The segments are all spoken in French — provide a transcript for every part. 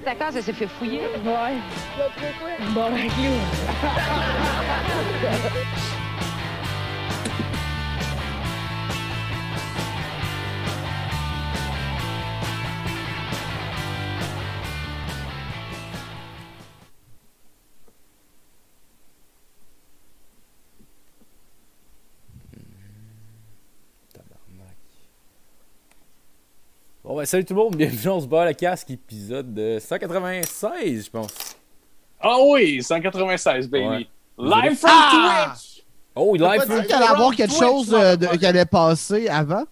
ta case, elle s'est fait fouiller. Ouais. Bon, avec nous. Bon, ben, salut tout le monde, bienvenue, on se bat la casque, épisode 196, je pense. Ah oui, 196, baby. Ouais. Live from Twitch! Oh, T'as live pas from... dit qu'il allait avoir quelque Twitch, chose motherfucker. qui allait passer avant?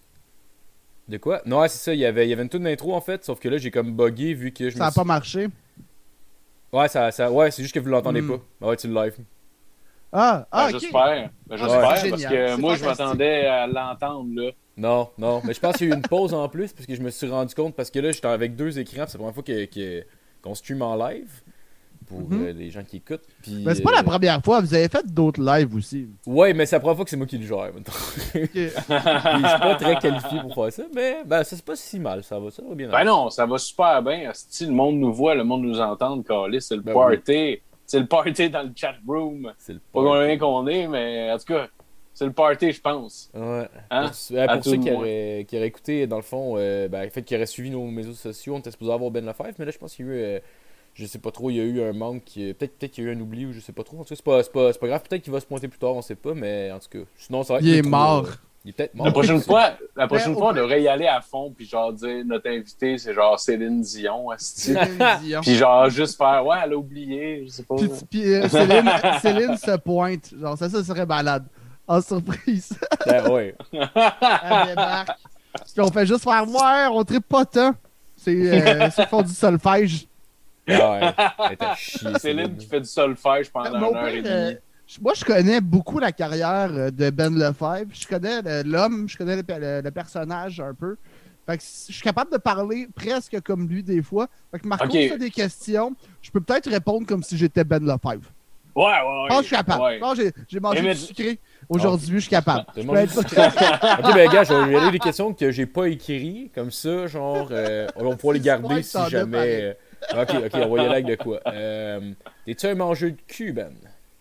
De quoi? Non, ouais, c'est ça, il y avait une toute d'intro en fait, sauf que là, j'ai comme bugué vu que je Ça me a pas marché. Ouais, ouais, c'est juste que vous l'entendez Hmm. pas. Ah ouais, tu le live. Ah, Ben, ok. j'espère. Ben, c'est j'espère, parce génial. que C'est moi, je fantastique. m'attendais à l'entendre, là. Non, mais je pense qu'il y a eu une pause en plus, parce que je me suis rendu compte, parce que là, j'étais avec deux écrans, c'est la première fois qu'on stream en live, pour les gens qui écoutent. Puis, Mais c'est pas la première fois, vous avez fait d'autres lives aussi. Ouais, mais c'est la première fois que c'est moi qui le gère, maintenant. Ok. Puis je suis pas très qualifié pour faire ça, mais ben, ça c'est pas si mal, ça va bien. Ben non, ça va super bien. Si le monde nous voit, le monde nous entend, Carlis, c'est le Ben party. C'est le party dans le chat room. C'est le Pas combien qu'on est, mais en tout cas, c'est le party, je pense. Ouais. Hein? Pour tout ceux le qui moins. auraient écouté, dans le fond, en fait, qui auraient suivi nos réseaux sociaux, on était supposé avoir Ben Lefebvre, mais là, je pense qu'il y a eu, je sais pas trop, il y a eu un manque, peut-être qu'il y a eu un oubli ou je sais pas trop. En tout cas, c'est pas grave, peut-être qu'il va se pointer plus tard, on sait pas, mais en tout cas, sinon, ça va être Il est trop, mort. il est peut-être mort. La prochaine fois, au on devrait y aller à fond, puis genre dire, notre invité, c'est genre Céline Dion, asti. Céline Dion. Puis genre juste faire, ouais, elle a oublié, je sais pas. Puis, Céline se pointe. Genre, ça serait malade. En surprise. Ben, ouais. Elle débarque. Puis on fait juste faire ouais, on tripe pas tant. C'est ceux qui font du solfège. Ah ouais. Elle était à chier, Céline qui fait du solfège pendant Mon une heure et père, demie. moi, je connais beaucoup la carrière de Ben Lefebvre. Je connais l'homme, je connais le personnage un peu. Fait que je suis capable de parler presque comme lui des fois. Fait que Marco, Ok. si t'as des questions, je peux peut-être répondre comme si j'étais Ben Lefebvre. Ouais. Je pense que je suis capable. Ouais. Je pense que j'ai mangé Mais- du sucré. Aujourd'hui, je suis capable. T'as Je mangé peux être- du Ok, ben gars, je vais y aller des questions que j'ai pas écrites, comme ça, genre, on va pouvoir les garder Ouais, si t'en as jamais... Ok, on va y aller avec de quoi. T'es-tu un mangeur de cul, Ben?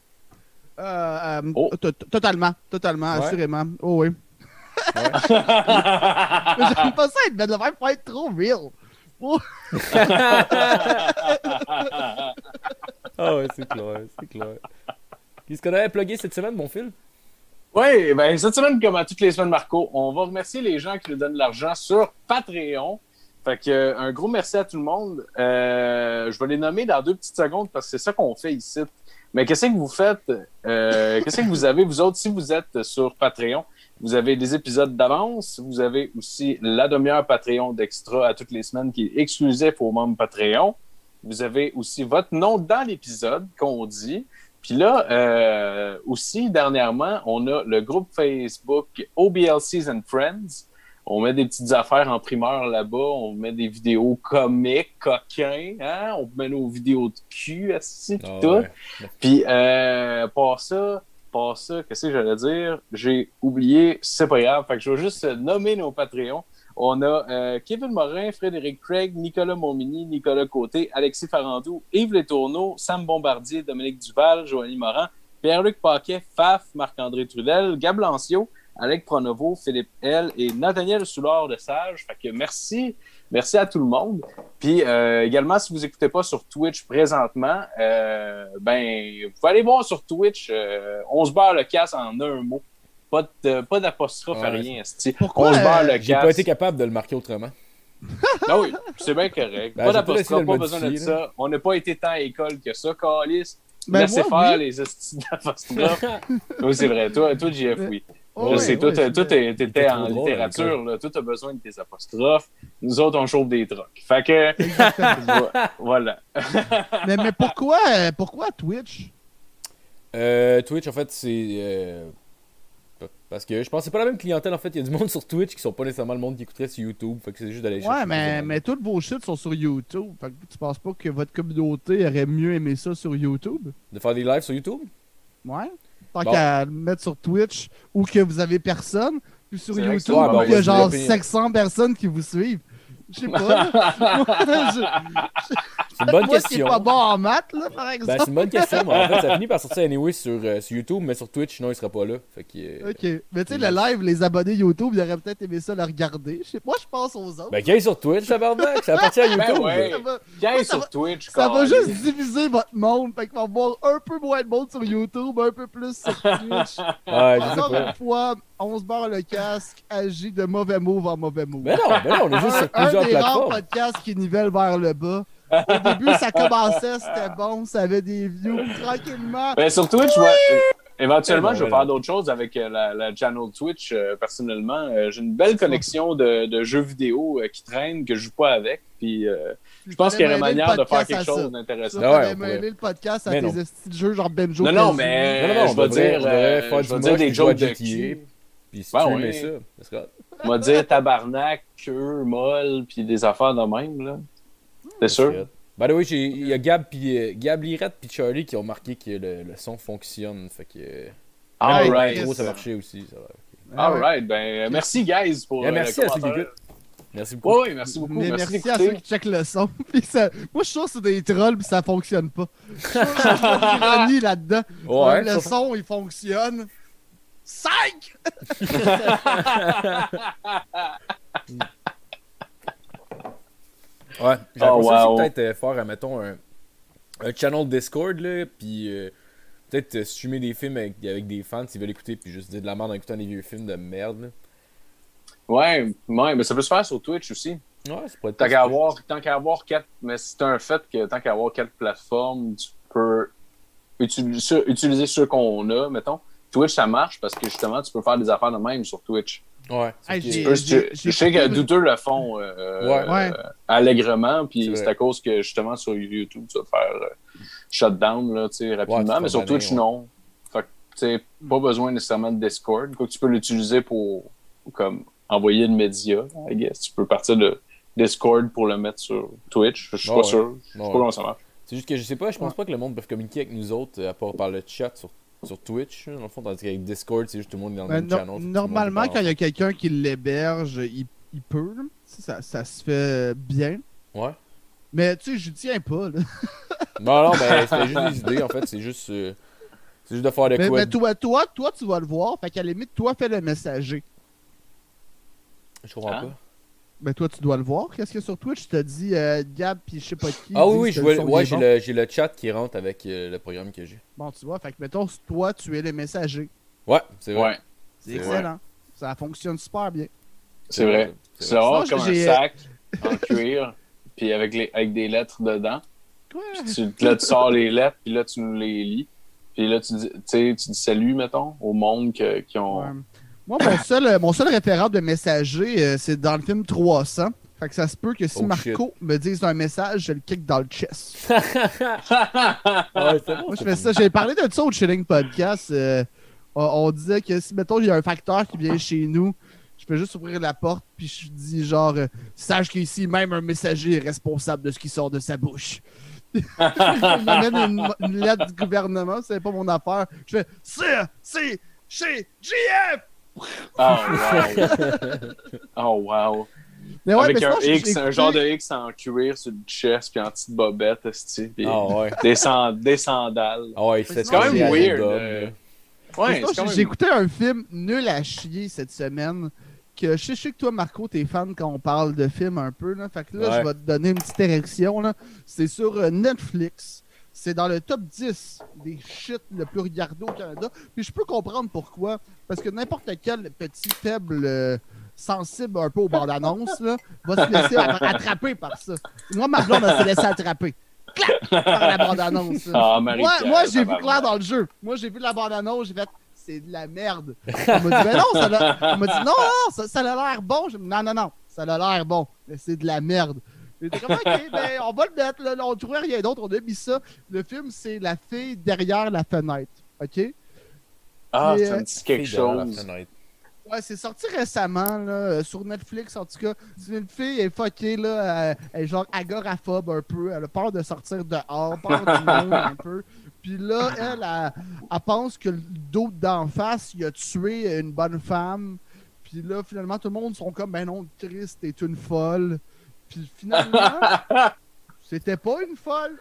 Oh. Totalement, Ouais. assurément. Oh oui. Ouais. Mais j'aime pas ça être Ben Lefebvre pour être trop real. Oh. Ah ouais, c'est clair. Qu'est-ce qu'on avait plugué cette semaine, mon fil? Oui, ben cette semaine, comme à toutes les semaines, Marco, on va remercier les gens qui nous donnent de l'argent sur Patreon. Fait que un gros merci à tout le monde. Je vais les nommer dans 2 petites secondes parce que c'est ça qu'on fait ici. Mais qu'est-ce que vous faites? Qu'est-ce que vous avez, vous autres, si vous êtes sur Patreon? Vous avez des épisodes d'avance. Vous avez aussi la demi-heure Patreon d'extra à toutes les semaines qui est exclusif aux membres Patreon. Vous avez aussi votre nom dans l'épisode qu'on dit. Puis là, aussi, dernièrement, on a le groupe Facebook OBLCs and Friends. On met des petites affaires en primeur là-bas. On met des vidéos comiques, coquins. Hein? On met nos vidéos de cul, assis, pis tout. Ouais. Puis, par ça, qu'est-ce que j'allais dire? J'ai oublié, c'est pas grave. Fait que je vais juste nommer nos Patreons. On a Kevin Morin, Frédéric Craig, Nicolas Momini, Nicolas Côté, Alexis Farandou, Yves Letourneau, Sam Bombardier, Dominique Duval, Joanie Morin, Pierre-Luc Paquet, Faf, Marc-André Trudel, Gab Lancio, Alec Pronovo, Philippe L et Nathaniel Soulard de Sage. Fait que merci à tout le monde. Puis également, si vous écoutez pas sur Twitch présentement, ben vous pouvez aller voir sur Twitch. On se barre le casse en un mot. Pas d'apostrophe à Ouais. rien. esti. Pourquoi, On se barre le J'ai casse. pas été capable de le marquer autrement. Ah oui, c'est bien correct. Ben, Pas j'ai pas essayé d'apostrophe, de pas le besoin de modifier, ça. On n'a pas été tant à l'école que ça, Calis. Ben, Laissez moi, faire oui. les estis d'apostrophes. Oui, c'est vrai. Toi, JF, oui. Oh, Je oui, sais, oui, toi, c'est- t'étais C'était en trop drôle, littérature, là. Toi, t'as besoin de tes apostrophes. Nous autres, on chauffe des trocs. Fait que, voilà. mais pourquoi Twitch? Twitch, en fait, c'est... parce que je pense que c'est pas la même clientèle, en fait. Il y a du monde sur Twitch qui sont pas nécessairement le monde qui écouterait sur YouTube. Fait que c'est juste d'aller Ouais, chercher mais, plus de- mais toutes vos shit sont sur YouTube. Fait que tu penses pas que votre communauté aurait mieux aimé ça sur YouTube? De faire des lives sur YouTube? Ouais. Tant Bon. qu'à le mettre sur Twitch ou que vous avez personne. Puis sur C'est vrai que YouTube, c'est- ouais, ben, il y a on va genre se développer. 500 personnes qui vous suivent. Je sais pas. là. C'est une bonne Moi qui est question. pas bon en maths, là, par Ben, exemple. c'est une bonne question. Mais en fait, ça finit par sortir anyway sur YouTube, mais sur Twitch, non, il sera pas là. Fait que, Ok. Mais tu sais, le live, les abonnés YouTube, ils auraient peut-être aimé ça le regarder. Moi, je pense aux autres. Ben, qu'il aille sur Twitch, tabarnak, ça appartient à YouTube. Ben ouais. Ça va- Viens ça sur va- Twitch, Ça va câlisse. juste diviser votre monde. Fait qu'il va y avoir un peu moins de monde sur YouTube, un peu plus sur Twitch. Ouais, je sais Encore pas. une fois, on se barre le casque, agit de mauvais move en mauvais move. Ben non, on est juste sur un plusieurs des rares plateformes. podcasts qui nivelle vers le bas. Au début, ça commençait, c'était bon, ça avait des views. Tranquillement, Ben, sur Twitch, éventuellement, Ben non, je vais ben faire non. d'autres choses avec la channel Twitch. Personnellement, j'ai une belle collection de jeux vidéo qui traînent, que je joue pas avec. Puis, je pense qu'il y a une manière de faire quelque chose d'intéressant. Ça, Ah ouais, t'avais on pourrait. mêlé le podcast à Mais tes non. estis de jeux genre Benjo. Non, Kazooie. mais Non, je vais dire, on devrait faire je du vais dire moche, des puis jouer à jokes de GTA. cul. Puis si Ben tu ouais. aimais ça, ça sera... On va dire tabarnak, queue, molle, puis des affaires de même, là. C'est sûr? By the way, il y a Gab Lirette puis Charlie qui ont marqué que le son fonctionne. Fait que. All Ouais, right. Gros, ça marchait aussi. Ça va. Ah ouais. All right. Ben, merci, guys, pour Merci le à ceux qui commentaire. écoutent. Merci beaucoup. Oui, merci beaucoup. Mais Merci merci à d'écouter. ceux qui checkent le son. Puis moi, je suis sûr que c'est des trolls puis ça fonctionne pas. Je suis sûr qu'il y a une ironie là-dedans. Ouais, le ça- son, il fonctionne. 5! Ouais, j'ai Oh, pensé aussi wow. peut-être faire, mettons, un channel Discord, là, puis peut-être streamer des films avec des fans s'ils veulent écouter, puis juste dire de la merde en écoutant des vieux films de merde. Là. Ouais, mais ça peut se faire sur Twitch aussi. Ouais, ça pourrait être Tant qu'à avoir 4, mais c'est un fait que tant qu'à avoir 4 plateformes, tu peux utiliser ceux qu'on a, mettons. Twitch, ça marche parce que justement, tu peux faire des affaires de même sur Twitch. Ouais. Hey, Je sais que douteux le font Ouais. allègrement, C'est puis vrai. c'est à cause que justement sur YouTube, tu vas faire shutdown là, tu sais, rapidement, Ouais, mais sur tu Twitch, ouais. non. Fait que, tu sais, pas besoin nécessairement de Discord. Quoi que tu peux l'utiliser pour comme envoyer le média, I guess. Tu peux partir de Discord pour le mettre sur Twitch. Je suis Ah pas ouais. sûr. Je sais Ah pas ouais. comment ça marche. C'est juste que je sais pas, je pense pas que le monde peut communiquer avec nous autres à part par le chat sur Twitch, dans le fond, tandis qu'avec Discord, c'est juste tout le monde est dans le Ben, même channel. fait que tout le monde normalement, peut quand il y a quelqu'un qui l'héberge, il peut. Là. Ça se fait bien. Ouais. Mais tu sais, je tiens pas. Là. Non, ben, c'était juste des idées, en fait, c'est juste de faire de quoi. Mais toi, tu vas le voir. Fait qu'à la limite, toi, fais le messager. Je comprends Hein? pas. Mais toi, tu dois le voir. Qu'est-ce qu'il y a sur Twitch? Tu t'as dit Gab puis je sais pas qui. Ah disent oui, que je le vois, son, ouais, il est bon. j'ai le chat qui rentre avec le programme que j'ai. Bon, tu vois. Fait que mettons, toi, tu es le messager. Ouais, c'est vrai. Ouais, C'est C'est excellent. Ça fonctionne super bien. c'est vrai. C'est Tu vas avoir Sinon, comme un j'ai- sac en cuir, puis avec des lettres dedans. Quoi? Là, tu sors les lettres, puis là, tu nous les lis. Puis là, tu dis salut, mettons, au monde qui ont... Ouais. Moi, mon seul référent de messager, c'est dans le film 300. Fait que ça se peut que si Oh, Marco me dise un message, je le kick dans le chest. Ouais, c'est bon. Moi, je fais ça. J'ai parlé de ça au Chilling Podcast. On disait que si, mettons, il y a un facteur qui vient chez nous, je peux juste ouvrir la porte, puis je dis genre, sache qu'ici, même un messager est responsable de ce qui sort de sa bouche. Il m'amène une lettre du gouvernement, c'est pas mon affaire. Je fais, c'est chez GF! Oh, wow. Oh, wow. Mais ouais, Avec mais un sinon, j'ai X, un écouté- genre de X en cuir sur le chest, puis en petite bobette, esti, puis Ah ouais. des sandales. Ah ouais, c'est C'est quand même weird, Mais Ouais, sinon, c'est quand même... j'ai écouté un film nul à chier cette semaine. Que je sais que toi, Marco, t'es fan quand on parle de films un peu. Là. Fait que là, Ouais. je vais te donner une petite érection. Là. C'est sur Netflix. C'est dans le top 10 des shit le plus regardé au Canada. Puis je peux comprendre pourquoi. Parce que n'importe quel petit faible sensible un peu aux bandes annonces là, va se laisser attraper par ça. Moi, ma blonde, elle s'est laissée attraper. Clac! Par la bande annonce. Ah, Marie-Pierre, Moi, j'ai vu tabarnak. clair dans le jeu. Moi, j'ai vu la bande annonce, j'ai fait c'est de la merde. On m'a dit ben non, on m'a dit non, ça a l'air bon. Non, ça a l'air bon, mais c'est de la merde. J'étais comme ok, ben on va le mettre. Là, on trouvait rien d'autre, on a mis ça. Le film, c'est La fille derrière la fenêtre. Ok? Ah, Mais, ça me dit quelque chose. Ouais, c'est sorti récemment là, sur Netflix en tout cas. C'est une fille, elle est fuckée là, elle est genre agoraphobe un peu, elle a peur de sortir dehors, peur du monde un peu. Puis là, elle pense que le d'autre d'en face, il a tué une bonne femme. Puis là, finalement, tout le monde sont comme ben non, Chris, t'es une folle. Puis finalement, C'était pas une folle.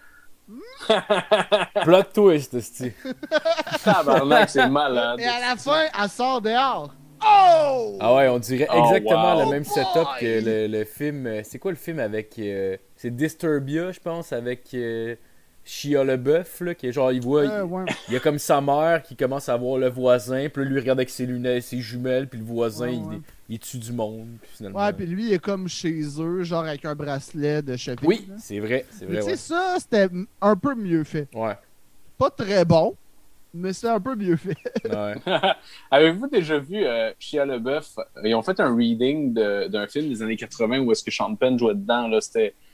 Plot twist, c'ti. Tabarnak, c'est malade. Et à la fin, elle sort dehors. Oh! Ah ouais, on dirait Oh, exactement wow. le même setup boy! que le film. C'est quoi le film avec. C'est Disturbia, je pense, avec Shia LaBeouf, là, qui est genre, il voit. Ouais. Il y a comme sa mère qui commence à voir le voisin, puis là, lui, il regarde avec ses lunettes, ses jumelles, puis le voisin, Ouais. il tue du monde, puis finalement. Ouais, puis lui, il est comme chez eux, genre avec un bracelet de cheville. Oui, là. c'est vrai, Mais tu sais, ouais. ça, c'était un peu mieux fait. Ouais. Pas très bon, mais c'est un peu mieux fait. Ouais. Avez-vous déjà vu Shia LaBeouf? Ils ont fait un reading d'un film des années 80 où est-ce que Sean Penn jouait dedans. Là.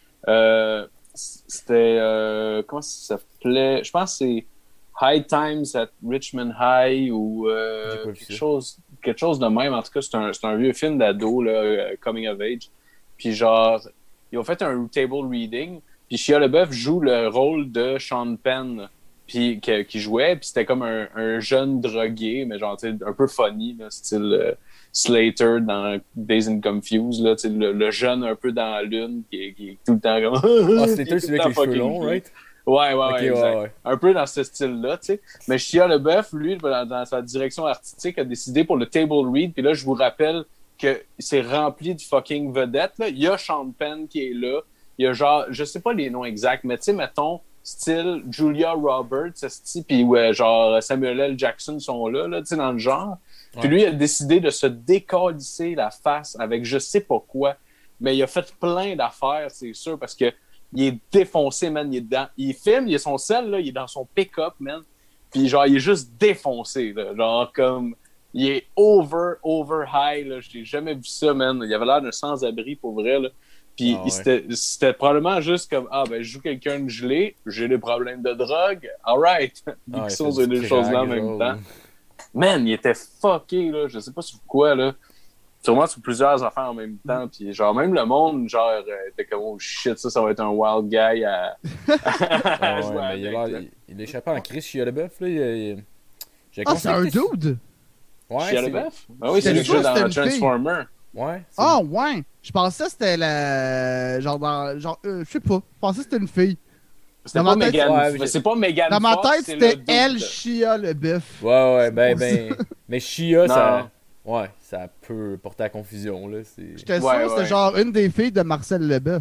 Comment ça s'appelait? Je pense que c'est High Times at Richmond High ou J'ai pas vu quelque chose de même. En tout cas, c'est un vieux film d'ado, là, coming of age. Puis genre, ils ont fait un table reading. Puis Shia LaBeouf joue le rôle de Sean Penn puis qui jouait. Puis c'était comme un jeune drogué, mais genre, tu sais, un peu funny, là, style Slater dans Days and Confused, là, tu sais, le jeune un peu dans la lune qui est tout le temps comme... Ah, Slater, c'est lui avec les cheveux longs, right? Ouais, Ok, exact. ouais. Un peu dans ce style-là, tu sais. Mais Shia LaBeouf, lui, dans sa direction artistique, a décidé pour le table read. Puis là, je vous rappelle que c'est rempli de fucking vedettes, là. Il y a Sean Penn qui est là. Il y a genre, je sais pas les noms exacts, mais tu sais, mettons, style Julia Roberts, puis ouais, genre Samuel L. Jackson sont là, tu sais, dans le genre. Puis Ouais. lui, il a décidé de se décalisser la face avec je sais pas quoi. Mais il a fait plein d'affaires, c'est sûr, parce que il est défoncé, man. Il filme, il a son sel, là, il est dans son pick-up, man. Puis genre, il est juste défoncé, là. Genre, comme, il est over high, là. Je n'ai jamais vu ça, man. Il avait l'air d'un sans-abri, pour vrai, là. Puis Ah ouais. c'était probablement juste comme, ah, ben, je joue quelqu'un de gelé, j'ai des problèmes de drogue, alright. Ah, il Ils fait sont du des choses-là en crack, même genre. temps. Man, il était fucké, là. Je sais pas sur quoi, là. Sûrement sur plusieurs affaires en même temps. Puis genre, même le monde, genre, était comme, oh shit, ça va être un wild guy à Ah jouer ouais, mais avec, il échappait en crise, Shia LaBeouf, là. J'ai Ah, c'est un constaté- dude? Ouais, Shia c'est... LaBeouf? Ah oui, c'est J'étais le sûr gars que dans c'était une fille. Transformer. Ouais. Ah, ouais. Je pensais que c'était la. Genre, je sais pas. Je pensais que c'était une fille. C'était Dans pas ma tête, Megan. ouais, mais C'est pas Megan Dans ma Fox, tête, c'est c'était le dude. elle, Shia LaBeouf. Ouais, ben, pour mais Shia, Non. ça... Ouais, ça peut porter à confusion, là. C'est... J'étais sûr Ouais, que c'était ouais. genre une des filles de Marcel Leboeuf.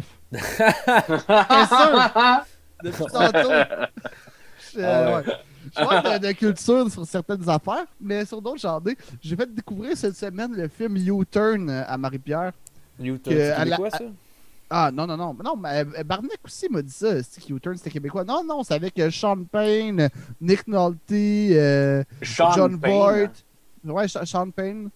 J'étais sûr. Depuis tantôt. Ah ouais. Ouais. Je parle de culture sur certaines affaires, mais sur d'autres, j'en ai. J'ai fait découvrir cette semaine le film U-Turn à Marie-Pierre. Newton, Que c'est à la- québécois, ça? Ah, non. Non, mais Barnack aussi m'a dit ça. C'est que U-Turn, c'était québécois. Non, c'est avec Sean Payne, Nick Nolte, Sean John Payne. Voight. Ouais, Sean Payne.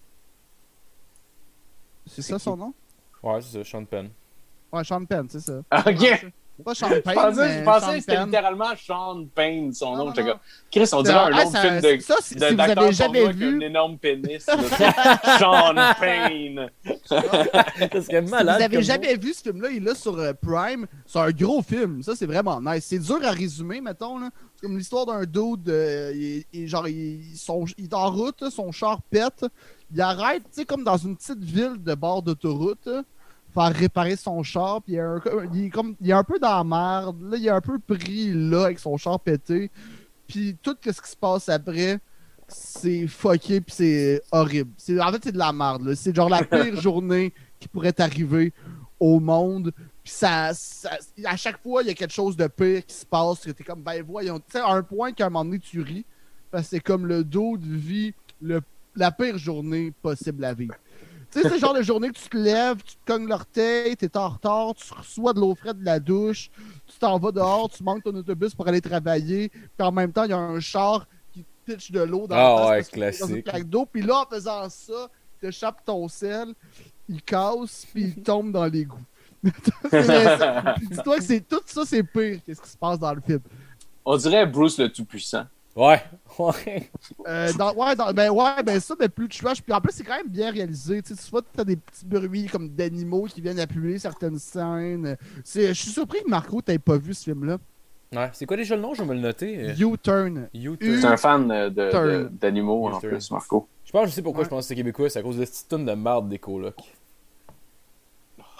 C'est C'est ça qui? son nom? Ouais, c'est ça, Sean Penn. Ouais, Sean Penn, c'est ça. Ok. Pas Sean Je Payne, pensais, mais je pensais Sean que c'était Penn. littéralement Sean Payne, son Non, nom. non, J'étais non. comme, Chris, on dirait un Ah, autre film de. ça, si vous d'acteur avez jamais porno avec vu. un énorme pénis. là, Sean Payne. Ça serait Si vous malade. avez comme jamais vu ce film-là, il est là sur Prime. C'est un gros film. Ça, c'est vraiment nice. C'est dur à résumer, mettons. Là. C'est comme l'histoire d'un dude. Genre, il est en route, là, son char pète. Il arrête, tu sais, comme dans une petite ville de bord d'autoroute. Là, faire réparer son char. Puis il est un peu dans la merde. Là, il est un peu pris là avec son char pété. Puis tout ce qui se passe après, c'est fucké puis c'est horrible. En fait, c'est de la merde. Là. C'est genre la pire journée qui pourrait t'arriver au monde. Puis à chaque fois, il y a quelque chose de pire qui se passe. Que t'es comme, ben voyons. Tu sais, à un point qu'à un moment donné, tu ris. Parce que c'est comme le dos de vie, la pire journée possible à vivre. Tu sais, c'est le genre de journée que tu te lèves, tu te cognes l'orteil, t'es en retard, tu reçois de l'eau fraîche de la douche, tu t'en vas dehors, tu manques ton autobus pour aller travailler, puis en même temps, il y a un char qui te pitche de l'eau dans Ah la face ouais, parce qu'il est dans une classique. plaque d'eau. Puis là, en faisant ça, tu échappes ton sel, il casse, puis il tombe dans l'égout. Dis-toi que tout ça, c'est pire que ce qui se passe dans le film. On dirait Bruce le Tout-Puissant. Ouais, ouais. Ben ça, mais plus trash. Puis en plus, c'est quand même bien réalisé. Tu vois, t'as des petits bruits comme d'animaux qui viennent appuyer certaines scènes. Je suis surpris que Marco t'aies pas vu ce film-là. Ouais, c'est quoi déjà le nom? Je vais me le noter. U-Turn. U-Turn. C'est un fan Turn. d'animaux, en U-Turn. plus, Marco. Je pense, je sais pourquoi Ouais. je pense que c'est québécois, c'est à cause de cette tonne de marde des colocs.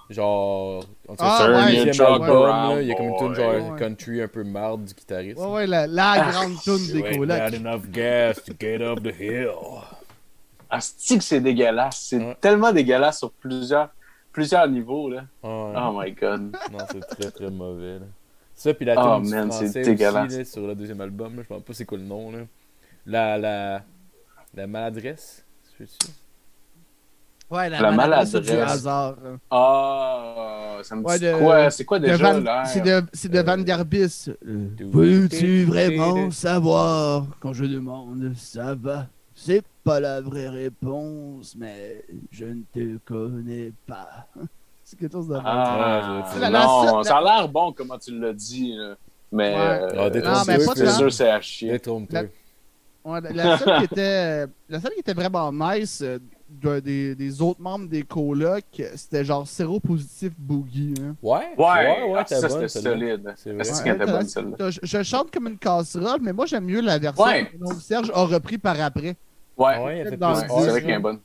Genre, en tout cas, Ah, c'est ouais, un deuxième Chuck album, Brown, là, il y a comme une tune genre ouais. country un peu marde du guitariste. Ouais, la grande toune des colocs. enough gas to get up the hill. Asti que c'est dégueulasse. C'est Ouais. tellement dégueulasse sur plusieurs niveaux, là. Ouais. Oh my God. Non, c'est très très mauvais. Là. Ça, puis la Oh, tune du man, français c'est aussi, dégueulasse. là, sur le deuxième album, là, je ne sais pas c'est quoi le nom. Là. La maladresse, c'est-tu? Ouais, La maladresse. du hasard. Ah, ça me Ouais, dit quoi? C'est quoi De déjà, Van- l'air? c'est de Van Der Bies. Veux-tu vraiment savoir quand je demande ça va? C'est pas la vraie réponse, mais je ne te connais pas. C'est quelque chose de Ah, Ouais, la- non, la- ça a l'air bon, comment tu l'as dit, là. Mais, Ouais. Ah, Non, mais pas c'est tant. sûr, c'est à chier. Détrompe-toi. Ouais, la seule qui était vraiment nice des autres membres des colocs, c'était genre séropositif Boogie. Hein. Ouais, Ouais, t'es ça, bonne, c'était celle-là. solide. C'est vrai. Est-ce Ouais, qu'elle était elle bonne, était- celle-là? Je chante comme une casserole, mais moi j'aime mieux la version Ouais. que mon oncle Serge a repris par après. Ouais, Ouais, il a fait Dans plus le c'est hard. vrai disque, qu'elle est bonne.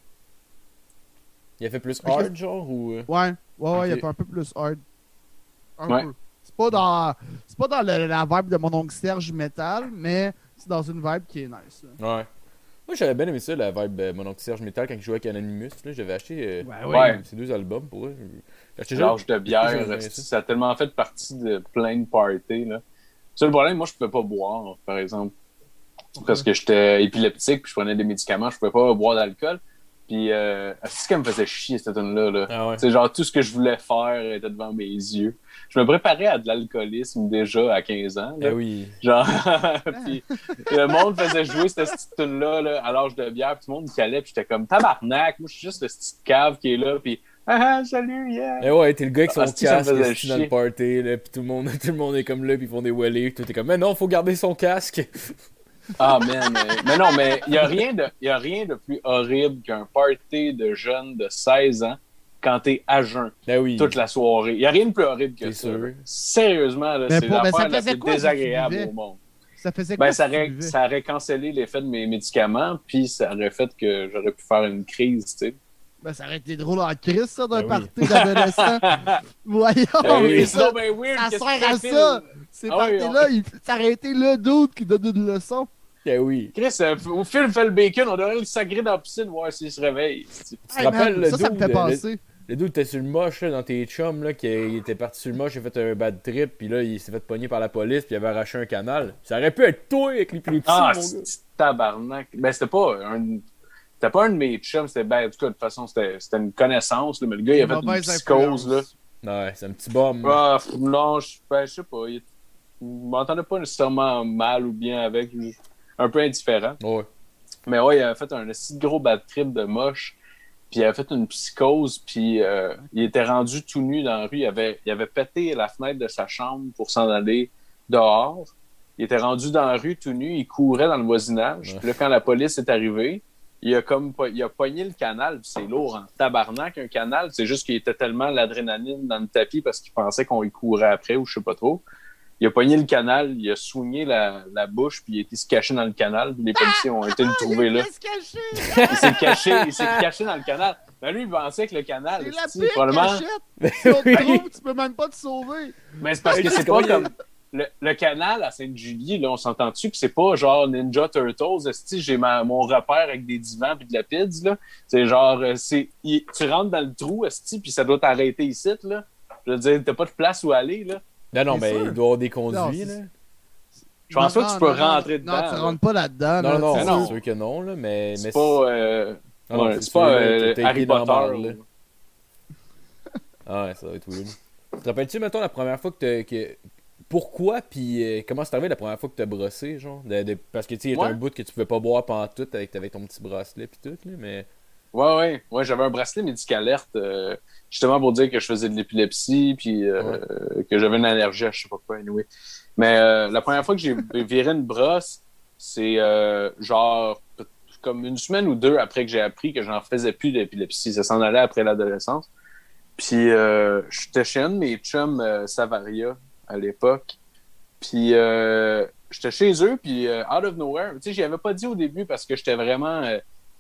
Il a fait plus Ok. hard, genre, ou... Ouais, il a Ok. fait un peu plus hard. Un Ouais. peu. C'est pas dans la vibe de mon oncle Serge metal, mais c'est dans une vibe qui est nice. Là. Ouais. Moi, j'avais bien aimé ça, la vibe mon oncle Serge Metal, quand il jouait avec Anonymous. Là, j'avais acheté Ouais. ces deux albums pour eux. J'ai acheté L'âge de j'ai bière, aimé ça. ça a tellement fait partie de plein de parties, là. C'est le problème, moi, je pouvais pas boire, par exemple. Parce que j'étais épileptique, puis je prenais des médicaments, je pouvais pas boire d'alcool. Puis, c'est ce qui me faisait chier, cette tune-là, là. Ah ouais. C'est genre, tout ce que je voulais faire était devant mes yeux. Je me préparais à de l'alcoolisme déjà à 15 ans, là. Ah oui. Genre, puis le monde faisait jouer cette petite tune-là là, à l'âge de bière, puis tout le monde calait, puis j'étais comme tabarnak, moi je suis juste le petit cave qui est là, puis salut, yeah! Eh ouais, t'es le gars avec son Ah, si, ça me casque faisait assis dans chier. le party, là, pis tout le monde est comme là, pis ils font des wheelies, pis toi t'es comme, mais non, faut garder son casque. Ah, man, mais non, mais il y a rien de plus horrible qu'un party de jeunes de 16 ans quand t'es à jeun Ah oui. toute la soirée. Il y a rien de plus horrible que C'est ça. sûr. Là. Sérieusement, là, Mais c'est pour- mais ça l'affaire la faisait plus quoi, si tu désagréable buvais? au monde. Ça faisait quoi? Ben, si ça tu aurait, buvais? ça aurait cancellé l'effet de mes médicaments, puis ça aurait fait que j'aurais pu faire une crise, tu sais. Ben, ça aurait été drôle en crise, ça, d'un Ben oui. party d'adolescents. Voyons, Ben oui, mais c'est ça, donc bien weird. ça qu'est-ce sert à que tu ça. fais, Ces Ah oui, parties-là, ça aurait été le doute qui donne une leçon. Ah oui. Chris, au film fait le bacon, on devrait le sacrer dans la piscine, voir s'il se réveille. Tu te Hey, rappelles man, le ça me dude, fait penser. Le dude était sur le moche là, dans tes chums là, il était parti sur le moche, il a fait un bad trip, puis là il s'est fait pogner par la police, puis il avait arraché un canal. Ça aurait pu être toi avec l'épilepsie, Ah, mon gars. c'est tabarnak. Ben, c'était pas un de mes chums, c'était, ben, en tout cas, de toute façon, c'était une connaissance, là, mais le gars, il a fait une Mauvaise psychose, là. influence. Ouais, c'est un petit bum. Ah, non, je sais pas. Il m'entendait pas nécessairement mal ou bien avec, un peu indifférent. Ouais. Mais ouais, il avait fait un si gros bad trip de moche. Puis il avait fait une psychose, puis il était rendu tout nu dans la rue. Il avait pété la fenêtre de sa chambre pour s'en aller dehors. Il était rendu dans la rue tout nu, il courait dans le voisinage. Ouais. Puis là, quand la police est arrivée, il a pogné le canal, puis c'est lourd en tabarnak, un canal. C'est juste qu'il était tellement l'adrénaline dans le tapis parce qu'il pensait qu'on y courait après ou je sais pas trop. Il a pogné le canal, il a soigné la bouche, puis il a été se cacher dans le canal. Puis les policiers ont été le trouver là. Il s'est caché dans le canal. Ben lui, il pensait que le canal, C'est la c'est pire probablement. cachette. Si on te trouve, tu peux même pas te sauver. Mais c'est parce que c'est pas comme. Le canal à Sainte-Julie, là, on s'entend-tu que c'est pas genre Ninja Turtles, esti, j'ai mon repère avec des divans pis de la pizza, là. C'est genre, tu rentres dans le trou, esti, puis ça doit t'arrêter ici, là. Je veux dire, t'as pas de place où aller, là. Non, C'est mais sûr. il doit y avoir des conduits, Non, là. Je pense pas que tu peux rentrer non, dedans. Non, tu là. rentres pas là-dedans. Non, là, non, tu Mais sais. non. c'est sûr que non, là, mais... C'est mais pas. Ah non, Ouais, c'est c'est sûr, pas là, t'as Harry été dans la Potter. marde, là. Ah ouais, ça va être weird. Te rappelles-tu, mettons, la première fois que pourquoi, puis comment c'est arrivé la première fois que t'as brossé, genre? Parce que, tu sais, il y a Ouais. un bout que tu pouvais pas boire pendant tout avec ton petit bracelet pis tout, là, mais... Ouais, j'avais un bracelet médical-alerte, justement pour dire que je faisais de l'épilepsie, puis que j'avais une allergie à je sais pas quoi, anyway. Mais la première fois que j'ai viré une brosse, c'est genre comme une semaine ou deux après que j'ai appris que j'en faisais plus d'épilepsie. Ça s'en allait après l'adolescence. Puis j'étais chez un de mes chums Savaria à l'époque. Puis j'étais chez eux, puis out of nowhere, tu sais, j'y avais pas dit au début parce que j'étais vraiment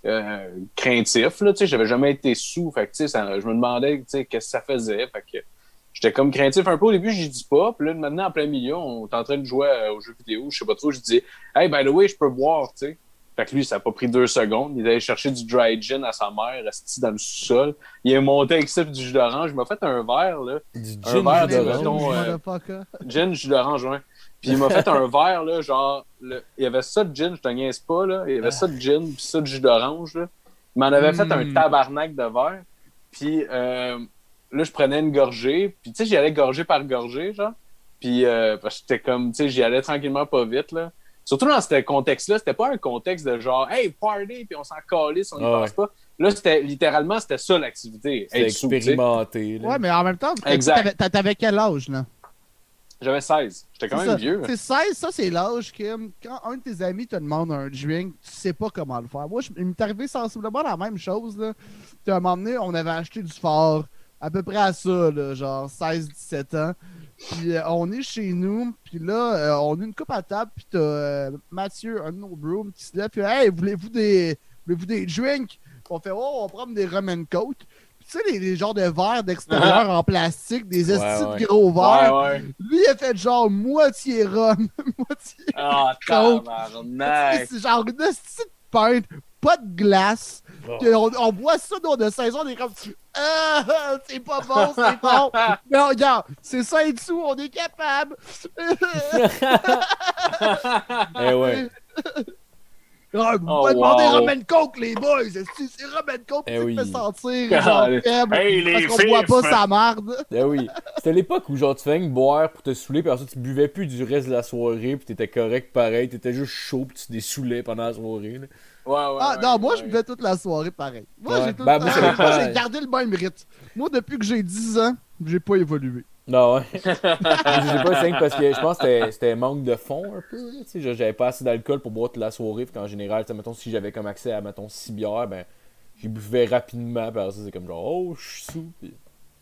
craintif, là, tu sais, j'avais jamais été sous, fait que, tu sais, je me demandais, tu sais, qu'est-ce que ça faisait, fait que j'étais comme craintif un peu au début, j'y dis pas, puis là, maintenant, en plein milieu, on est en train de jouer aux jeux vidéo, je sais pas trop, je dis « Hey, by the way, je peux boire, tu sais. » Fait que lui, ça a pas pris 2 secondes, il est allé chercher du dry gin à sa mère, resté dans le sous-sol, il est monté avec ça, puis du jus d'orange, il m'a fait un verre, là, Du un gin verre jus de, d'orange. mettons, Motherfucker. gin, jus d'orange, ouais. Puis il m'a fait un verre, là, genre, il y avait ça de gin, je te niaise pas, là, il y avait ça de gin, puis ça de jus d'orange, là. Il m'en avait fait un tabarnak de verre. Puis là, je prenais une gorgée. Puis tu sais, j'y allais gorgée par gorgée, genre. Puis parce que j'étais comme, tu sais, j'y allais tranquillement pas vite, là. Surtout dans ce contexte-là, c'était pas un contexte de genre, hey, party, puis on s'en calisse, on n'y pense pas. Là, littéralement, c'était ça l'activité. C'était expérimenté. Ouais, mais en même temps, exact. T'avais quel âge, là? J'avais 16. J'étais quand même vieux. C'est 16, ça, c'est l'âge que quand un de tes amis te demande un drink, tu sais pas comment le faire. Moi, il m'est arrivé sensiblement la même chose, là. Puis à un moment donné, on avait acheté du fort, à peu près à ça, là, genre 16-17 ans. Puis on est chez nous, puis là, on a une coupe à table, puis t'as Mathieu, un de nos brooms, qui se lève, puis hey, voulez-vous des drinks? Puis on fait, oh, on va prendre des rum and coke. Tu sais, les genres de verres d'extérieur en plastique, des estis de gros verres. Ouais. Lui, il a fait genre moitié rhum, moitié coke. C'est genre une estie de pinte, pas de glace. On boit ça dans de saison, on est comme c'est pas bon, c'est bon. Mais regarde, c'est ça et dessous, on est capable. Eh ouais. Vous pouvez demander rum and coke, les boys. C'est rum and coke qui me fait sentir genre faible. Parce qu'on boit pas sa marde. Eh oui. C'était l'époque où genre tu faisais boire pour te saouler, puis ensuite tu buvais plus du reste de la soirée, puis t'étais correct pareil, t'étais juste chaud, puis tu te désoulais pendant la soirée. Là. Moi je buvais toute la soirée pareil. Moi j'ai j'ai gardé le même rythme. Moi depuis que j'ai 10 ans, j'ai pas évolué. Non, ouais. J'ai pas simple parce que je pense que c'était manque de fond un peu. J'avais pas assez d'alcool pour boire toute la soirée. Fait qu'en général, mettons, si j'avais comme accès à, mettons, 6 bières, ben, j'y buvais rapidement. Puis ça, c'est comme genre, oh, je suis sous. Puis...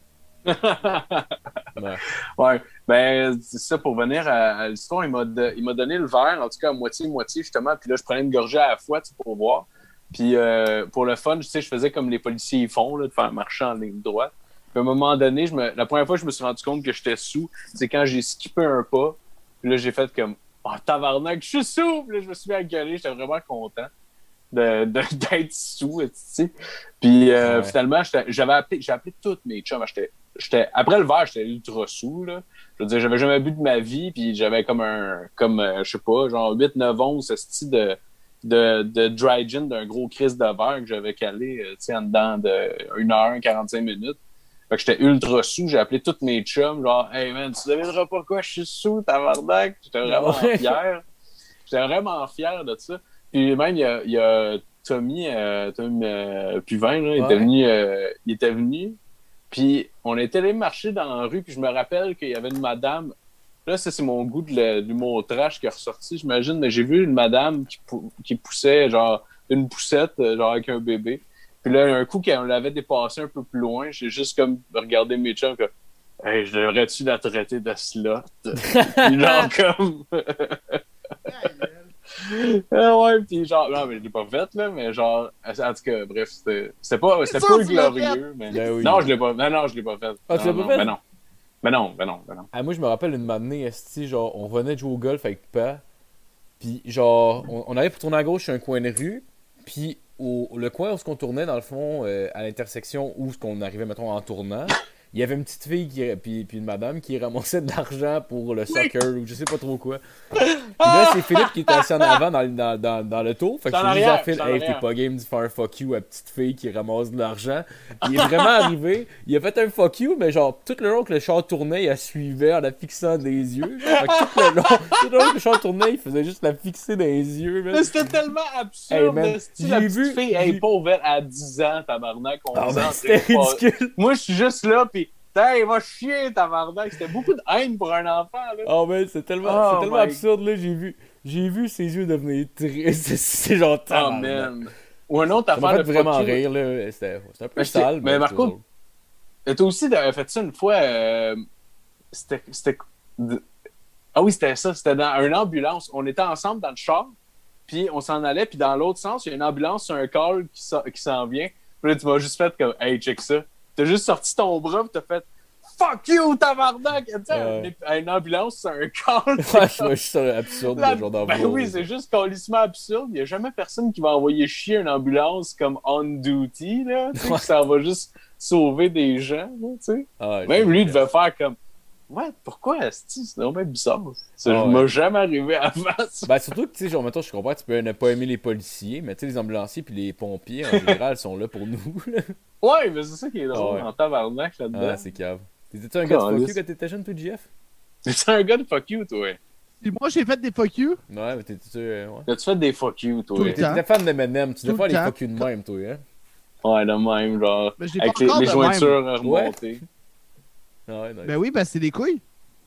ouais. Ben, c'est ça, pour venir à l'histoire, il m'a donné le verre, en tout cas, à moitié, justement. Puis là, je prenais une gorgée à la fois, pour boire. Puis pour le fun, tu sais, je faisais comme les policiers font, là, de faire marcher en ligne droite. Puis à un moment donné, la première fois que je me suis rendu compte que j'étais sous, c'est quand j'ai skippé un pas. Puis là, j'ai fait comme « Oh, tabarnak, je suis sous! » Puis là, je me suis mis à gueuler. J'étais vraiment content d'être sous, tu sais. Puis finalement, j'ai appelé toutes mes chums. Après le verre, j'étais ultra sous, là. Je veux dire, j'avais jamais bu de ma vie, puis j'avais comme je sais pas, genre 8-9 onces, ce style de dry gin d'un gros crise de verre que j'avais calé, tu sais, en dedans de 1h, 45 minutes. Fait que j'étais ultra sous, j'ai appelé tous mes chums, genre « Hey man, tu devineras pas quoi, je suis sous, tabarnak! » J'étais vraiment fier. J'étais vraiment fier de ça. Puis même, il y a Tommy Puvin, là, il était venu, puis on était allé marcher dans la rue, puis je me rappelle qu'il y avait une madame, là, ça c'est mon goût de l'humour trash qui est ressorti, j'imagine, mais j'ai vu une madame qui poussait, genre, une poussette, genre avec un bébé. Puis là, un coup, quand on l'avait dépassé un peu plus loin, j'ai juste comme regardé mes chums comme « Hey, je devrais-tu la traiter de slot? » Puis genre comme... ouais, puis genre... Non, mais je l'ai pas fait, là, mais genre... En tout cas, bref, c'était pas glorieux, mais... Non, je l'ai pas... Non, je l'ai pas fait. Ah, tu l'as pas fait? Mais non. Ah, moi, je me rappelle une matinée, genre, on venait de jouer au golf avec Pa, puis genre, on arrive pour tourner à gauche sur un coin de rue, puis... le coin où on tournait, dans le fond, à l'intersection où on arrivait, mettons, en tournant, il y avait une petite fille puis une madame qui ramassait de l'argent pour le soccer ou je sais pas trop quoi. Puis là, c'est Philippe qui était assis en avant dans le tour. Fait que je suis juste à Phil, hey, t'es pas game de faire un fuck you à petite fille qui ramasse de l'argent. Il est vraiment arrivé, il a fait un fuck you, mais genre, tout le long que le char tournait, il la suivait en la fixant des yeux. Fait que tout le long que le char tournait, il faisait juste la fixer dans les yeux. Mais c'était tellement absurde. Hey, la petite fille, elle est pauvre, à 10 ans, tabarnak, 11 ans. C'était ridicule. Moi, je suis juste là, pis il va chier, tabarnak. C'était beaucoup de haine pour un enfant, là. Oh, mais c'est tellement absurde, là. J'ai vu ses yeux devenir tristes. C'est genre tabarnak. Oh, man. Ou un autre affaire. Ça m'a fait vraiment rire, là. C'était un peu sale. Mais Marco, t'as aussi fait ça une fois. C'était. Ah oui, c'était ça. C'était dans une ambulance. On était ensemble dans le char. puis on s'en allait, puis dans l'autre sens, il y a une ambulance sur un call qui s'en vient. Puis là, tu m'as juste fait comme, hey, check ça. T'as juste sorti ton bras, puis t'as fait, fuck you, tabarnak! Tu sais, une ambulance sur un call. Ouais, je vois juste absurde, le genre d'envoi. Ben oui, c'est juste calissement absurde. Il n'y a jamais personne qui va envoyer chier une ambulance comme on duty, là. Tu sais, que ça va juste sauver des gens, là, tu sais. Ah, même lui, il devait faire comme, ouais, pourquoi est-ce que c'est vraiment bizarre? Ça m'a jamais arrivé avant ça. Ben, surtout que, tu sais, genre, mettons, je comprends que tu peux ne pas aimer les policiers, mais tu sais, les ambulanciers puis les pompiers, en général, sont là pour nous, là. Ouais, mais c'est ça qui est drôle, en tabarnak, là-dedans. Ah, c'est cave. T'étais-tu un gars de fuck you quand t'étais jeune, toi, JF? T'es un gars de fuck you, toi? Et moi, j'ai fait des fuck you. Ouais, mais t'étais-tu... ouais. T'as-tu fait des fuck you, toi? Tout le temps. T'étais fan de M&M, tu devais faire Tout le les temps. fuck you de même, toi, hein? Ouais, de même, genre, Mais je l'ai avec pas encore les de jointures même. remontées. Ah ouais, nice. Ben oui, ben c'est les couilles.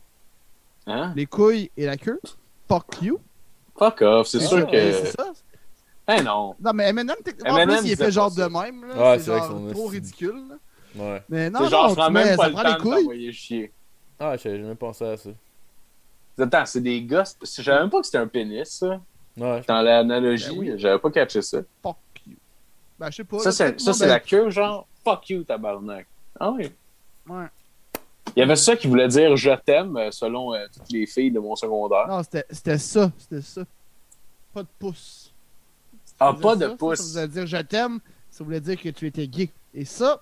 Hein? Les couilles et la queue. Fuck you. Fuck off, c'est sûr que... C'est ça. Eh non. Non, mais M&M, techniquement, en M&M, plus, il est c'est fait genre pas de ça. même. Là. Ouais, c'est c'est vrai genre que son trop esti. ridicule. Là. Ouais. Mais non, C'est genre, je non, prends tu même mets, pas ça le prend temps les de couilles. t'envoyer chier. Ah, j'ai jamais pensé à ça. Attends, c'est des gosses. Je savais même pas que c'était un pénis, ça. Ouais, Dans l'analogie, Ben oui. j'avais pas catché ça. Fuck you. Ben, je sais pas. Ça, là, c'est peut-être ça, moi, la queue, genre, fuck you, tabarnak. Ah oui. Ouais. Il y avait ça qui voulait dire je t'aime, selon toutes les filles de mon secondaire. Non, c'était ça. C'était ça. Pas de pouce. Ah, Ça pas faisait de ça, pouce. Ça voulait dire je t'aime. Ça voulait dire que tu étais gay. Et ça,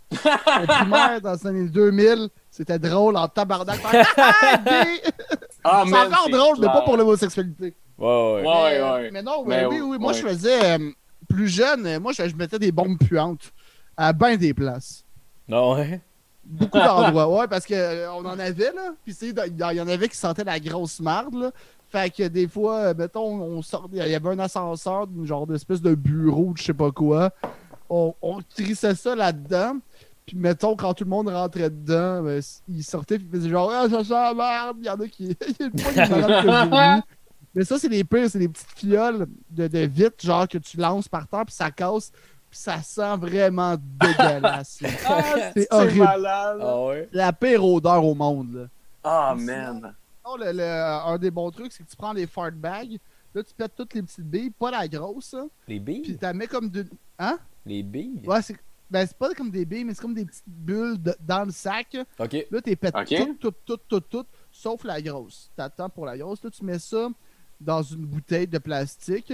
au primaire, dans les années 2000, c'était drôle en tabarnak. Ah, gay! Ah, C'est man, encore c'est drôle, mais pas clair. pour l'homosexualité. ouais. Ouais. Mais non, Mais oui. Moi, ouais. je faisais plus jeune. Moi, je mettais des bombes puantes à bien des places. Non, ouais. Beaucoup d'endroits. Ouais, parce que on en avait, là. Puis, il y en avait qui sentaient la grosse marde, là. Fait que des fois, mettons, on sortait. Il y avait un ascenseur, une genre d'espèce de bureau, de je sais pas quoi. On trissait ça là-dedans. Puis, mettons, quand tout le monde rentrait dedans, ben, ils sortaient, puis ils faisaient genre, ah, ça sent la merde. Il y en a qui. Il y a une fois, il y a une malade qui a vomi. Mais ça, c'est les pires, c'est des petites fioles de vitre, genre que tu lances par terre, puis ça casse, puis ça sent vraiment dégueulasse. là. Ah, C'est horrible. malade. Ah ouais. La pire odeur au monde. Là. Ah, man. Non, un des bons trucs, c'est que tu prends les fart bags, là, tu pètes toutes les petites billes, pas la grosse, hein, Les puis billes? tu la mets comme de. Hein? Les billes? Ouais, c'est pas comme des billes, mais c'est comme des petites bulles dans le sac. Ok. Là, tu pètes Ok. toutes, sauf la grosse. T'attends pour la grosse. Là, tu mets ça dans une bouteille de plastique.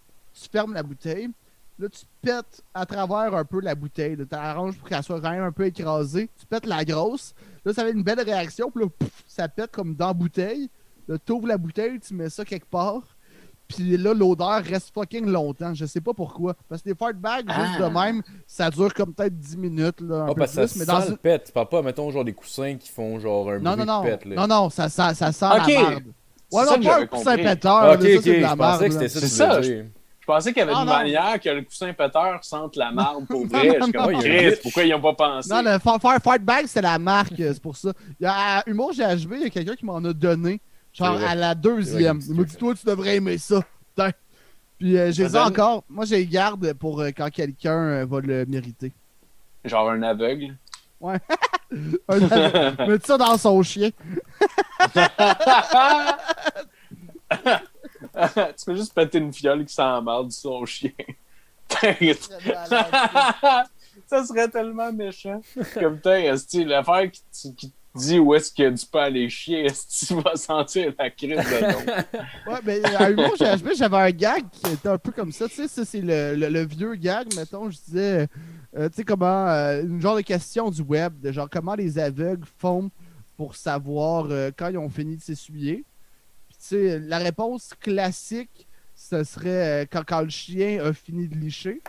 Tu fermes la bouteille. Là, tu pètes à travers un peu la bouteille. Tu arranges pour qu'elle soit quand même un peu écrasée. Tu pètes la grosse. Là, ça fait une belle réaction. Puis là, pouf, ça pète comme dans la bouteille. Là, tu ouvres la bouteille, tu mets ça quelque part. Puis là, l'odeur reste fucking longtemps. Je sais pas pourquoi. Parce que les fart bags, juste de même, ça dure comme peut-être 10 minutes. Là, un Ah, peu parce que plus. ça Mais sent dans le pète. Tu parles pas, mettons, genre des coussins qui font genre un non, bruit non, de pète, là. non, ça sent Ok. la merde. C'est Ouais, ça non, que pas un j'avais coussin compris. péteur. Ah, là, ok, ça, ok. c'est de la Je pensais que merde, c'était ça là. que C'est tu voulais ça, dire. Je pensais qu'il y avait Non, une non. manière que le coussin péteur sente la marde pour Non, vrai. non, Je suis non, comme, non. Chris, pourquoi ils ont pas pensé? Non, le fart bag, c'est la marque, c'est pour ça. Il y a, à Humour GHB, il y a quelqu'un qui m'en a donné, genre C'est vrai. à la C'est deuxième. vrai, Il m'a dit, toi, tu devrais aimer ça. Putain. Puis j'ai Ça ça donne- encore. Moi, je les garde pour quand quelqu'un va le mériter. Genre un aveugle. Mets ça dans son chien. Tu peux juste péter une fiole qui sent marde sur son chien. Ça serait tellement méchant. Comme putain, est-ce l'affaire qui te dit où est-ce qu'il y a du pain à les chier, est-ce que tu vas sentir la crise de l'eau? Ouais, mais à Humour GHB, j'avais un gag qui était un peu comme ça. Tu sais, ça, c'est le vieux gag, mettons. Je disais, tu sais, comment. Une genre de question du web, de genre comment les aveugles font pour savoir quand ils ont fini de s'essuyer. Puis, tu sais, la réponse classique, ce serait quand le chien a fini de licher.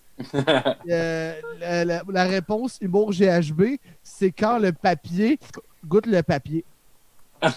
La réponse Humour GHB, c'est quand le papier goûte le papier. C'est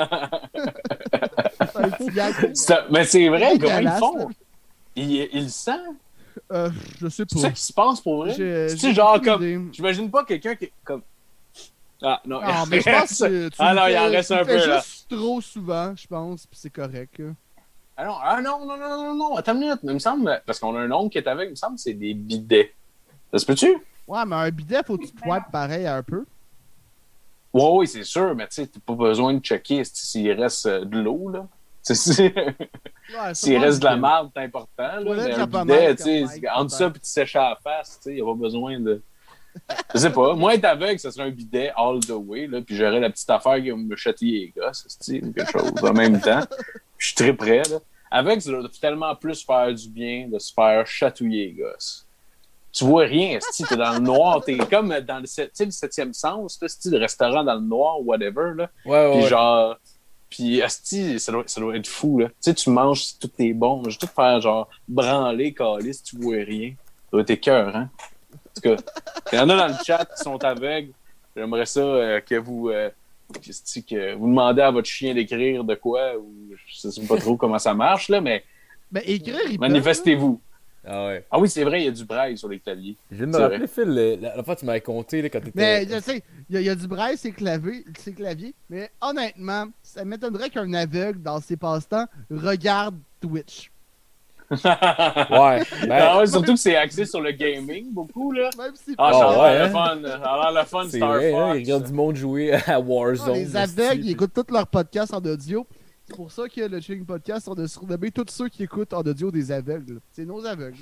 un petit gag. Mais c'est vrai, C'est comment ils dégueulasse, font? là. Ils le sentent? Je sais C'est ça pas. qui se passe pour vrai? J'ai C'est genre aucune comme. idée. J'imagine pas quelqu'un qui est comme. Ah non, Non, mais je pense que tu Ah non, le il en fais- reste tu un le fais peu, là. juste trop souvent, je pense, puis c'est correct. Là. Ah non, attends une minute. Il me semble, parce qu'on a un oncle qui est avec, il me semble que c'est des bidets. Ça se peut-tu? Ouais, mais un bidet, faut que tu te wipes pareil un peu. Oui, c'est sûr, mais tu sais, t'as pas besoin de checker s'il reste de l'eau, là. Tu Ouais, S'il reste de la marde, c'est important. Là, Toilette mais un japonaise, bidet, tu comme sais, Mike, entre ça et tu sèches à la face, il n'y a pas besoin de. Je sais pas. Moi, être aveugle, ça serait un bidet all the way, là, puis j'aurais la petite affaire qui va me chatouiller les gosses, ou quelque chose en même temps. Je suis très prêt. Là. Aveugle, ça doit tellement plus faire du bien de se faire chatouiller les gosses. Tu vois rien, si t'es dans le noir, t'es comme dans le 7e sens, là, le restaurant dans le noir, whatever, là. Ouais, Puis ouais. genre, puis asti, ça doit être fou, là. Tu sais, tu manges, si tout est bon. Je vais tout faire genre branler, caler si tu vois rien. Ça doit être écœurant, hein. En tout cas, il y en a dans le chat qui sont aveugles. J'aimerais ça que vous demandez à votre chien d'écrire de quoi, ou je sais pas trop comment ça marche, là, mais Ben, écrire, il peut. manifestez-vous. Ah ouais. Ah oui, c'est vrai, il y a du braille sur les claviers. Je viens de C'est me vrai. rappeler, Phil, la fois tu m'avais compté là, quand t'étais. Mais je sais, il y a du braille, c'est clavier. Mais honnêtement, ça m'étonnerait qu'un aveugle, dans ses passe-temps, regarde Twitch. Ouais. Ah Ben, ouais, surtout que c'est axé sur le gaming, beaucoup, là. Même si Ah, Oh, ça a l'air ouais, le hein? fun. Ça a l'air le fun, c'est Star vrai, hein, Fox. ils regardent du monde jouer à Warzone. les aveugles, ils écoutent tous leurs podcasts en audio. C'est pour ça que le Chilling Podcast, on a surnommé tous ceux qui écoutent en audio des aveugles. C'est nos aveugles.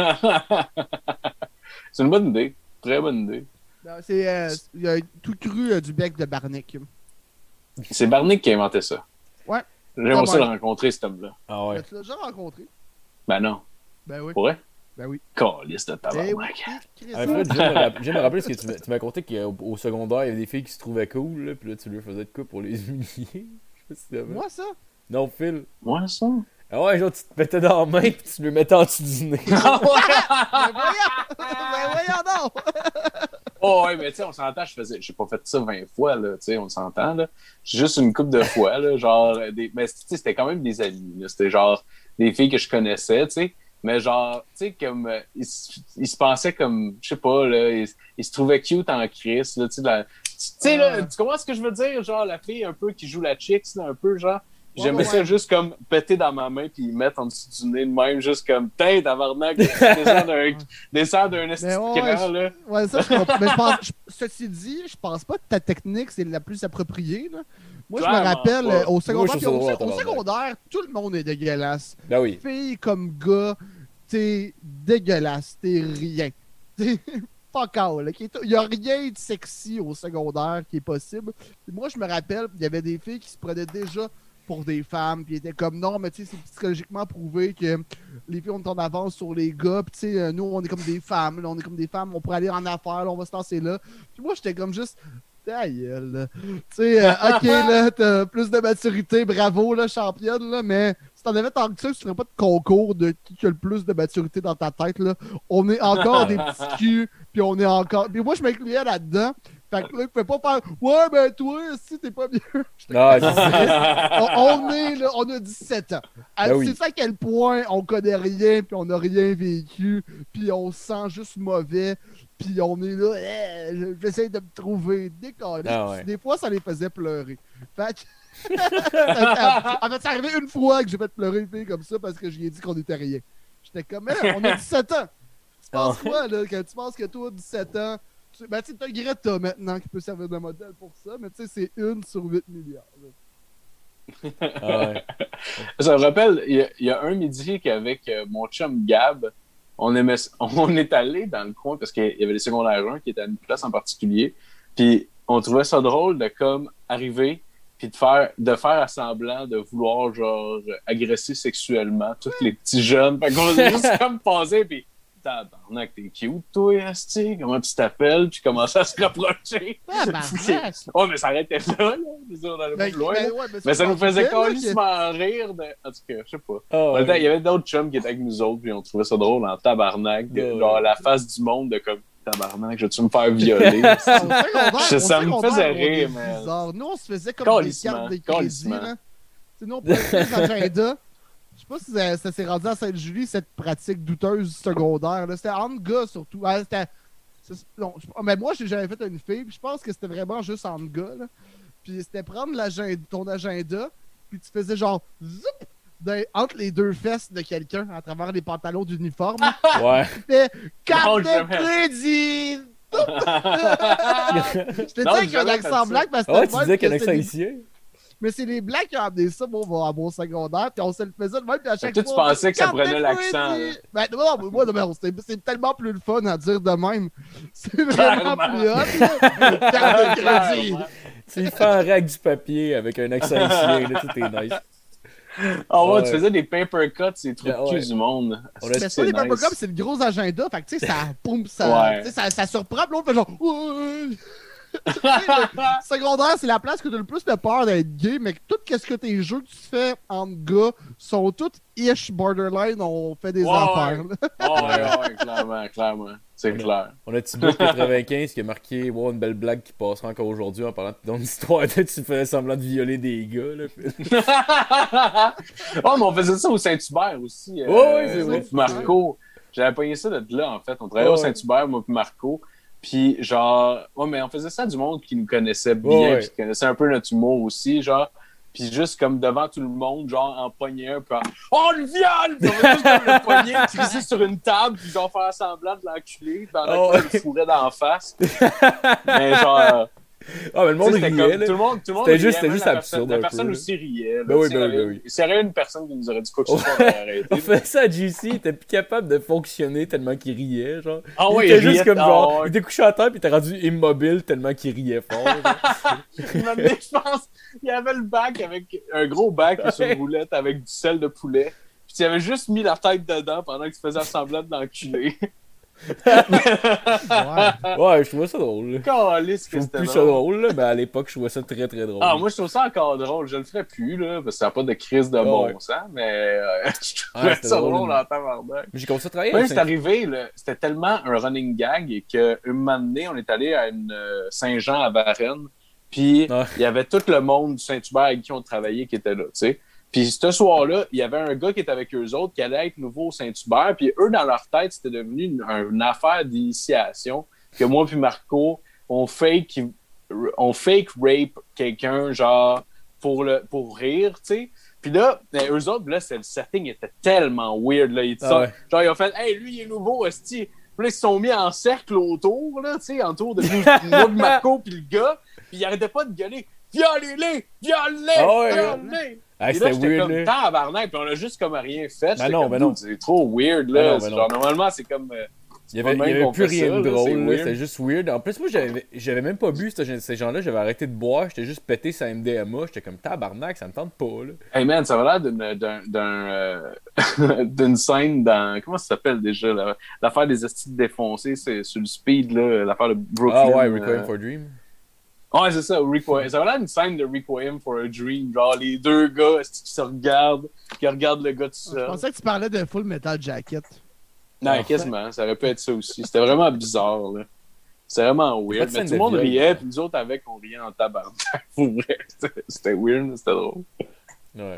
C'est une bonne idée. Très bonne idée. Ben, il y a tout cru du bec de Barnick. C'est Barnick qui a inventé ça. Ouais. J'aimerais ça ouais. le rencontrer, cet homme-là. Ah ouais. Tu l'as déjà rencontré? Ben non. Ben oui. Pour vrai? Ben oui. Calice de Ben oui. tabarnak. Chris, Ah, Fred, je viens de me rappeler parce que tu m'as conté qu'au secondaire, il y avait des filles qui se trouvaient cool, là, puis là, tu leur faisais de quoi pour les humilier. Je sais pas si c'était vrai. Moi, ça? Non, Phil. Moi, ça? Ah ouais, genre, tu te mettais dans la main, puis tu le mettais en dessous du nez. Ben voyons! Ben voyons donc! Oh, ouais, mais tu sais, on s'entend, j'ai pas fait ça 20 fois, là, tu sais, on s'entend, là. Juste une couple de fois, là, genre, mais tu sais, c'était quand même des amis, là. C'était genre des filles que je connaissais, tu sais. Mais genre, tu sais, comme, ils se pensaient comme, je sais pas, là, ils se trouvaient cute en Chris, là, tu sais, là, tu comprends ce que je veux dire? Genre, la fille un peu qui joue la chicks, là, un peu, genre. J'aimais ça juste comme péter dans ma main puis mettre en dessous du nez de même, juste comme tête tabarnak, descend d'un esti Mais ouais, cran, là. Ouais, ça, je comprends. Mais je pense, ceci dit, je pense pas que ta technique, c'est la plus appropriée, là. Moi, je me Clairement rappelle, pas. au secondaire, Moi, je puis trouve ça au drôle, secondaire, tout le monde est dégueulasse. Ben oui. Fille comme gars, t'es dégueulasse, t'es rien. T'es fuck all. Il y a rien de sexy au secondaire qui est possible. Puis moi, je me rappelle, il y avait des filles qui se prenaient déjà pour des femmes, puis étaient comme non, mais tu sais, c'est psychologiquement prouvé que les filles ont en avance sur les gars, puis tu sais, nous, on est comme des femmes, là, on est comme des femmes, on pourrait aller en affaires, là, on va se lancer là. Puis moi, j'étais comme juste, ta gueule, là. Tu sais, ok, là, t'as plus de maturité, bravo, là, championne, là, mais si t'en avais tant que ça, tu ferais pas de concours de qui a le plus de maturité dans ta tête, là. On est encore des petits culs, puis on est encore. Puis moi, je m'incluais là-dedans. Fait que là, il pouvait pas faire ouais, ben toi, si t'es pas mieux. Ah, c'est on est là, on a 17 ans. Ben oui. C'est ça à quel point on connaît rien, puis on n'a rien vécu, puis on se sent juste mauvais, puis on est là, j'essaie de me trouver décalé. Ah ouais. Des fois, ça les faisait pleurer. Fait que... en fait, c'est arrivé une fois que j'ai fait pleurer une fille comme ça parce que je lui ai dit qu'on était rien. J'étais comme, mais on a 17 ans. Tu penses quoi, là, quand tu penses que toi, 17 ans, ben, tu sais, t'as Greta maintenant qui peut servir de modèle pour ça, mais tu sais, c'est 1 sur 8 milliards. Ah ouais. Ça me rappelle, il y a un midi qu'avec mon chum Gab, on est allé dans le coin parce qu'il y avait les secondaires 1 qui étaient à une place en particulier. Puis on trouvait ça drôle de comme arriver puis de faire semblant de vouloir genre agresser sexuellement tous les petits jeunes. Fait qu'on a juste comme passé puis tabarnak, t'es cute, toi, esti. Comment tu t'appelles? Puis commencer à se rapprocher. Oh, mais ça arrêtait là, là. On allait pas plus loin. Mais ça nous faisait calissement rire. En tout cas, je sais pas. Oh, Il y avait d'autres chums qui étaient avec nous autres, puis on trouvait ça drôle en tabarnak. Genre la face du monde de comme tabarnak, je vais-tu me faire violer? Ça me faisait rire, mais. Nous, on se faisait comme des cartes de crédit, là. Nous, on prenait des agendas. Je sais pas si ça s'est rendu à Sainte-Julie, cette pratique douteuse du secondaire. C'était entre gars, surtout. Mais moi, j'ai jamais fait une fille. Puis je pense que c'était vraiment juste entre gars. Là. Puis c'était prendre ton agenda, puis tu faisais genre zoup, entre les deux fesses de quelqu'un à travers les pantalons d'uniforme. Ouais. Tu fais carte de crédit! Je te disais qu'il y a un accent black parce que ouais, tu disais qu'il y a un accent ici. Mais c'est les Blancs qui ont amené ça, moi, à mon secondaire, puis on se le faisait de même, puis à chaque Toi, tu fois. pensais que ça Captain prenait l'accent, Freddy! là. Ben, non, moi, non, c'est tellement plus le fun à dire de même. C'est vraiment plus hot, là. Captain Freddy! Clairement. Tu fais un rag du papier avec un accent ici, là, tout est nice. Ah ouais, Ouais. tu faisais des paper cuts, c'est trop Ouais. cul du monde. On a- Mais ça, les Paper Cups, c'est le gros agenda. Fait que, tu sais, ça, poum, ça, Ouais. tu sais, ça surprend. Puis l'autre fait genre. Ouais. Tu sais, le secondaire, c'est la place que tu as le plus de peur d'être gay, mais que tout ce que tes jeux que tu fais entre gars sont tous ish borderline, on fait des Ouais. affaires. Là. Ouais, clairement. C'est clair. On a Thibaut 95 qui a marqué wow, une belle blague qui passera encore aujourd'hui en parlant de ton histoire. Tu faisais semblant de violer des gars. Là. Oh, mais on faisait ça au Saint-Hubert aussi. Ouais, c'est vrai. Puis Marco, j'avais pogné ça de là, en fait. On travaillait au Ouais. Saint-Hubert, moi puis Marco. Puis genre, ouais, mais on faisait ça du monde qui nous connaissait bien, Ouais. puis qui connaissait un peu notre humour aussi, genre. Puis juste comme devant tout le monde, genre en pogner un, puis oh, le viol! Puis on va juste comme le pogner, crisser sur une table, puis genre faire semblant de l'enculer, pendant Oh, qu'on le fourrait d'en face. Mais genre. Ah, mais le monde Tu sais, c'était riait. comme- là. tout le monde C'était riait, juste- c'était même juste la absurde personne, un la personne peu, aussi riait. Là. Ben oui, Tu sais, ben oui, il y avait- ben oui. S'il y avait une personne qui nous aurait dit quoi que ce soit, on aurait arrêté. On faisait ça à JC, il était plus capable de fonctionner tellement qu'il riait, genre. Ah il ouais, était il juste riait, comme ah genre, ouais. il était couché à terre puis il était rendu immobile tellement qu'il riait fort. genre. Il m'a amené, je pense, il y avait le bac avec un gros bac sur une roulette avec du sel de poulet. Puis tu avais juste mis la tête dedans pendant que tu faisais semblant de l'enculer. Ouais. Ouais, je trouvais ça drôle. là. Calisse Je que trouve c'était plus ça drôle. drôle, là, mais à l'époque, je trouvais ça très très drôle. Ah, moi, je trouve ça encore drôle. Je le ferais plus, là, parce que ça n'a pas de crise de ouais. bon sens, mais je trouvais Ouais, c'était ça drôle, drôle mais- en tabarnak. Mais j'ai commencé à travailler Même à c'est Saint- arrivé, là, c'était tellement un running gag et qu'une matinée, on est allé à une Saint-Jean à Varennes, puis Ouais. il y avait tout le monde du Saint-Hubert avec qui on travaillait qui était là, tu sais. Puis ce soir-là, il y avait un gars qui était avec eux autres qui allait être nouveau au Saint-Hubert, puis eux, dans leur tête, c'était devenu une affaire d'initiation que moi puis Marco, on fake rape quelqu'un, genre, pour rire, tu sais. Puis là, eux autres, là, le setting était tellement weird, là. Ah ouais. Genre, ils ont fait « Hey, lui, il est nouveau, esti! » Puis là, ils se sont mis en cercle autour, là, tu sais, autour de nous, moi, de Marco, puis le gars. Puis ils arrêtaient pas de gueuler « Violez-les! Violez-les! Ah ouais, Violez! » Ah, Et là, c'était j'étais weird, comme là. tabarnak, puis on a juste comme rien fait. J'étais non, comme, ben non. dude, c'est trop weird, Ben là. non, ben C'est non. genre, normalement, c'est comme... Il y avait, pas il y même avait qu'on plus fait rien ça, de là, drôle, c'est là, weird. c'était juste weird. En plus, moi, j'avais même pas bu ces gens-là, j'avais arrêté de boire, j'étais juste pété sa MDMA, j'étais comme tabarnak, ça me tente pas, là. Hey man, ça va l'air d'une scène dans... Comment ça s'appelle déjà? L'affaire des estis défoncés, c'est sur le speed, là, l'affaire de Brooklyn. Ah ouais, Requiem for a Dream. Ouais, c'est ça, Requiem. Ça va l'air d'une scène de Requiem for a Dream. Genre, les deux gars esti, qui se regardent, qui regardent le gars tout Je seul. pensais que tu parlais de Full Metal Jacket. Non, quasiment. Ça aurait pu être ça aussi. C'était vraiment bizarre, là. C'est vraiment Pas weird. de Mais scène tout le de monde viol, riait, ouais. puis nous autres avec, on riait en tabarnak. Pour vrai. C'était weird, mais c'était drôle. Ouais.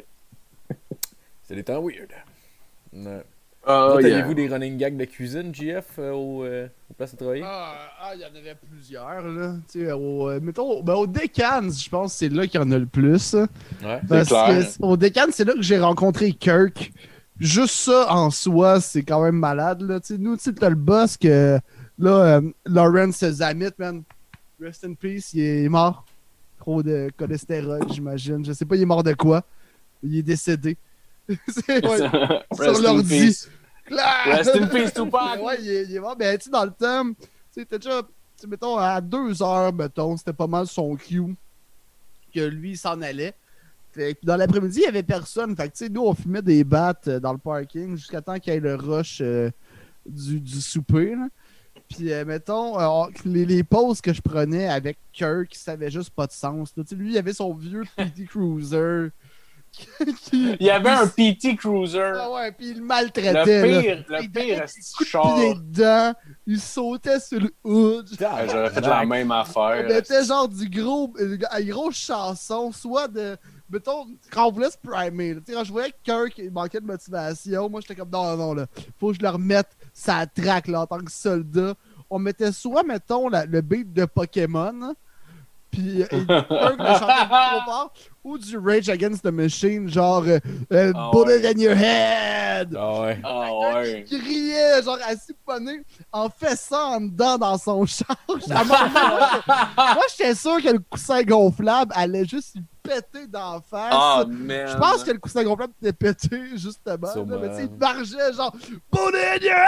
C'était des temps weird. Ouais. Ah, Toi, yeah. aviez-vous des running gags de cuisine, JF, aux places de travail? Il y en avait plusieurs, là. Tu sais, mettons, au Decans, je pense que c'est là qu'il y en a le plus. Ouais. Parce clair. que au Deccan, c'est là que j'ai rencontré Kirk. Juste ça, en soi, c'est quand même malade, là. Tu sais, nous, tu sais, t'as le boss que, là, Lawrence Zamit, man, rest in peace, il est mort. Trop de cholestérol, j'imagine. Je sais pas, il est mort de quoi. Il est décédé. C'est, ouais, Rest in l'ordi. peace. clair. Rest in peace, Tupac. Ouais, il est mort. Mais tu sais, dans le temps, tu sais, t'es déjà, tu sais, mettons, à 2 heures, mettons, c'était pas mal son cue que lui, il s'en allait. Fait que dans l'après-midi, il y avait personne. Fait que, tu sais, nous, on fumait des battes dans le parking jusqu'à temps qu'il y ait le rush du souper, là. Puis, mettons, les pauses que je prenais avec Kirk, ça avait juste pas de sens. Là. Tu sais, lui, il avait son vieux PT Cruiser. Il y avait un PT Cruiser. Ah ouais, puis il le maltraitait. Le pire, il char. pied dedans, il sautait sur le hood. J'aurais fait la même On affaire. mettait genre du gros, une grosse chanson, soit de, mettons, quand on voulait se primer. Tu sais, quand je voyais que Kirk il manquait de motivation, moi j'étais comme non, là, faut que je le remette sa traque là, en tant que soldat. On mettait soit, mettons, le beat de Pokémon, puis Kirk le chantait trop fort, ou du Rage Against the Machine, genre Bullet in your head! Ah ouais. Ah ouais. Qui riait, genre assis ponné, en fessant en dedans dans son char. À un moment, moi, j'étais sûr que le coussin gonflable allait juste y pété d'en face. Ah, man. Je pense que le coussin complet était pété, justement. Sûrement. Là, mais tu sais, il marchait genre Put it in your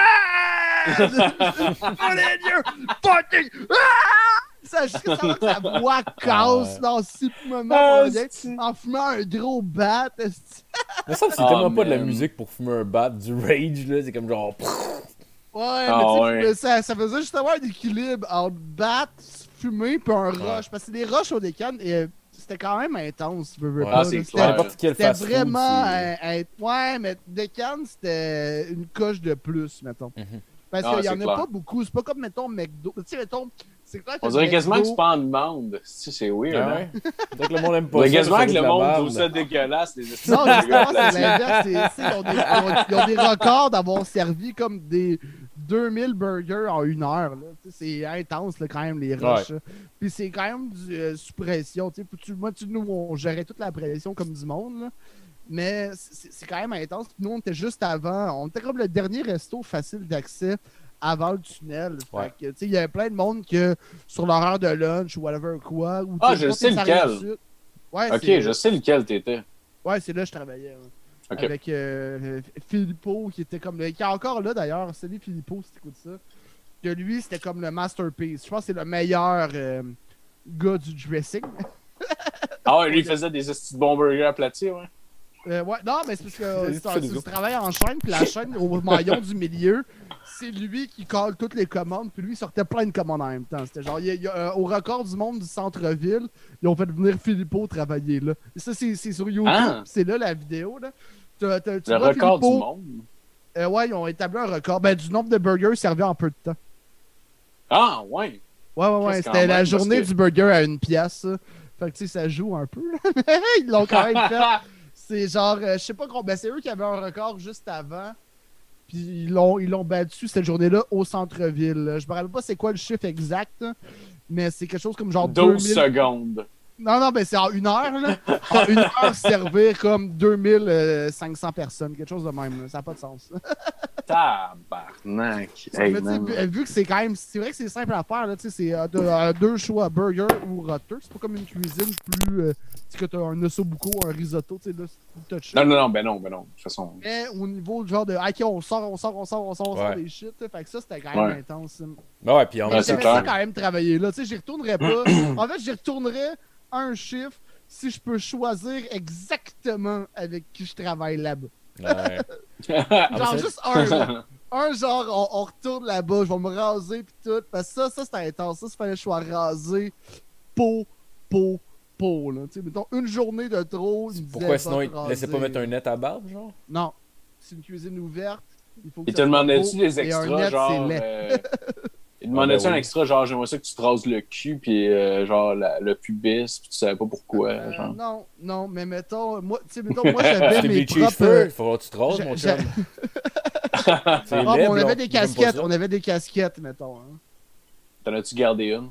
hands! Put it in your fucking ça, jusqu'à savoir que sa voix casse dans 6 moments pour rien, en fumant un gros bat. Mais ça, c'est Ah, tellement pas de la man. musique pour fumer un bat, du rage, là. C'est comme genre. Ouais, Ah, mais tu sais, ouais. ça faisait justement un équilibre entre bat, fumer, puis un rush. Ouais. Parce que les rushs au décan, c'était quand même intense, tu veux Ouais. pas. Ah, là. c'est C'était- clair. N'importe quel C'était fast-food. vraiment c'est- ouais, mais Décan, c'était une coche de plus, mettons. Mhm. Parce Ah, qu'il y en c'est a clair. pas beaucoup. C'est pas comme, mettons, McDo. Tu sais, mettons, c'est clair que On dirait quasiment que McDo- c'est pas en demande. C'est weird, Ah hein? ouais? Peut-être que le monde aime On pas dirait ça. quasiment ça que fait le de la monde merde. trouve ça dégueulasse, les Non, estimes de justement, c'est platine. l'inverse. Ils ont des records d'avoir servi comme des 2000 burgers en 1 heure. Là. Tu sais, c'est intense, là, quand même, les rushs. là. Puis c'est quand même sous pression. Tu sais, moi, nous, on gérait toute la pression comme du monde. Là. Mais c'est quand même intense. Puis nous, on était juste avant. On était comme le dernier resto facile d'accès avant le tunnel. Ouais. Fait que, tu sais, il y avait plein de monde que sur leur heure de lunch ou whatever quoi. Ou Ah, t'es- je toi, sais t'es sur la lequel. Rive-Sud. Ouais, Ok, c'est- je sais lequel t'étais. Ouais, c'est là que je travaillais. Ouais. Ok. Avec Filippo, qui était comme qui est encore là d'ailleurs. Salut Filippo, si t'écoutes ça. Que lui, c'était comme le masterpiece. Je pense que c'est le meilleur gars du dressing. Ah ouais, lui, il faisait des estis de bons burgers aplatis, ouais. Ouais, non, mais c'est parce que Il c'est fait des du autres. travail en chaîne, puis la chaîne au maillon du milieu, c'est lui qui colle toutes les commandes, puis lui, il sortait plein de commandes en même temps. C'était genre, au record du monde du centre-ville, ils ont fait venir Filippo travailler là. Et ça, c'est sur YouTube, Ah. c'est là la vidéo. Là. Tu Le vois record du Filippo, monde. ouais, ils ont établi un record du nombre de burgers servis en peu de temps. Ah, ouais. Ouais, Qu'est-ce c'était quand même, la parce journée que- du burger à 1 pièce. Ça. Fait que tu sais, ça joue un peu. Là. Ils l'ont quand même fait. C'est genre, je sais pas combien. C'est eux qui avaient un record juste avant. Puis ils l'ont battu cette journée-là au centre-ville. là. Je me rappelle pas c'est quoi le chiffre exact. là, mais c'est quelque chose comme genre 12 2000. secondes. Non, mais c'est en 1 heure. Là. En 1 heure, servir comme 2500 personnes. Quelque chose de même. Là. Ça n'a pas de sens. Tabarnak. Hey, Mais tu sais, man. vu que c'est quand même. C'est vrai que c'est simple à faire, là, tu sais, c'est 2 choix, burger ou rotter. C'est pas comme une cuisine plus. Tu sais, que t'as un ossobuco, un risotto, tu sais, là, c'est touché. Non, ben non. De toute façon. Mais au niveau du genre de. Ok, on sort Ouais. des shit, fait que ça, c'était quand même Ouais. intense. Ben ouais, puis en Mais Ouais, c'est j'aimais clair. ça quand même travailler là. Tu sais, j'y retournerais pas. En fait, j'y retournerais un chiffre si je peux choisir exactement avec qui je travaille là-bas. Ouais. Genre c'est- juste un. là. Un genre, on retourne là-bas, je vais me raser pis tout. Parce que ça c'était intense. Ça, il fallait que je sois rasé peau, là. Tu sais, mettons, une journée de trop. il me Pourquoi disait, sinon va il te te laissait pas raser. mettre un net à barbe, genre? Non. C'est une cuisine ouverte. Il faut que Il ça te soit demandait-tu beau, des et un extras, net, genre. c'est laid. Il demandait-tu Ah, ben un oui. extra, genre, j'aimerais ça que tu te rases le cul, puis genre, le pubis, puis tu savais pas pourquoi, genre. Non, mais mettons, moi, tu sais, mettons, moi j'avais T'es mes des cheese propres. fur, faut que tu te rases, j'a- mon j'a- chum. C'est Ah, mais laid, on là. avait des J'aime pas casquettes, ça. on avait des casquettes, mettons. Hein. T'en as-tu gardé une?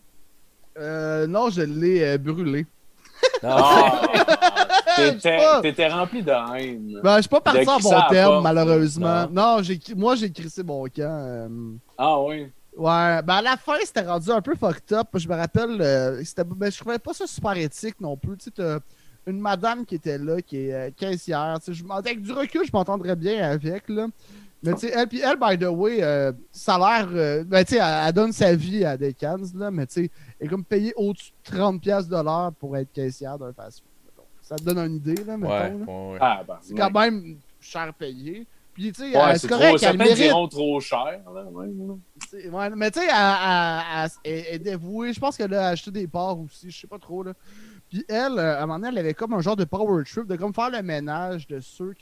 Non, je l'ai brûlé. Non, Ah! Je sais pas. T'étais rempli de haine. Ben, je suis pas parti De en qui bon ça terme, apporte, malheureusement. non. Non, moi, j'ai crissé mon camp. Ah oui? Ouais, ben à la fin, c'était rendu un peu fucked up. Je me rappelle, je trouvais pas ça super éthique non plus. Tu sais, t'as une madame qui était là, qui est caissière. Tu sais, avec du recul, je m'entendrais bien avec, là. Mais tu sais, elle, by the way, ça a l'air... ben tu sais, elle donne sa vie à des cans, là, mais tu sais, elle est comme payée au-dessus de 30$ de l'heure pour être caissière d'un fast-food. mettons. Ça te donne une idée, là, mettons. ouais, là. ouais. Ah, ben. C'est quand même cher payé. Puis, tu sais, Ouais, c'est c'est correct, trop. elle Certains mérite. diront trop cher, là. Ouais, ouais. Ouais, mais tu sais, elle est dévouée. Je pense qu'elle a acheté des parts aussi, je sais pas trop. Là. Puis elle, à un moment donné, elle avait comme un genre de power trip, de comme faire le ménage de ceux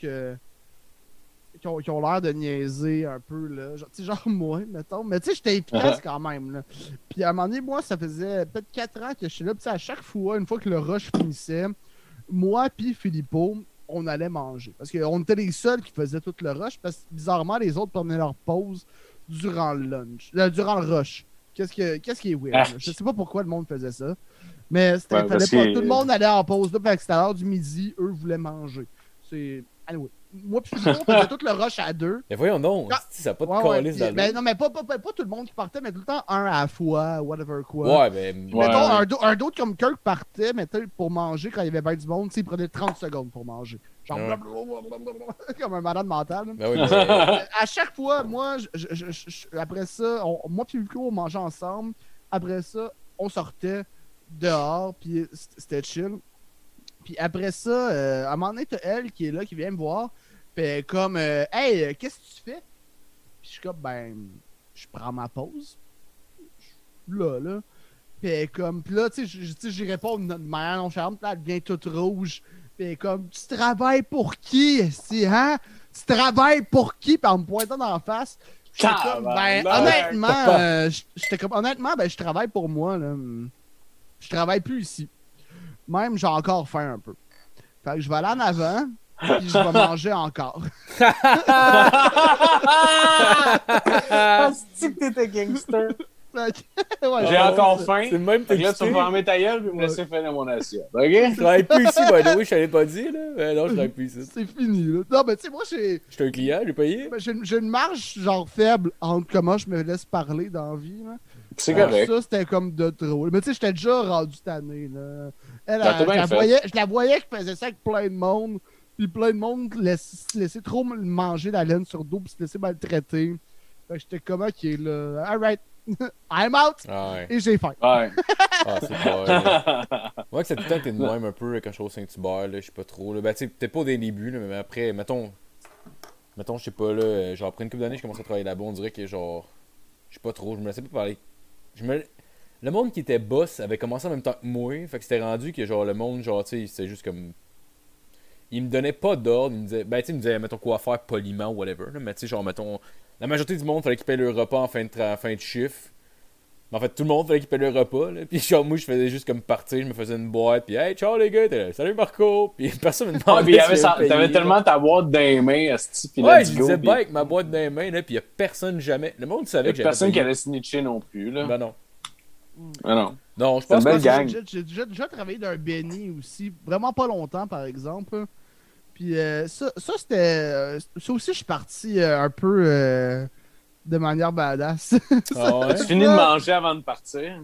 qui ont l'air de niaiser un peu. Là. Genre, tu sais, genre moi, mettons. Mais tu sais, j'étais efficace quand même. Là. Puis à un moment donné, moi, ça faisait peut-être 4 ans que je suis là. Puis à chaque fois, une fois que le rush finissait, moi puis Filippo, on allait manger. Parce qu'on était les seuls qui faisaient tout le rush. Parce que bizarrement, les autres prenaient leur pause durant le lunch. Durant le rush. Qu'est-ce qui est weird? Ah. Là? Je sais pas pourquoi le monde faisait ça. Mais Ouais, fallait parce pas. que- Tout le monde allait en pause. Là, fait que c'était à l'heure du midi. Eux voulaient manger. C'est. Anyway. moi puis Philippe, on faisait tout le rush à 2. Mais voyons donc, Ah. ça n'a pas de Ouais, calice dans le ben, non, mais pas tout le monde qui partait, mais tout le temps un à la fois, whatever quoi. Ouais, ben. Ouais. Mettons, un d'autre comme Kirk partait, mettons, pour manger quand il y avait bien du monde, tu sais, il prenait 30 secondes pour manger. Genre, Ouais. blablabla, comme un malade mental. là. Ben oui, mais. À chaque fois, moi, après ça, moi et Hugo, on mangeait ensemble. Après ça, on sortait dehors, puis c'était chill. Puis après ça, à un moment donné, t'as elle qui est là, qui vient me voir. Puis elle est comme, hey, qu'est-ce que tu fais? Puis je suis comme, ben, je prends ma pause. Je suis là. Puis elle est comme, puis là, tu sais, j'y réponds de manière nonchalante, puis là, elle devient toute rouge. Puis elle est comme, tu travailles pour qui, esti, hein? Tu travailles pour qui? Puis en me pointant dans la face. J'étais comme, ben, honnêtement, ben, je travaille pour moi, là. Je travaille plus ici. Même, j'ai encore faim un peu. Fait que je vais aller en avant, puis je vais manger encore. Ah, c'est que t'étais gangster. Fait que- ouais, J'ai ouais, encore ouais. faim. C'est le même Fait que là, tu texté. vas fermer ta gueule et me laisser finir mon assiette. OK? Je travaille plus ici, by the way, je t'avais pas dit, là. Non, je travaille plus ici. C'est fini, là. Non, mais tu sais, moi, J'étais un client, j'ai payé. j'ai une marge, genre, faible entre comment je me laisse parler dans la vie, là. C'est Alors, correct. ça, c'était comme de trop. Mais tu sais, j'étais déjà rendu tanné, là. Elle, T'as bien fait. je la voyais qui faisait ça avec plein de monde. Puis plein de monde laissait trop manger la laine sur le dos puis se laisser maltraiter. Fait que j'étais comme, ok, là. Alright. I'm out. Ah ouais. Et j'ai faim. Ouais. Ah, c'est pas. Là. Moi, que ça tout le temps, t'es de même un peu là, quand je suis au Saint-Hubert, là, je sais pas trop. Là. Ben, tu sais, peut-être pas au début, là, mais après, mettons, je sais pas, là, genre, après une couple d'années, je commençais à travailler là-bas, on dirait que, genre, je sais pas trop, je me laissais pas parler. Le monde qui était boss avait commencé en même temps que moi, fait que c'était rendu que, genre, le monde, genre, tu sais, c'était juste comme. Il me donnait pas d'ordre, il me disait, ben, tu sais, il me disait, mettons, quoi faire poliment ou whatever, là, mais tu sais, genre, mettons, la majorité du monde fallait qu'il paye le repas en fin de chiffre. Mais en fait, tout le monde fallait qu'il paye le repas, là. Puis genre, moi, je faisais juste comme partir, je me faisais une boîte, puis hey, ciao les gars, t'es là, salut Marco, puis personne me Ouais, demandait puis il y avait si j'avais t'avais payé, tellement ta boîte dans les mains, asti, puis ouais, let's je go, disais puis pas avec ma boîte dans les mains, là, puis y a personne jamais. Le monde savait que j'avais personne qui payé. allait snitcher non plus, là. Ben non. Ah non. Non, je C'est pense une pas belle que gang. J'ai déjà travaillé d'un Benny aussi. Vraiment pas longtemps, par exemple. Puis ça c'était. Ça aussi, je suis parti un peu de manière badass. Ah ouais? Tu finis de manger avant de partir.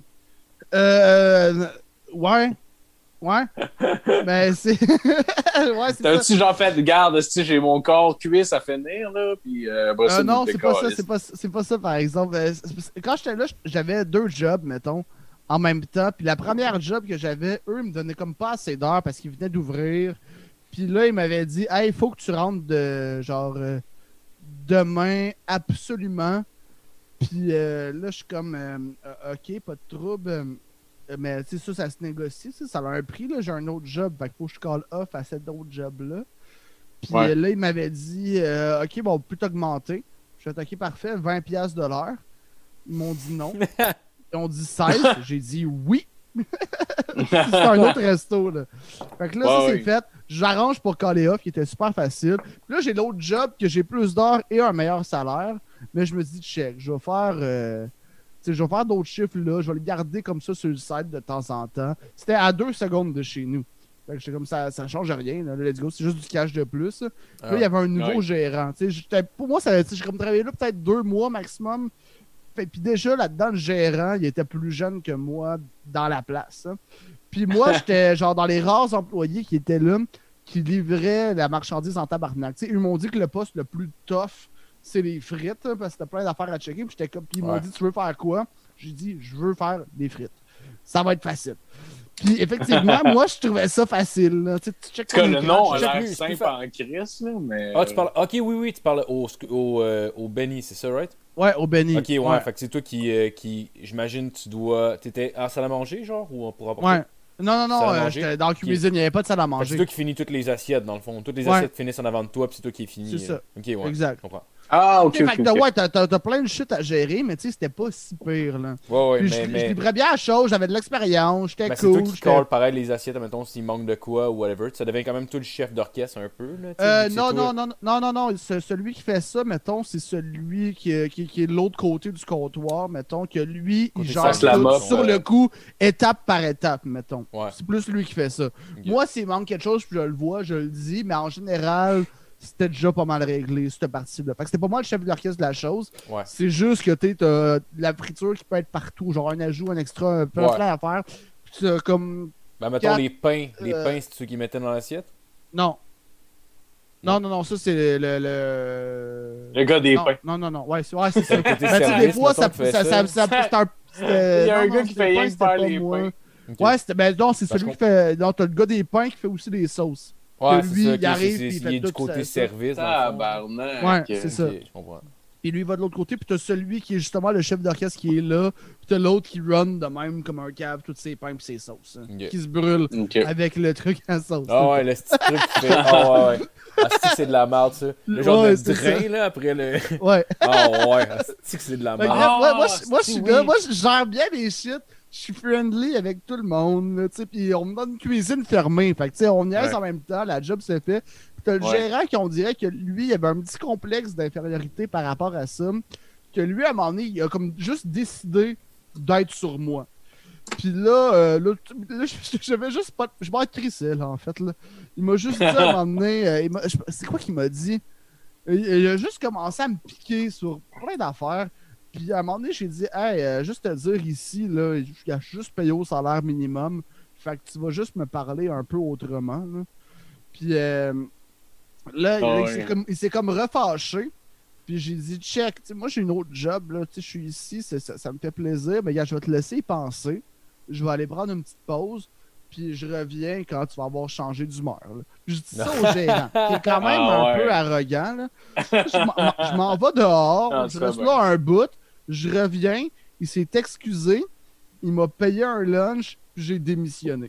Ouais. Ouais. Mais c'est. Ouais, c'est T'as un ça. petit genre fait, garde, esti, j'ai mon corps cuisse à finir, là, puis après ça, Non, tu c'est pas ça, décolles. c'est pas ça, par exemple. Quand j'étais là, j'avais 2 jobs, mettons, en même temps. Puis la première job que j'avais, eux, ils me donnaient comme pas assez d'heures parce qu'ils venaient d'ouvrir. Puis là, ils m'avaient dit, hey, il faut que tu rentres de genre demain, absolument. Puis là, je suis comme, ok, pas de trouble. Mais tu sais, ça se négocie, ça a un prix. Là, j'ai un autre job, fait qu'il faut que je call off à cet autre job-là. Puis Ouais. là, ils m'avaient dit, ok, bon, on peut t'augmenter. Je fais, ok, parfait, 20$ de l'heure. Ils m'ont dit non. Ils ont dit 16. J'ai dit oui. C'est un autre resto, là. Fait que là, ça, Ouais, c'est oui. fait. J'arrange pour caller off, qui était super facile. Puis là, j'ai l'autre job que j'ai plus d'heures et un meilleur salaire. Mais je me dis, check, je vais faire d'autres chiffres là. Je vais les garder comme ça sur le site de temps en temps. C'était à 2 secondes de chez nous. Fait que j'étais comme ça change rien. Là, let's go, c'est juste du cash de plus. Là, il y avait un nouveau Ouais. gérant. Pour moi, j'ai comme travaillé là peut-être 2 mois maximum. Puis déjà, là-dedans, le gérant, il était plus jeune que moi dans la place. Hein. Puis moi, j'étais genre dans les rares employés qui étaient là, qui livraient la marchandise en tabarnak. T'sais, ils m'ont dit que le poste le plus tough, c'est les frites, hein, parce que c'était plein d'affaires à checker. Puis j'étais comme, puis ils m'ont Ouais. dit, tu veux faire quoi? J'ai dit, je veux faire des frites. Ça va être facile. Puis effectivement, moi, je trouvais ça facile. Là. Tu checkes En tout cas, ton le écran, nom a tu checkes- l'air plus, c'est plus simple en crise, là, mais... Ah, tu parles. Ok, oui, tu parles au Benny, c'est ça, right? Ouais, au Benny. Ok, ouais, fait que c'est toi qui j'imagine, tu dois. T'étais en salle à manger, genre, ou pour apporter? Ouais. Non, Salle à manger? j'étais dans la cuisine, il n'y avait pas de salle à Fait que c'est manger. toi qui finis toutes les assiettes, dans le fond. Toutes les Ouais. assiettes finissent en avant de toi, puis c'est toi qui finis. C'est ça. Ok, ouais. Exact. Je comprends. Ah, ok, Fait ok, que ok. ouais, t'as plein de shit à gérer, mais tu sais, c'était pas si pire, là. Ouais, Puis mais. je livrais bien la chose, j'avais de l'expérience, j'étais Mais c'est toi cool. qui calls pareil les assiettes, mettons, s'il manque de quoi ou whatever. Ça devient quand même tout le chef d'orchestre un peu, là. tu sais, vu que c'est Non, toi. non. Celui qui fait ça, mettons, c'est celui qui est de l'autre côté du comptoir, mettons, que lui, il Côté gère face la tout mop, sur ouais. le coup, étape par étape, mettons. Ouais. C'est plus lui qui fait ça. Ok. Moi, s'il manque quelque chose, puis je le vois, je le dis, mais en général, c'était déjà pas mal réglé, cette partie-là. Fait que c'était pas moi le chef d'orchestre de la chose. Ouais. C'est juste que t'as la friture qui peut être partout, genre un ajout, un extra, un plein à faire. Puis t'as comme. Ben, mettons, Quatre, les pains, c'est ceux qu'ils mettaient dans l'assiette? Non. Non, ça c'est Le gars des non, pains. non. Ouais, c'est ça. Côté Ben, tu sais, des service, fois, mettons, ça. qui fait ça. Il y a un gars qui fait rien que faire les pains. Ok. Ouais, non, c'est Ben, celui qui fait. Non, t'as le gars des pains qui fait aussi des sauces. Ouais, que c'est lui, ça. il ok, arrive, c'est- puis il fait il est du tout côté ça. service. dans le fond. Tabarnak. Ouais, c'est ça. Ok, je comprends. Puis lui, il va de l'autre côté, puis t'as celui qui est justement le chef d'orchestre qui est là, puis t'as l'autre qui run de même comme un cave, toutes ses pains et ses sauces. Hein, Ok. qui se brûle Ok. avec le truc à sauce. Ah ouais, le petit truc qui fait. Ah ouais. Ah, c'est de la merde, ça. Le genre Ouais, de c'est drain, ça. là, après le. Ouais. Ah ouais, c'est que c'est de la Fait que merde. bref, ouais, moi, je si, suis oui. là, moi, je gère bien les shit. Je suis friendly avec tout le monde, là, tu sais, puis on me donne une cuisine fermée. Fait que, tu sais, on y reste Ouais. en même temps, la job se fait. Puis t'as le Ouais. gérant qui, on dirait que lui, il avait un petit complexe d'infériorité par rapport à ça. Que lui, à un moment donné, il a comme juste décidé d'être sur moi. Puis là, j'avais juste pas. Je m'en crissais, là, en fait, là. Il m'a juste dit à un moment donné. C'est quoi qu'il m'a dit? Il a juste commencé à me piquer sur plein d'affaires. Puis à un moment donné, j'ai dit, hey, juste te dire ici, là, je suis juste payé au salaire minimum. Fait que tu vas juste me parler un peu autrement. Là. Puis là, il s'est comme refâché. Puis j'ai dit, check, tu sais, moi j'ai une autre job, là, tu sais, je suis ici, ça me fait plaisir, mais gars, je vais te laisser y penser. Je vais aller prendre une petite pause. Puis je reviens quand tu vas avoir changé d'humeur. Là. Puis je dis ça au gérant, qui est quand même un peu arrogant. Là. Je m'en vais dehors, Ah, je c'est reste bien. là un bout, je reviens, il s'est excusé, il m'a payé un lunch, puis j'ai démissionné.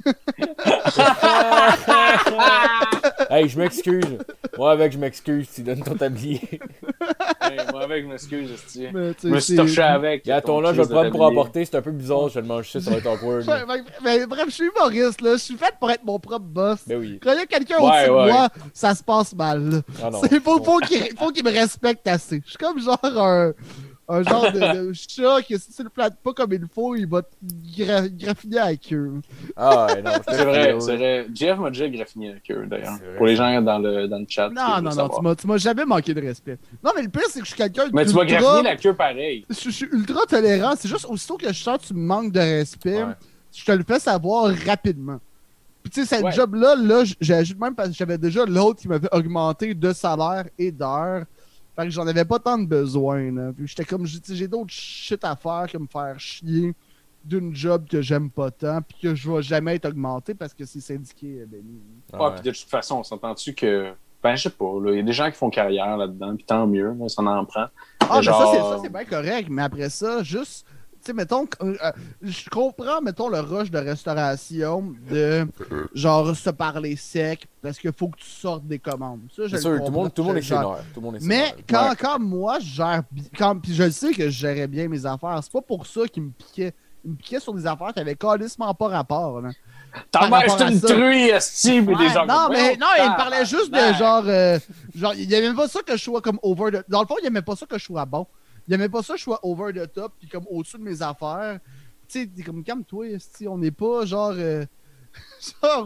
Hey, je m'excuse. Moi, avec, je m'excuse. Tu donnes ton tablier. Hey, moi, avec, je m'excuse, esti. Mais, tu sais, Je me suis c'est- torché avec. Regarde, ton là, je vais le prendre pour emporter. C'est un peu bizarre. Je vais le manger, ça va être awkward. là. Mais bref, je suis humoriste, là. Je suis fait pour être mon propre boss. Ben oui. Quand il y a quelqu'un Ouais, au-dessus de ouais. moi, ça se passe mal. Là. Ah non. Il faut qu'il me respecte assez. Je suis comme genre un genre de chat que si tu le plates pas comme il faut, il va te graffiner à la queue. Ah, ouais, non. C'est vrai, c'est vrai. Jeff m'a déjà graffiné la queue, d'ailleurs. C'est vrai. Pour les gens dans le chat. qui Non, veulent non, savoir. tu m'as jamais manqué de respect. Non, mais le pire, c'est que je suis quelqu'un de Mais tu m'as graffiné la queue pareil. Je suis ultra tolérant. C'est juste aussitôt que je sens que tu me manques de respect, Ouais. je te le fais savoir rapidement. Puis tu sais, cette Ouais. job-là, j'ajoute même parce que j'avais déjà l'autre qui m'avait augmenté de salaire et d'heures. Fait que j'en avais pas tant de besoin. Là. Puis j'étais comme, j'ai d'autres shit à faire que me faire chier d'une job que j'aime pas tant, puis que je vais jamais être augmenté parce que c'est syndiqué, Benny. Ah, Puis de toute façon, on s'entend-tu que. Ben, je sais pas, là. Il y a des gens qui font carrière là-dedans, puis tant mieux, là, ça en prend. Ah, mais genre- ça, c'est bien correct. Mais après ça, juste, tu sais, mettons, je comprends, mettons, le rush de restauration de, genre, se parler sec parce qu'il faut que tu sortes des commandes. Ça, je C'est le sûr, tout le comprends, monde est je le gère. sénère. Tout le monde est Mais sénère. quand moi, je gère, puis je le sais que je gérais bien mes affaires, c'est pas pour ça qu'il me piquait. Il me piquait sur des affaires qui avaient calissement pas rapport. Là. Ta par mère, rapport c'est à une ça. truie, esti, mais Ouais, des gens non, comme, mais oh, non, il me parlait juste de tabarnak. genre, il aimait pas ça que je sois comme over the. Dans le fond, il aimait pas ça que je sois bon. Il aimait pas ça que je sois over the top puis comme au-dessus de mes affaires. Tu sais, t'es comme calme-toi, esti, on n'est pas genre genre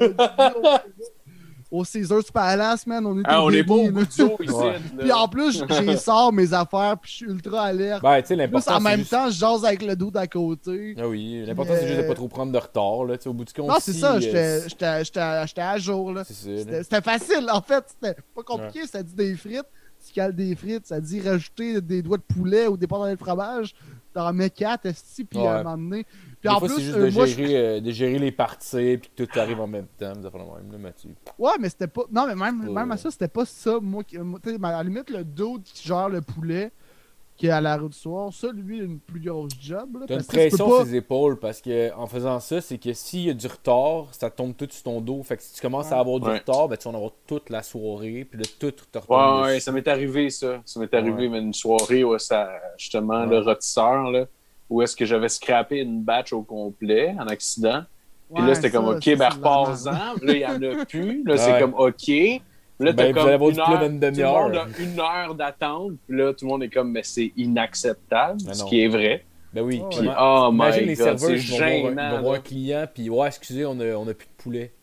au Caesars Palace, man, on est Ah, au on est début, pas au là. bout du haut ici. Ouais. là. Puis en plus, j'ai sors mes affaires puis je suis ultra alerte. Ben, tu sais, Plus l'important. en c'est même juste- temps, je jase avec le dos d'à côté. Ah oui, l'important, c'est juste de pas trop prendre de retard, là. Tu sais, au bout du compte. Non, c'est si, ça, j'étais à jour, là. C'est ça, là. C'était facile, en fait. C'était pas compliqué. Ça dit des frites. Tu cales des frites. Ça dit rajouter des doigts de poulet ou des pâtes de fromage. T'en mets 4, esti, puis Ouais. à un moment donné. Puis Des en fois, plus, c'est juste moi, de gérer les parties, puis que tout arrive en même temps. Ça fait le même, là, Mathieu. Ouais, mais c'était pas. Non, mais même Ouais. à ça, c'était pas ça. Moi, tu sais, à la limite, le dude qui gère le poulet, qui est à la rue du soir, ça, lui, il a une plus grosse job. Là, T'as une parce que tu peux pression pas- sur ses épaules parce que en faisant ça, c'est que s'il y a du retard, ça tombe tout sur ton dos. Fait que si tu commences à avoir du Ouais. retard, ben tu vas en avoir toute la soirée, puis là, tout te retombe Ouais, ouais, dessus. ça m'est arrivé, ça. Ça m'est arrivé, Ouais. mais une soirée où ça, justement, Ouais. le rôtisseur, là, où est-ce que j'avais scrappé une batch au complet en accident. Puis Ouais, là, c'était comme, ça, OK, ça, ben, c'est de la merde. repars-en. Là, il n'y en a plus. Là, Ouais. c'est comme, OK. Là, Ben, t'as vous comme allez avoir du une poulet heure, dans une tout le demi-heure. monde a une heure d'attente. Puis là, tout le monde est comme, mais c'est inacceptable, Ben ce non. qui est vrai. Ben oui. Oh, puis Puis, oh imagine my les God, serveurs c'est qui vont voir gênant. un là. client, puis ouais, excusez, on a plus de poulet.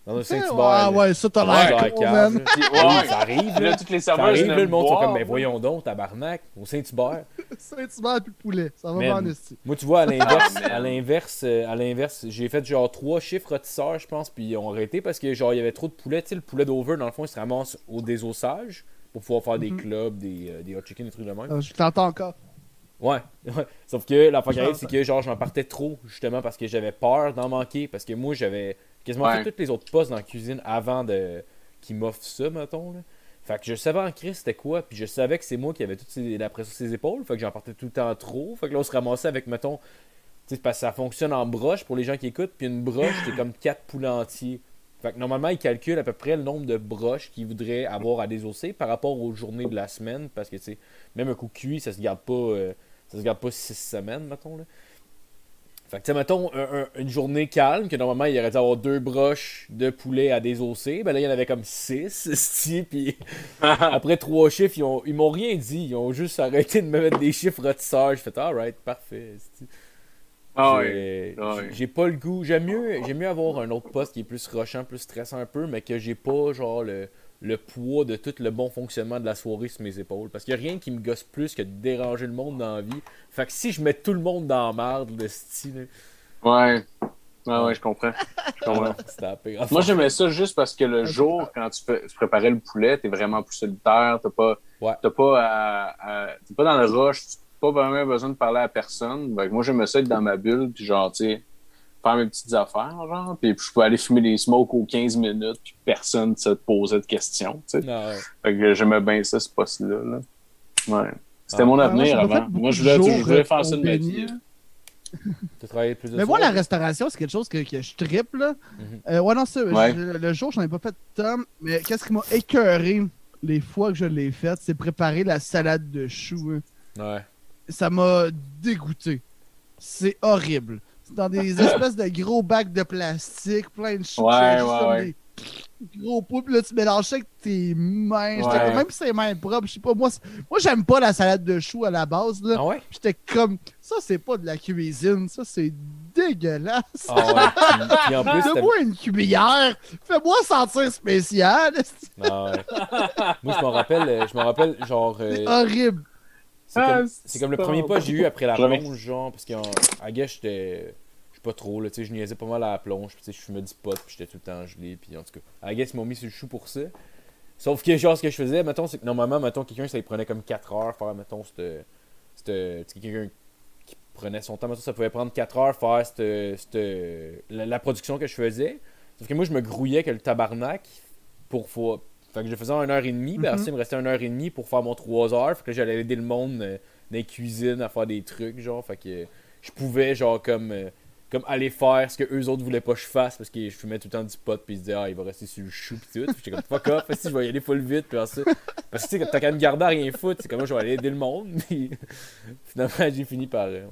Dans un Saint-Hubert. Ah ouais, ça t'as l'air Ouais, con, cave, man. là. Puis, Oui, ouais. ça arrive, Puis là. là, toutes les Ça serveurs, arrive, ils là, le viennent monde sont boire, comme, ben là. voyons donc, tabarnak, au Saint-Hubert. Saint-Hubert plus de poulet. Ça va Man. pas en esti. Moi, tu vois, Ah, à l'inverse, j'ai fait genre 3 chiffres rôtisseurs, je pense, puis ils ont arrêté parce que genre il y avait trop de poulet. Tu sais, le poulet d'over, dans le fond, il se ramasse au désossage pour pouvoir faire des clubs, des hot chicken, des trucs de même. Je t'entends encore. Ouais, ouais. Sauf que l'affaire qui arrive, c'est que genre j'en partais trop, justement, parce que j'avais peur d'en manquer. Parce que moi, j'avais quasiment Ouais. fait tous les autres postes dans la cuisine avant de qu'ils m'offrent ça, mettons. Là. Fait que je savais en crise c'était quoi, puis je savais que c'est moi qui avait toute la pression sur ses épaules. Fait que j'en partais tout le temps trop. Fait que là, on se ramassait avec, mettons, tu sais, parce que ça fonctionne en broche pour les gens qui écoutent, puis une broche, c'est comme 4 poulets entiers. Fait que normalement, ils calculent à peu près le nombre de broches qu'ils voudraient avoir à désosser par rapport aux journées de la semaine, parce que, tu sais, même un coup cuit, ça se garde pas 6 semaines, mettons, là. Fait que, tu sais, mettons, une journée calme, que normalement, il aurait dû avoir 2 broches de poulet à désosser, ben là, il y en avait comme 6, esti, puis après 3 chiffres, ils m'ont rien dit, ils ont juste arrêté de me mettre des chiffres rôtisseurs. J'ai fait, alright, parfait, esti. Ah J'ai pas le goût. J'aime mieux avoir un autre poste qui est plus rushant, plus stressant un peu, mais que j'ai pas genre le poids de tout le bon fonctionnement de la soirée sur mes épaules. Parce qu'il y a rien qui me gosse plus que de déranger le monde dans la vie. Fait que si je mets tout le monde dans la merde, le style. Ouais. Ouais, je comprends. C'était la pire affaire. Moi, j'aimais ça juste parce que le jour, quand tu préparais le poulet, t'es vraiment plus solitaire. T'as pas t'es pas dans le rush. T'as pas vraiment besoin de parler à personne. Fait que moi, j'aimais ça être dans ma bulle, puis genre, tu sais, faire mes petites affaires, genre. Puis je pouvais aller fumer des smokes aux 15 minutes, puis personne ne se posait de questions, tu sais. Non, ouais. Fait que j'aimais bien ça, ce poste-là. Là. Ouais. C'était mon Ouais, avenir moi, j'ai pas avant. fait beaucoup Moi, je de voulais jours, faire ça au de ma Béni, vie. là. T'as travaillé plus de Mais moi, soir, la restauration, c'est quelque chose que je trippe, là. Mhm. Ouais, non, ça, Ouais. le jour, j'en ai pas fait tant, mais qu'est-ce qui m'a écœuré les fois que je l'ai fait, c'est préparer la salade de choux. Hein. Ouais. Ça m'a dégoûté. C'est horrible. C'est dans des espèces de gros bacs de plastique, plein de choux. Ouais, juste ouais, comme ouais. des gros pots, puis là, tu mélanges ça avec tes mains. J'étais Ouais. comme, même si c'est mains propres, je sais pas, moi, j'aime pas la salade de choux à la base, là. Ah ouais? J'étais comme, ça, c'est pas de la cuisine, ça, c'est dégueulasse. Ah ouais. Puis en plus, Donne-moi une cuillère, fais-moi sentir spécial. Ah ouais. Moi, je me rappelle, genre. C'est horrible. C'est comme le premier pas que j'ai eu après la Jamais. plonge, genre, parce qu'à guess, j'étais. Je sais pas trop, là, tu sais, je niaisais pas mal à la plonge, puis tu sais, je fumais du pot, puis j'étais tout le temps gelé, puis en tout cas, à guess, ils m'ont mis sur le chou pour ça. Sauf que, genre, ce que je faisais, mettons, c'est que normalement, mettons, quelqu'un, ça lui prenait comme 4 heures faire, mettons, quelqu'un qui prenait son temps, mettons, ça pouvait prendre 4 heures faire la production que je faisais. Sauf que moi, je me grouillais que le tabarnak pour faire. Fait que je faisais 1h30, ben après, il me restait 1h30 pour faire mon 3 heures. Fait que là, j'allais aider le monde dans les cuisines à faire des trucs, genre. Fait que je pouvais, genre, comme aller faire ce que eux autres voulaient pas que je fasse parce que je fumais tout le temps du pot, puis ils se disaient, ah, il va rester sur le chou, pis tout. Puis j'étais comme, fuck off, si je vais y aller full vite, puis ça. Parce que tu sais, t'as qu'à me garder à rien foutre, c'est comme moi, je vais aller aider le monde, puis finalement, j'ai fini par. Ouais.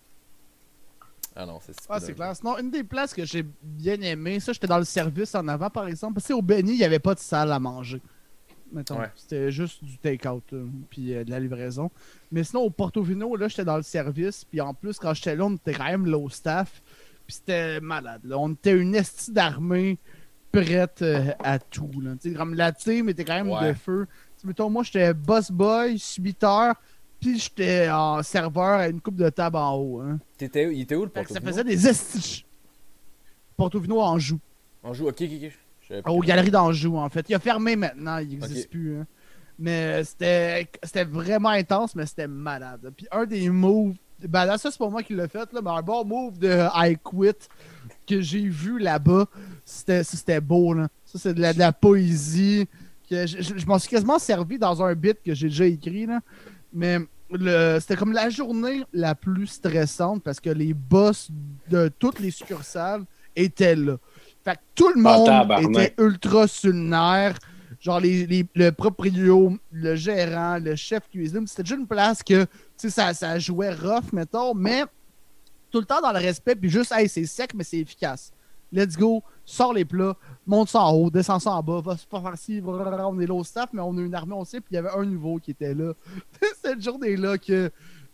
Ah non, c'est stupide. Ah, c'est clair. Sinon, une des places que j'ai bien aimé, ça, j'étais dans le service en avant, par exemple. Parce que au Benny, il n'y avait pas de salle à manger. Mettons. Ouais. C'était juste du take-out, puis de la livraison. Mais sinon, au Portofino, là, j'étais dans le service. Puis en plus, quand j'étais là, on était quand même low staff. Puis c'était malade. Là. On était une estie d'armée prête à tout. Là. Tu sais, comme la team était quand même Ouais. de feu. Tu sais, mettons, moi, j'étais boss boy, subiteur. Puis j'étais en serveur à une coupe de table en haut. Hein. Il était où le Fait que ça Portofino? faisait des estis. Portofino en joue. On joue, ok. Je savais pas. Aux Galeries d'Anjou, en fait. Il a fermé maintenant, il n'existe Ok. plus. Hein. Mais c'était vraiment intense, mais c'était malade. Puis un des moves, ben là, ça c'est pas moi qui l'ai fait, là, mais un bon move de I Quit que j'ai vu là-bas, c'était beau. Là. Ça, c'est de la poésie. Que je m'en suis quasiment servi dans un bit que j'ai déjà écrit. Là. Mais c'était comme la journée la plus stressante parce que les boss de toutes les succursales étaient là. Fait que tout le monde tabarnak. était ultra sur le nerf. Genre le proprio, le gérant, le chef cuisine. C'était juste une place que tu sais, ça jouait rough, mettons, mais tout le temps dans le respect, puis juste, hey, c'est sec, mais c'est efficace. Let's go, sors les plats, monte ça en haut, descends ça en bas, va pas faire ci, on est low staff, mais on a une armée, on sait, puis il y avait un nouveau qui était là. Cette journée-là que, tu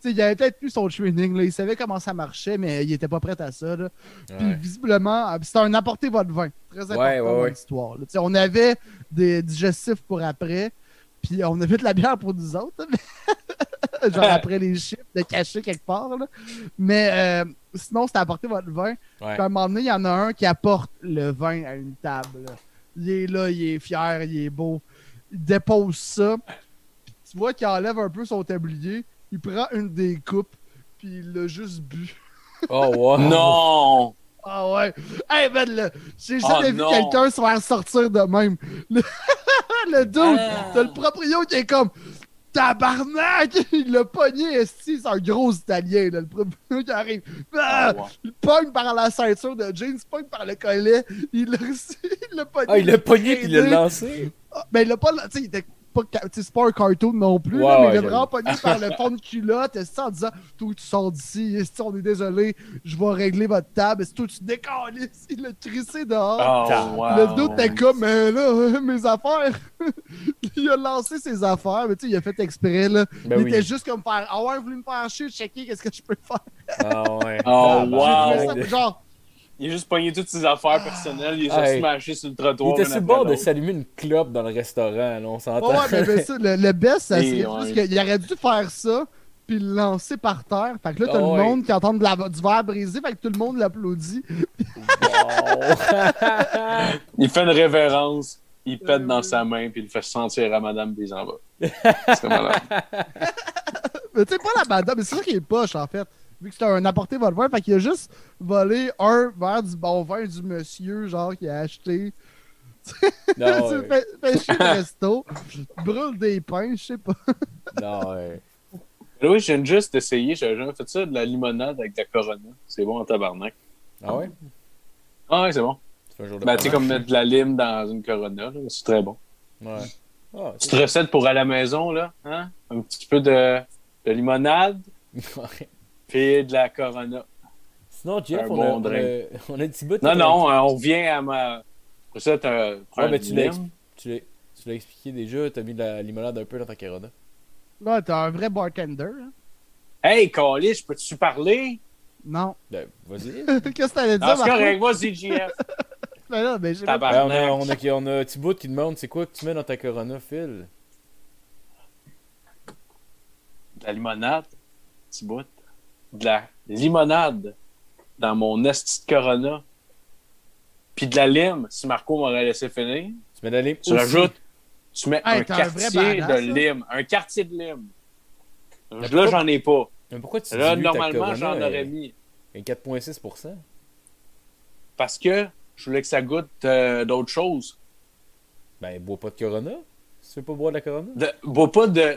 sais, il avait peut-être plus son training, là. Il savait comment ça marchait, mais il était pas prêt à ça, là. Puis Ouais. visiblement, c'était un apporter votre vin. Très important dans l'histoire. Là. Tu sais, on avait des digestifs pour après, puis on avait de la bière pour nous autres, là, genre après les chips, de cacher quelque part. Là. Mais sinon, c'était apporter votre vin. Ouais. Puis à un moment donné, il y en a un qui apporte le vin à une table. Là. Il est là, il est fier, il est beau. Il dépose ça. Puis tu vois qu'il enlève un peu son tablier. Il prend une des coupes, puis il l'a juste bu. Oh, wow. Non! Ah ouais. Hey, man, là, j'ai jamais vu non. quelqu'un se faire sortir de même. Le dude, t'as le proprio qui est comme tabarnak! Il l'a pogné, esti, c'est un gros Italien, là, le proprio qui arrive. Ah! Ouais. Il pogne par la ceinture de jeans, il pogne par le collet. Il l'a pogné. Ah, il l'a pogné puis il l'a lancé. Ah, ben, il l'a pas. Tu sais, il était pas. Tu sais, c'est pas un cartoon non plus, Ouais, là, mais ouais, il l'a j'avoue. vraiment pogné par le fond de culotte, esti, en disant toi, tu sors d'ici, esti, on est désolé, je vais régler votre table, esti, toi, tu décalisses. Il l'a crissé dehors. Oh, wow. Le doute était comme, mais là, mes affaires. Il a lancé ses affaires, mais tu sais, il a fait exprès, là. Ben il oui. était juste comme faire, ah ouais, vous voulez me faire chier, checker, qu'est-ce que je peux faire. Ah, ouais. Oh, Ah, wow. J'ai trouvé ça, genre, Il a juste pogné toutes ses affaires personnelles, il les a Hey. smashées sur le Il trottoir. était une sur le après bord de l'autre. s'allumer une clope dans le restaurant, là, on s'entend. ouais, mais ça, le best, ça Et serait ouais. juste qu'il aurait dû faire ça, puis le lancer par terre. Fait que là, t'as Ah le ouais. monde qui entend du verre brisé, fait que tout le monde l'applaudit. Il fait une révérence, il pète oui. dans sa main, puis il le fait sentir à Madame puis il s'en va. C'est malade. Mais tu sais, pas la madame, mais c'est ça qui est poche, en fait. Vu que c'était un apporté votre vin, fait qu'il a juste volé un verre du bon vin du monsieur, genre, qui a acheté. Non, Tu ouais. fais chier le resto, brûle des pains, je sais pas. Non, ouais. Mais oui, je viens juste d'essayer, j'avais jamais fait ça, de la limonade avec de la Corona. C'est bon en tabarnak. Ah ouais? Ah ouais, c'est bon. Ça fait un jour de Ben, tu sais, fromage. comme mettre de la lime dans une Corona, là, c'est très bon. Ouais. Ah, Petite recette pour à la maison, là, hein? Un petit peu de limonade, Ouais. puis de la Corona. Sinon, Jeff, Un on, bon a, on, drink. a, on a un petit bout. Non, non, on revient à ma recette. Ouais, mais tu l'as expliqué déjà, t'as mis de la limonade un peu dans ta Corona. Là, t'es un vrai bartender. Hein? Hey, Callis, je peux-tu parler? Non. Ben, vas-y. Qu'est-ce que t'allais dire, Ah, c'est Marco? correct, vas-y, JF. Ben là, ben, j'ai pas- Tabarnak. On a Thibaut qui demande c'est quoi que tu mets dans ta Corona, Phil? De la limonade, petit bout. De la limonade dans mon esti de Corona. Puis de la lime, si Marco m'aurait laissé finir. Tu mets de la lime Tu aussi. rajoutes, tu mets Hey, un t'es un vrai quartier badass, de là. lime. Un quartier de lime. Là, pourquoi- j'en ai pas. Mais pourquoi tu Là, dilues ta normalement, Corona, j'en aurais mis. 4,6%? Parce que je voulais que ça goûte d'autres choses. Ben, bois pas de Corona. Si tu veux pas boire de la Corona? Bois pas de.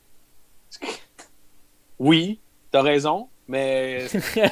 Oui, t'as raison, mais c'est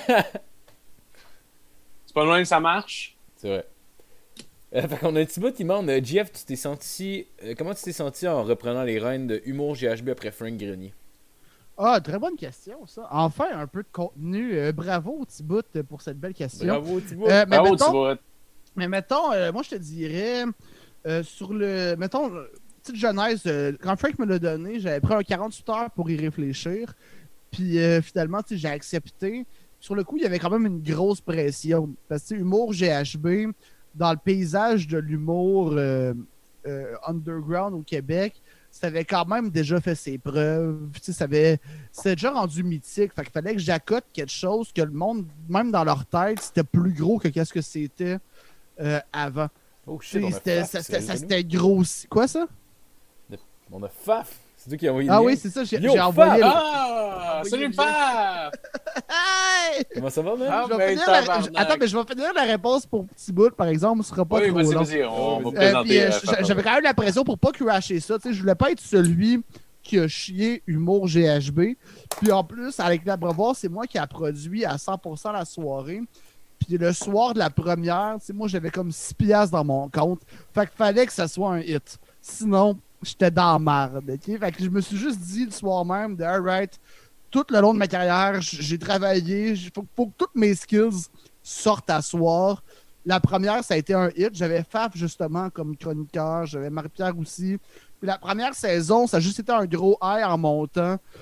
pas loin que ça marche. C'est vrai. Fait qu'on a un petit bout qui demande Jeff, tu t'es senti. Comment tu t'es senti en reprenant les rênes de Humour GHB après Frank Grenier? Ah, très bonne question, ça. Enfin, un peu de contenu. Bravo, Thibaut, pour cette belle question. Bravo, Thibaut! Mais Bravo, mettons, tu vas. Mais mettons, moi je te dirais, sur le. Mettons, petite genèse, quand Frank me l'a donné, j'avais pris un 48 heures pour y réfléchir. Puis finalement, tu sais, j'ai accepté. Sur le coup, il y avait quand même une grosse pression. Parce que, tu sais, humour GHB, dans le paysage de l'humour underground au Québec, ça avait quand même déjà fait ses preuves. Tu sais, c'était déjà rendu mythique. Fait qu'il fallait que j'accote quelque chose que le monde, même dans leur tête, c'était plus gros que qu'est-ce que c'était avant. Oh shit, on a C'était- Faf, ça c'est rigolo. s'était grossi. Quoi ça? On a Faf! C'est toi qui as envoyé Ah le lien? oui, c'est ça, j'ai Yo, envoyé. Faf! Ah! Salut, Faf! Hey! Comment ça va, man? Ah, Je vais ben, finir tabarnak. Attends, mais je vais finir la réponse pour Petit Bout, par exemple, ce sera pas Oui, trop vas-y, long. vas-y, on va Puis, présenter. Puis, Faf. j'avais quand même la pression pour pas crasher ça. Tu sais, je voulais pas être celui qui a chié Humour GHB. Puis en plus, avec l'Abreuvoir, c'est moi qui a produit à 100% la soirée. Puis le soir de la première, tu sais, moi j'avais comme 6 piastres dans mon compte. Fait qu'il fallait que ça soit un hit. Sinon, j'étais dans la merde. Ok? Fait que je me suis juste dit le soir même de alright, tout le long de ma carrière, j'ai travaillé. Faut que toutes mes skills sortent à soir. La première, ça a été un hit. J'avais Faf, justement, comme chroniqueur. J'avais Marie-Pierre aussi. Puis la première saison, ça a juste été un gros high en montant.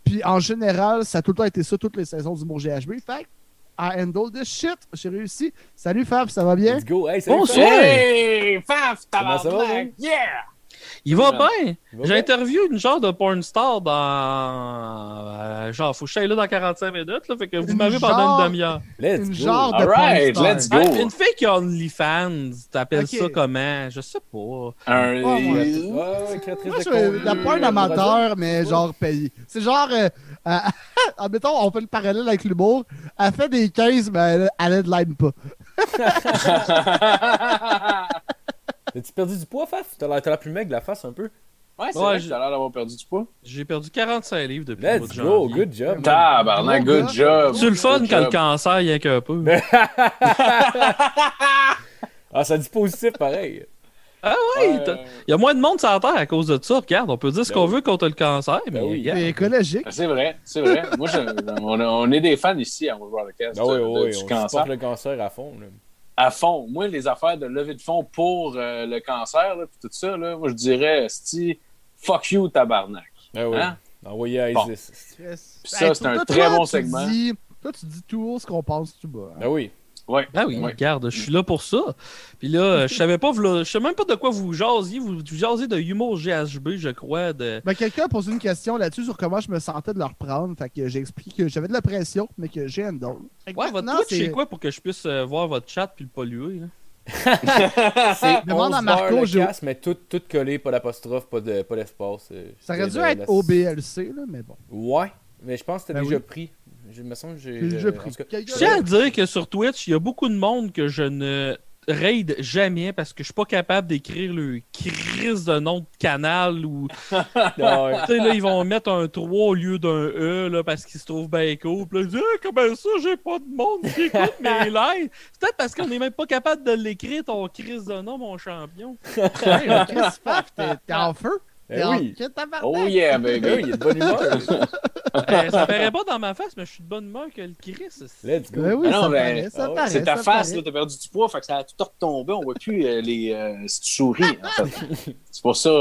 Puis en général, ça a tout le temps été ça, toutes les saisons d'humour GHB. Fait que, I handle this shit. J'ai réussi. Salut Fab, ça va bien? Let's go. Hey, salut, Bonsoir. Fab. Hey, Faf, Comment ça va, tabarnak! Yeah! Il va Ouais. bien. Il va J'ai bien? interviewé une genre de porn star dans. Genre, faut que je sois là dans 45 minutes, là. Fait que vous Une m'avez pendant genre- une demi-heure. Let's Une go. genre de Alright, porn star. let's go. Une fille qui a OnlyFans, t'appelles Ok. ça comment? Je sais pas. Un... Ouais, créatrice Moi, de je fais de contenu, la porn amateur, Amazon. mais genre payé. C'est genre, admettons, on fait le parallèle avec l'humour. Elle fait des 15, mais elle headline pas. As-tu perdu du poids, Faf? T'as l'air plus maigre de la face un peu. Ouais, c'est Ouais, vrai que j'ai- t'as l'air d'avoir perdu du poids. J'ai perdu 45 livres depuis le mois de Let's go. janvier. Good job. Tabarnak, Gros good gars. job. C'est le fun Good quand le job. cancer y a qu'un peu. Ah, ça dit positif pareil. Ah oui, Ouais. il y a moins de monde sur la Terre à cause de ça. Regarde, on peut dire ce Ben qu'on oui. veut contre le cancer, mais Ben oui. regarde. C'est écologique. C'est vrai, c'est vrai. Moi, on est des fans ici à Over the Cast Ah oui, oui, du on cancer. supporte le cancer à fond. Là. À fond. Moi, les affaires de levée de fonds pour le cancer, là, pis tout ça, là, moi, je dirais, fuck you, tabarnak. Ah oui. Hein? Envoyé à Bon. Isis. Puis ça, c'est un très bon segment. Toi, tu dis tout haut ce qu'on pense tout bas. hein. Ah oui. Ouais. Ah oui, Ouais. regarde, je suis là pour ça. Puis là, je savais pas, je sais même pas de quoi vous jasiez. Vous jasiez de humour GHB, je crois. Ben, quelqu'un a posé une question là-dessus sur comment je me sentais de le reprendre. Fait que j'ai expliqué que j'avais de la pression, mais que j'ai handle. Fait que Ouais, votre maintenant, Twitch, c'est quoi pour que je puisse voir votre chat puis le polluer? Là? C'est Demande 11 à Marco, barres, le je- casse, mais tout collé, pas d'apostrophe, pas d'espace. Ça aurait dû être OBLC, là, mais bon. Ouais, mais je pense que c'était Ben déjà oui. pris. Je me semble que j'ai J'ai déjà en pris. tout cas, Quelqu'un- Je tiens à dire que sur Twitch, il y a beaucoup de monde que je ne raid jamais parce que je suis pas capable d'écrire le crise de nom de canal ou. ouais. Tu sais, là, ils vont mettre un 3 au lieu d'un E là, parce qu'ils se trouvent bien cool. Puis là, ils disent ah, comment ça, j'ai pas de monde qui écoute mes lives. C'est peut-être parce qu'on est même pas capable de l'écrire, ton crise de nom, mon champion. Hey, Chris Pfaff, t'es en feu? T'es Ben en oui. quel tabarnak? Oh yeah, Ben oui, baby. il y a de bonne humeur. Ça paraît pas dans ma face, mais je suis de bonne humeur que le Chris. Let's go. Ben oui, Ah non, ça ben, paraît, ça ah ouais, paraît. C'est ta ça face, paraît. là, t'as perdu du poids, fait que ça a tout retombé, on voit plus si tu souris, en fait. C'est pour ça.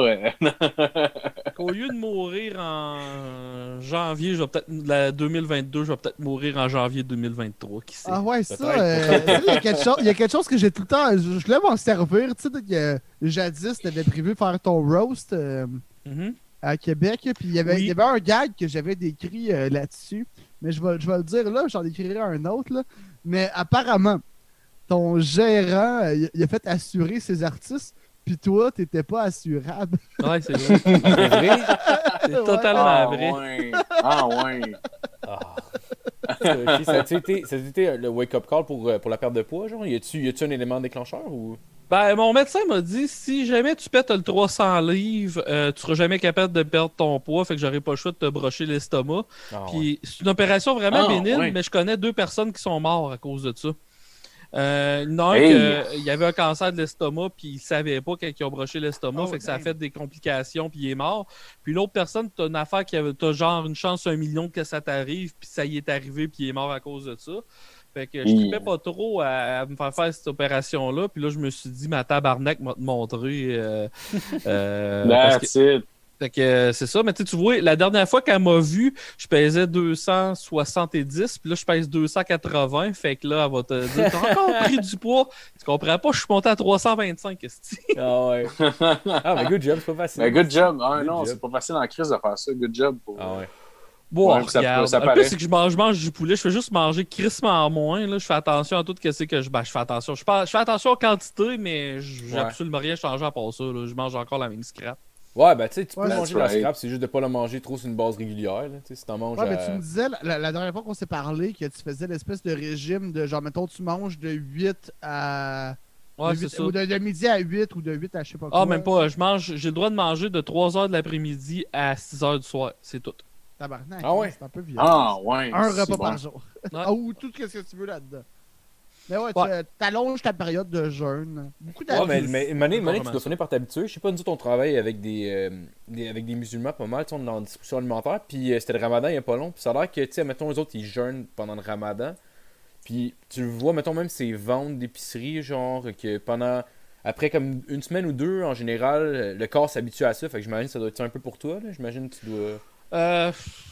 Au lieu de mourir en janvier, je vais peut-être la 2022, je vais peut-être mourir en janvier 2023, qui sait. Ah ouais, ça, Peut-être. il y a quelque chose que j'ai tout le temps. Je voulais m'en servir. Tu sais, jadis, t'avais prévu faire ton roast Mhm. à Québec. Puis il y avait un gag que j'avais décrit là-dessus. Mais je vais le dire là, j'en écrirai un autre. Là. Mais apparemment, ton gérant, il a fait assurer ses artistes. Puis toi, t'étais pas assurable. Ouais, c'est vrai. C'est vrai? C'est totalement Ah vrai. ouais. Ah ouais. Ah. Ok, ça a-tu été le wake-up call pour la perte de poids, genre? Y a-tu un élément déclencheur ou... Ben, mon médecin m'a dit si jamais tu pètes le 300 livres, tu seras jamais capable de perdre ton poids, fait que j'aurai pas le choix de te brocher l'estomac. Ah, ouais. Puis c'est une opération vraiment Ah, bénigne, ouais. mais je connais 2 personnes qui sont mortes à cause de ça. Il y en a un Hey. il y avait un cancer de l'estomac, puis il savait pas quand ils ont broché l'estomac, Oh, fait que ça a damn. fait des complications, puis il est mort. Puis l'autre personne, t'as une affaire qui avait, t'as genre une chance 1 million que ça t'arrive, puis ça y est arrivé, puis il est mort à cause de ça. Fait que je Mmh. trippais pas trop à me faire cette opération-là, puis là je me suis dit, ma tabarnak m'a te montré. Parce que- That's it. fait que c'est ça, mais tu vois, la dernière fois qu'elle m'a vu, je pesais 270, puis là, je pèse 280, fait que là, elle va te dire, t'as encore pris du poids. Tu comprends pas, je suis monté à 325, esti. Ah ouais. Ah, mais good job, c'est pas facile. Mais good job. Ah Good non, job. c'est pas facile en crise de faire ça. Good job. Pour... Ah ouais. Bon, Ouais, ça- regarde, ça un peu, paraît. c'est que je mange du poulet, je fais juste manger crissement moins, là, je fais attention à tout ce que je... Ben, je fais attention, je fais attention aux quantités, mais j'ai Ouais. absolument rien changé à part ça, là. Je mange encore la même scrap. Ouais, ben tu sais, tu peux Ouais, manger that's la right. scrap, c'est juste de pas la manger trop sur une base régulière. Là. Tu sais, si t'en manges Ouais, mais à... tu me disais la dernière fois qu'on s'est parlé que tu faisais l'espèce de régime de genre, mettons, tu manges de 8 à. Ouais, de c'est 8 ça. Ou de midi à 8 ou de 8 à je sais pas quoi. Ah, même pas, j'ai le droit de manger de 3h de l'après-midi à 6h du soir, c'est tout. Tabarnak. Ah ouais? C'est un peu violent. Ah ouais. Un c'est repas bon. par jour. Ouais. Ah, ou tout ce que tu veux là-dedans. Mais ouais, Ouais. tu allonges ta période de jeûne. Beaucoup Ouais, d'adultes. mais une année, tu Vraiment dois finir par t'habituer. Je sais pas, nous autres, on travaille avec des musulmans pas mal, tu sais, on est en discussion alimentaire, puis c'était le ramadan il y a pas long, puis ça a l'air que, tu sais, mettons, les autres, ils jeûnent pendant le ramadan, puis tu le vois, mettons, même ces ventes d'épicerie, genre, que pendant, après comme une semaine ou deux, en général, le corps s'habitue à ça, fait que j'imagine que ça doit être un peu pour toi, là, j'imagine que tu dois...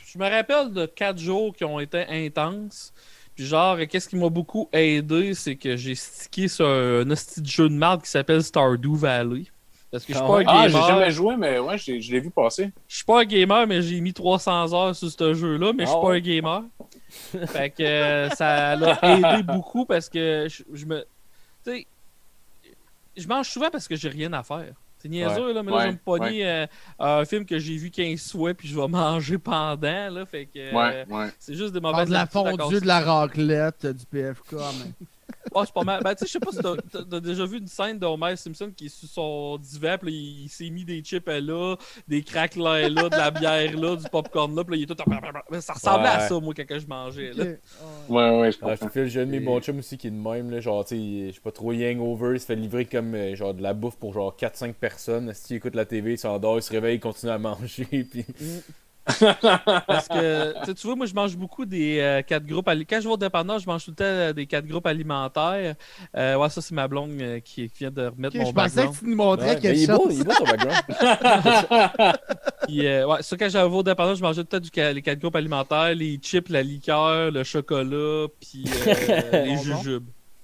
je me rappelle de 4 jours qui ont été intenses. Puis genre, qu'est-ce qui m'a beaucoup aidé, c'est que j'ai stické sur un hostie de jeu de merde qui s'appelle Stardew Valley. Parce que je suis pas un gamer. J'ai jamais joué, mais ouais, je l'ai vu passer. Je suis pas un gamer, mais j'ai mis 300 heures sur ce jeu-là, mais je suis pas un gamer. Fait que ça l'a aidé beaucoup parce que je me... Tu sais, je mange souvent parce que j'ai rien à faire. C'est niaiseux, là, mais là, je vais me pogner un film que j'ai vu 15 fois, puis je vais manger pendant, là, fait que c'est juste des mauvaises de la fondue, de la raclette, du PFK, mais... Oh, c'est pas mal. Ben, tu sais, je sais pas si t'as déjà vu une scène d'Homer Simpson qui est sur son divan, puis il s'est mis des chips là, des craquelins là, de la bière là, du popcorn là, puis il est tout... Ça ressemblait à ça, moi, quand je mangeais, là. Ouais, je comprends. J'ai un de mes bons chums aussi qui est de même, là, genre, tu sais, je suis pas trop hangover, il se fait livrer comme, genre, de la bouffe pour, genre, 4-5 personnes. S'il écoute la TV, il s'endort, il se réveille, il continue à manger, puis... Parce que, tu vois, moi, je mange beaucoup des 4 groupes alimentaires. Quand je vais au dépanneur, je mange tout le temps des 4 groupes alimentaires. Ouais, ça, c'est ma blonde qui vient de remettre mon background. Je pensais que tu nous montrais quelque chose. Il est beau ton background. Puis, ouais, ça, quand j'avais au dépanneur, je mangeais tout le temps les 4 groupes alimentaires, les chips, la liqueur, le chocolat, puis les jujubes.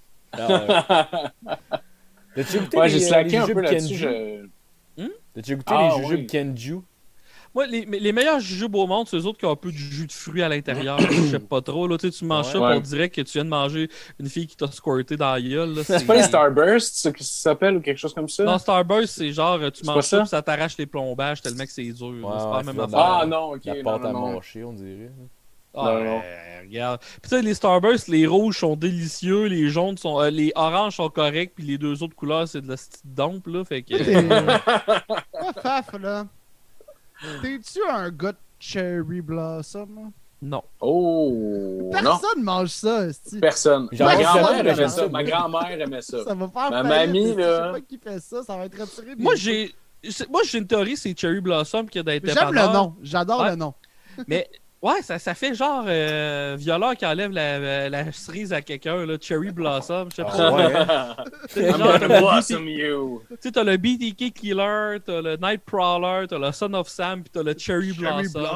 T'as-tu goûté j'ai slacké un peu là-dessus. T'as-tu goûté les jujubes Kenju? Moi, les meilleurs jujubes au monde, c'est eux autres qui ont un peu du jus de fruits à l'intérieur. Je sais pas trop. Là, tu manges ça, on dirait que tu viens de manger une fille qui t'a squirté dans la gueule. Là, c'est pas les Starburst, ça s'appelle, ou quelque chose comme ça? Non, Starburst, c'est genre, tu manges ça, puis ça t'arrache les plombages tellement que c'est dur. C'est pas la même affaire. Ah non, ok. La pâte à mâcher, on dirait. Non. Regarde. Puis tu sais, les Starburst, les rouges sont délicieux, les jaunes sont... les oranges sont corrects, puis les deux autres couleurs, c'est de la petite dompe, là, fait que... Pas faf, là. T'es-tu un gars de Cherry Blossom? Non. Oh! Personne mange ça, esti. Personne. Ma grand-mère aimait ça. Ma grand-mère aimait ça. Ça va faire ma mamie, là... Je sais pas qui fait ça, ça va être retiré. Moi, j'ai une théorie, c'est Cherry Blossom qui a d'être J'aime le nom. J'adore le nom. Mais... Ouais, ça fait genre violeur qui enlève la cerise à quelqu'un, là, Cherry Blossom, je sais pas. I'm gonna blossom you. Tu sais, t'as le BTK Killer, t'as le Nightcrawler, t'as le Son of Sam, pis t'as le Cherry Blossom.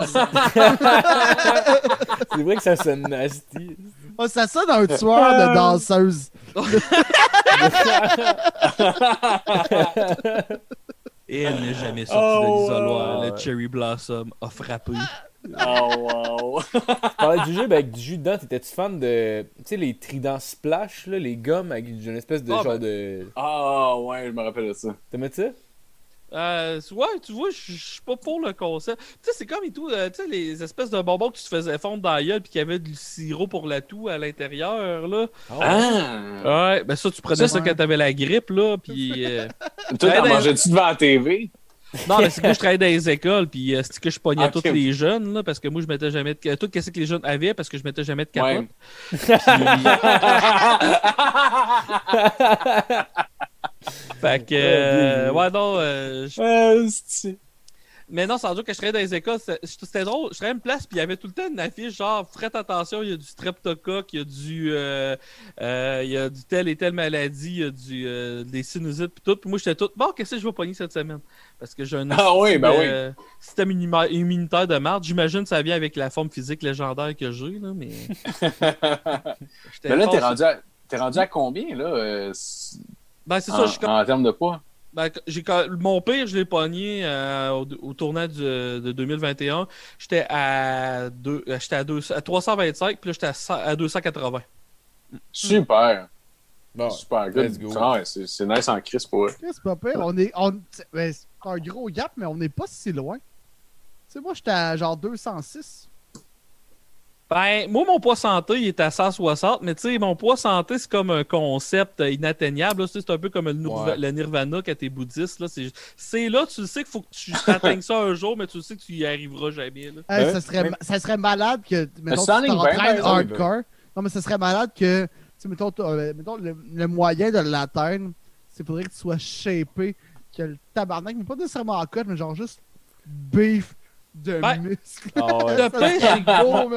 C'est vrai que ça sonne nasty. Oh, ça sonne un tueur de danseuse. Et elle n'est jamais sortie de l'isoloir. Le Cherry Blossom a frappé. Oh wow! Tu parlais du jeu avec du jus dedans, t'étais-tu fan de. Tu sais, les tridents splash, là, les gommes avec une espèce de genre de. Ah ouais, je me rappelle de ça. T'aimais ça? Ouais, tu vois, je suis pas pour le concept. Tu sais, c'est comme et tout, tu sais, les espèces de bonbons que tu te faisais fondre dans la gueule pis qu'il y avait du sirop pour la toux à l'intérieur, là. Ouais, ben ça, tu prenais ça quand t'avais la grippe, là, pis... Toi, t'en mangeais-tu devant la TV? Non, mais c'est que moi, je travaillais dans les écoles, puis c'est que je pognais tous les jeunes, là, parce que moi, je mettais jamais de... Tout ce que les jeunes avaient, parce que je mettais jamais de capote. Fait que... ouais, non... Mais non, sans dire que je travaillais dans les écoles, c'était drôle. Je travaillais à une place, puis il y avait tout le temps une affiche genre « Faites attention, il y a du streptocoque, il y a du telle et telle maladie, il y a des sinusites, puis tout. » Puis moi, j'étais tout « Bon, qu'est-ce que je vais pogner cette semaine? » Parce que j'ai un système immunitaire de merde. J'imagine que ça vient avec la forme physique légendaire que j'ai, là, mais... Mais là, t'es rendu à combien, là? Ben, c'est ça, en termes de poids? Ben, mon pire, je l'ai pogné au tournant de 2021. J'étais à 325, puis là, j'étais à 280. Super! Bon, super, good. C'est nice en crise pour eux. C'est pas pire. C'est un gros gap, mais on n'est pas si loin. Tu sais, moi, j'étais à genre 206. Ben, moi, mon poids santé, il est à 160, mais tu sais, mon poids santé, c'est comme un concept inatteignable. C'est un peu comme le nirvana quand t'es bouddhiste. Là. C'est là, tu sais qu'il faut que tu atteignes ça un jour, mais tu sais que tu y arriveras jamais. Là. Ça serait malade que, mettons, tu t'entraînes hardcore. Non, mais ça serait malade que, tu sais, mettons, le moyen de l'atteindre, c'est faudrait que tu sois shapé, que le tabarnak, mais pas nécessairement en cote, mais genre juste beef de muscles. Le pire, c'est gros,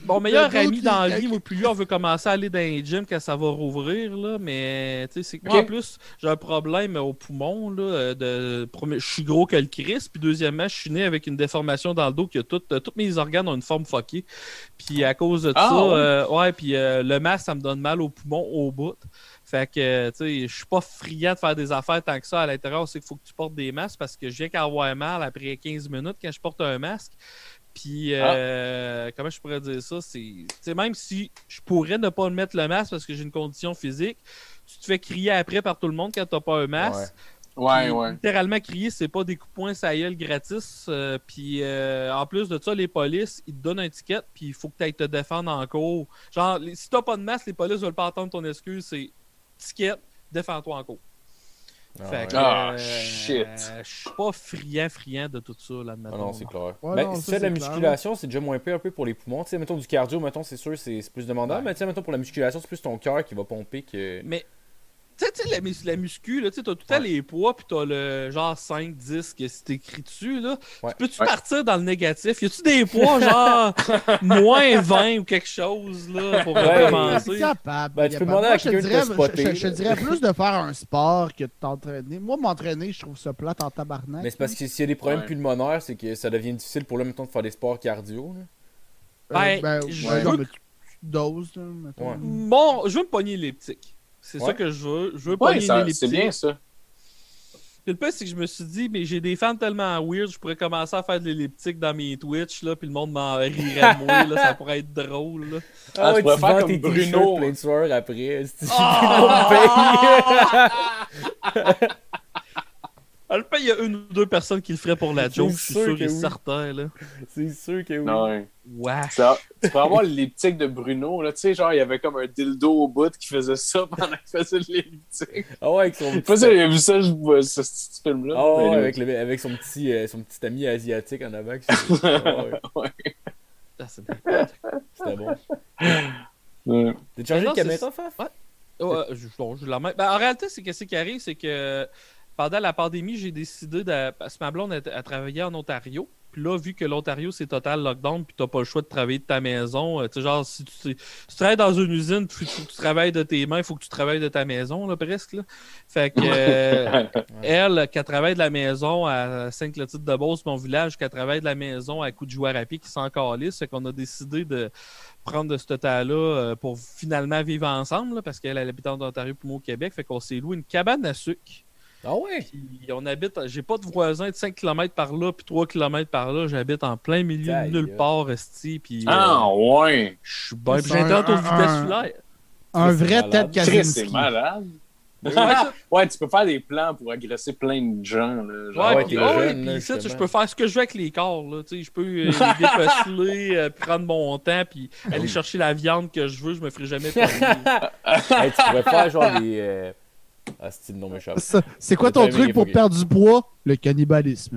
Mon meilleur Le ami dude, dans la il- vie, moi, plus lui, on veut commencer à aller dans les gyms quand ça va rouvrir, là, mais tu sais, c'est que Ok. moi, en plus, j'ai un problème au poumon, là, je suis gros que le Christ, puis deuxièmement, je suis né avec une déformation dans le dos, que tous mes organes ont une forme fuckée, puis à cause de Ah, ça, ouais? puis le masque, ça me donne mal au poumon au bout. Fait que, tu sais, je suis pas friand de faire des affaires tant que ça à l'intérieur, c'est qu'il faut que tu portes des masques, parce que je viens qu'à avoir mal après 15 minutes quand je porte un masque. Puis, comment je pourrais dire ça? C'est même si je pourrais ne pas mettre le masque parce que j'ai une condition physique, tu te fais crier après par tout le monde quand t'as pas un masque. Ouais, Puis, ouais. littéralement, crier, c'est pas des coups de poing, ça gueule gratis. Puis, en plus de ça, les polices, ils te donnent un ticket, puis il faut que tu ailles te défendre en cours. Genre, si t'as pas de masque, les polices veulent pas entendre ton excuse, c'est ticket, défends-toi en cours. Fait que, shit. je suis pas friand de tout ça, là, Ah maintenant. non, c'est clair. Ouais, Ben, non, si ça, tu fais de la c'est clair, musculation, c'est déjà moins pire un peu pour les poumons. Tu sais, mettons du cardio, mettons, c'est sûr, c'est plus demandant. Ouais. Mais tu sais, mettons pour la musculation, c'est plus ton cœur qui va pomper que. Mais, tu sais, la muscu, là, tu sais, t'as tout le temps les poids, puis t'as le genre 5, 10 que c'est écrit dessus, là. Ouais. Tu peux-tu Ouais. partir dans le négatif? Y a-tu des poids genre moins 20 ou quelque chose, là, pour Ouais. C'est commencer? capable. Ben, tu peux capable. demander à Moi, je te quelqu'un de te dirais- spotter, je te là. dirais plus de faire un sport que de t'entraîner. Moi, m'entraîner, je trouve ça plate en tabarnak. Mais c'est parce que s'il y a des problèmes Ouais. pulmonaires, c'est que ça devient difficile pour là, mettons, de faire des sports cardio. Là. je ouais, veux- non, mais tu doses, là, mettons. Ouais. Bon, je veux me pogner l'elliptique. C'est Ouais. ça que je veux. Je veux Ouais, pogner c'est l'elliptique. bien ça. Puis le pire, c'est que je me suis dit, mais j'ai des fans tellement weird, je pourrais commencer à faire de l'elliptique dans mes Twitch, là, puis le monde m'en rirait de moi, là, ça pourrait être drôle, là. Ah, tu pourrais faire vends comme tes Bruno. t-shirts plein de sueur après. Si Ah, le pire, il y a une ou deux personnes qui le feraient pour la C'est joke, je suis sûr sûr que et oui. certain, là. C'est sûr que oui. Ouais. Wesh. Ça, tu peux avoir l'elliptique de Bruno, là, tu sais, genre, il y avait comme un dildo au bout qui faisait ça pendant qu'il faisait de l'elliptique. Ah ouais, avec son Je sais petit. pas si j'ai vu ça, ce petit film-là. Ah ouais, Mais, avec son petit ami asiatique en avant. Ah ouais, ouais. Ah, c'est n'importe c'était bon. Ouais. T'as changé Non, de caméra, Faf? Ouais, je la mets. Ben, en réalité, c'est qu'est-ce qui arrive, c'est que pendant la pandémie, j'ai décidé de. Parce que ma blonde a travaillé en Ontario. Puis là, vu que l'Ontario, c'est total lockdown, puis t'as pas le choix de travailler de ta maison, tu sais, genre, si tu travailles dans une usine, puis faut que tu travailles de tes mains, il faut que tu travailles de ta maison, là, presque, là. Fait que, elle, qui travaille de la maison à Saint-Clotilde-de-Beauce, mon village, qui travaille de la maison à Coupe-Joueur à pied, qui s'en calisse, fait qu'on a décidé de prendre de ce temps-là pour finalement vivre ensemble, là, parce qu'elle habite en Ontario puis moi au Québec, fait qu'on s'est loué une cabane à sucre. Ah ouais? Puis on habite, j'ai pas de voisins de 5 km par là, puis 3 km par là. J'habite en plein milieu de nulle Aïe. part, esti. Puis Ah, ouais. je suis bien. Puis C'est j'ai été aux vitesses un- solaires. Un C'est vrai malade. Ted Chris, Kaczynski. c'est malade. Ouais, ça. Ouais, tu peux faire des plans pour agresser plein de gens. Là, genre, Ouais, ouais, puis t'es jeune, là, puis ça, tu sais, je justement. peux faire ce que je veux avec les corps. Là, tu sais, je peux les dépeceler, prendre mon temps, puis aller chercher la viande que je veux. Je me ferai jamais pogner. Hey, tu pourrais faire genre des. Ah, c'est le nom m'échappe. C'est quoi Le ton timing truc est pour fucké. perdre du poids? Le cannibalisme.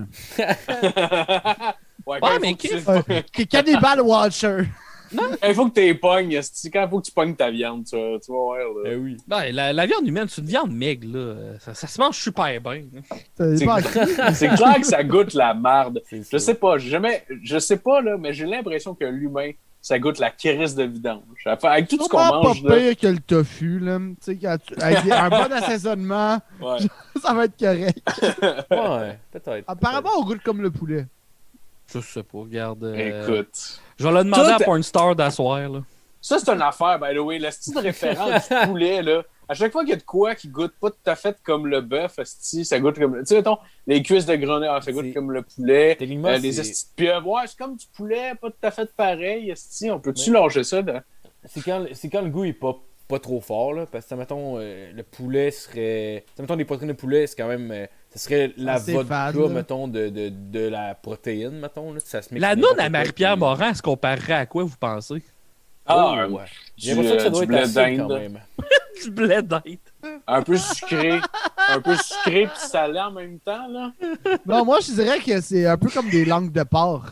Ouais, Ouais, il mais faut que Chris, Cannibal Watcher. il faut que tu les pognes. esti. Quand il faut que tu pognes ta viande, tu vas voir. Là. Eh oui. ben, la viande humaine, c'est une viande maigre. Là. Ça se mange super bien. T'as pas C'est clair que ça goûte la marde. C'est Je sûr. sais pas, je sais pas, là, mais j'ai l'impression que l'humain, ça goûte la crise de vidange. Avec tout ce qu'on sûrement mange, pas là. pire que le tofu, là. Tu sais, avec un bon assaisonnement, Ouais. ça va être correct. Ouais, peut-être. Apparemment, on goûte comme le poulet. Je sais pas, regarde. Écoute. Je vais le demander Tout- à Pornstar d'asseoir. Là. Ça, c'est une affaire, by the way. Le style de référent du poulet, là. À chaque fois qu'il y a de quoi qui goûte pas tout à fait comme le bœuf, esti, ça goûte comme. Tu sais, mettons, les cuisses de grenouille, ça goûte C'est- comme le poulet. Techniquement, Les c'est- estis de pieuvre, ouais, c'est comme du poulet, pas tout à fait pareil, esti. On peut-tu lâcher ça, là? c'est quand le goût est pas trop fort, là. Parce que, mettons, le poulet serait. Mettons, des poitrines de poulet, c'est quand même. Ça serait la Assez vodka, fade, là. mettons, de la protéine, mettons. Là. Ça se mixe La avec noune n'importe à quoi, Marie-Pierre puis- Morin, elle se comparerait à quoi, vous pensez? Ah, Oh, ouais. J'ai l'impression que ça doit du être blé acide quand d'Inde. même. Du blé d'être. Un peu sucré. Un peu sucré puis salé en même temps, là. Non, moi, je dirais que c'est un peu comme des langues de porc.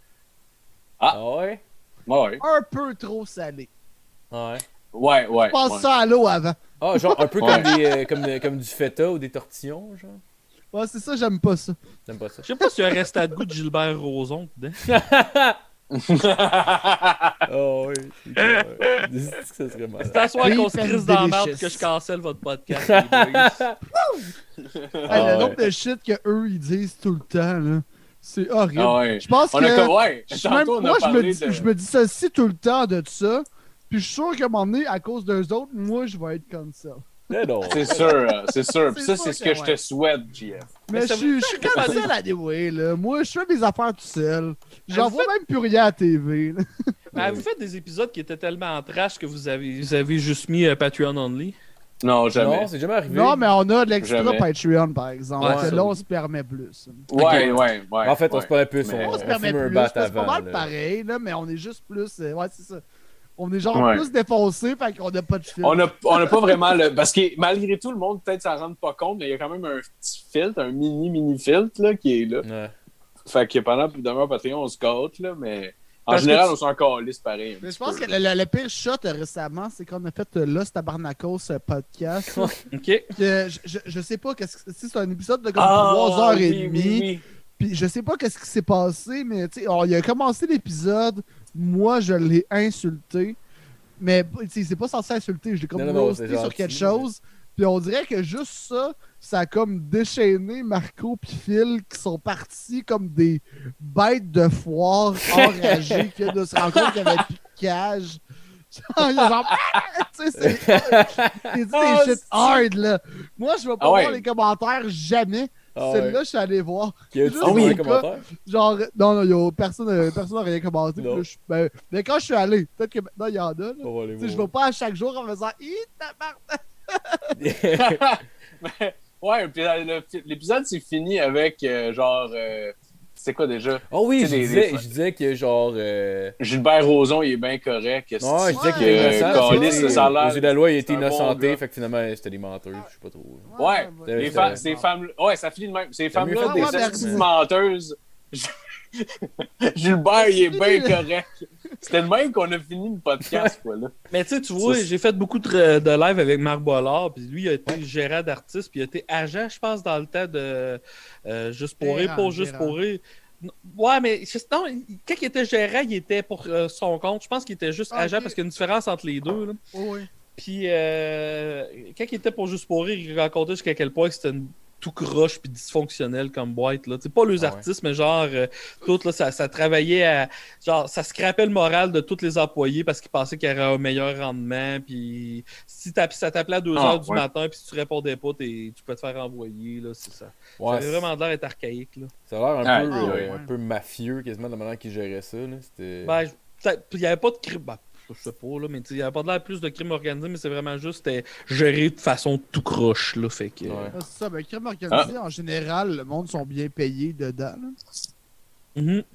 Ah ouais? Ouais, Un peu trop salé. Ouais. ouais. Je passe ouais. ça à l'eau avant. Ah, genre un peu Ouais. comme, comme du feta ou des tortillons, genre. Ouais, c'est ça, j'aime pas ça. J'aime pas ça. Je sais pas s'il y a un restant de goût de Gilbert Rozon dedans. Oh oui. C'est que ça serait malade. C'est à soir qu'on se Beef and crisse dans la merde delicious. que je cancelle votre podcast. Les boys. Le nombre de shit qu'eux, ils disent tout le temps, là, c'est horrible. Ah ouais. Je pense On a que... comme, ouais, je suis même- tantôt, on a moi, je me, parlé dis, de... je me dissocie tout le temps de ça. Puis je suis sûr qu'à un moment donné, à cause d'eux autres, moi, je vais être comme ça. Mais non. C'est sûr, c'est sûr. Puis C'est ça, c'est sûr ce que que je te ouais. souhaite, JF. Mais ça je suis comme seul à anyway, là. Moi, je fais mes affaires tout seul. J'envoie même plus rien à la TV. Là. Mais vous faites des épisodes qui étaient tellement en trash que vous avez juste mis Patreon only? Non, jamais. Non, c'est jamais arrivé. Non, mais on a de l'extra Jamais. Patreon, par exemple. Ouais, que ça, là, oui. on se permet plus. Ouais. En fait, on se parlait plus. Mais- On se On permet fume un plus. bat C'est pas avant. mal là. pareil, là, mais on est juste plus... ouais, c'est ça. On est genre Ouais. plus défoncé, fait qu'on a pas de film. On a pas vraiment le. Parce que malgré tout, le monde, peut-être, ça rend pas compte, mais il y a quand même un petit filtre, un mini filtre, là, qui est là. Ouais. Fait que pendant plus d'un mois Patreon, on se gâte, là, mais. En Parce que général, tu- on s'en calisse pareil. un Mais je petit pense peu. que le pire shot récemment, c'est qu'on a fait Los Tabarnakos podcast. Ok. que je sais pas, c'est un épisode de comme Ah, 3h30. oui, oui. Puis je sais pas qu'est-ce qui s'est passé, mais tu sais, il a commencé l'épisode, moi je l'ai insulté, mais tu sais, c'est pas censé insulter, je l'ai comme Non, roasté c'est sur gentil, quelque chose, puis on dirait que juste ça a comme déchaîné Marco pis Phil qui sont partis comme des bêtes de foire enragées qui viennent de se rendre compte qu'il y avait plus de cage. Genre, il y a genre, tu sais, c'est dit Ah, des shit c'est- hard, là. Moi, je vais pas Ah ouais. voir les commentaires, jamais. Ah Celle-là, ouais. je suis allé voir. Qui a dit Juste dans oui. les commentaires? Genre, non, personne n'a rien commenté. Puis Non. là, mais quand je suis allé, peut-être que maintenant, il y en a. Là. On va aller Tu sais, je voir. vais pas à chaque jour en faisant « Hi, tabarnak! Mais, ouais, puis l'épisode s'est fini avec genre. C'est quoi déjà? Oh oui, Tu sais, je disais que genre. Gilbert Rozon, il est bien correct. Ouais, je disais Ouais, qu'il était innocent. Caliste, c'était- ça a l'air- Aux yeux de la loi, il était c'est un bon innocenté, gars. fait que finalement, c'était des menteuses, je sais pas trop. Ouais, Ouais, ces femmes. Ouais, ça finit de même. Ces T'as mieux femmes-là, fait des des petites choses, menteuses. Gilbert, il est bien correct. C'était le même qu'on a fini le podcast, quoi, là. Mais tu sais, tu vois, Ça, j'ai fait beaucoup de live avec Marc Bollard, puis lui, il a été gérant d'artiste, puis il a été agent, je pense, dans le temps de Juste pour rire, Gérant, pas Juste gérant. pour rire. Ouais, mais non, quand il était gérant, il était pour son compte. Je pense qu'il était juste Ah, agent ok. parce qu'il y a une différence entre les deux. Là. Oui. Puis quand il était pour Juste pour rire, il racontait jusqu'à quel point c'était tout croche puis dysfonctionnel comme boîte. Là. Pas les Ah ouais. artistes, mais genre, tout, là, ça travaillait à. Genre, ça scrapait le moral de tous les employés parce qu'ils pensaient qu'il y aurait un meilleur rendement. Puis si ça t'appelait à 2 Ah, h du ouais. matin, puis si tu répondais pas, tu peux te faire envoyer. Là, c'est ça. Ça Ouais, avait vraiment l'air d'être archaïque. Là. ça a l'air Ah, un peu, ouais. un peu mafieux, quasiment, de la manière qu'il gérait ça. Là. C'était. Ben, il n'y avait pas de crime. Ben, je sais pas, là, mais il n'y avait pas de l'air plus de crime organisé, mais c'est vraiment juste c'était géré de façon tout croche. Là, fait que, Ouais. C'est ça, mais crime organisé, en général, le monde sont bien payés dedans. Là. Mhm.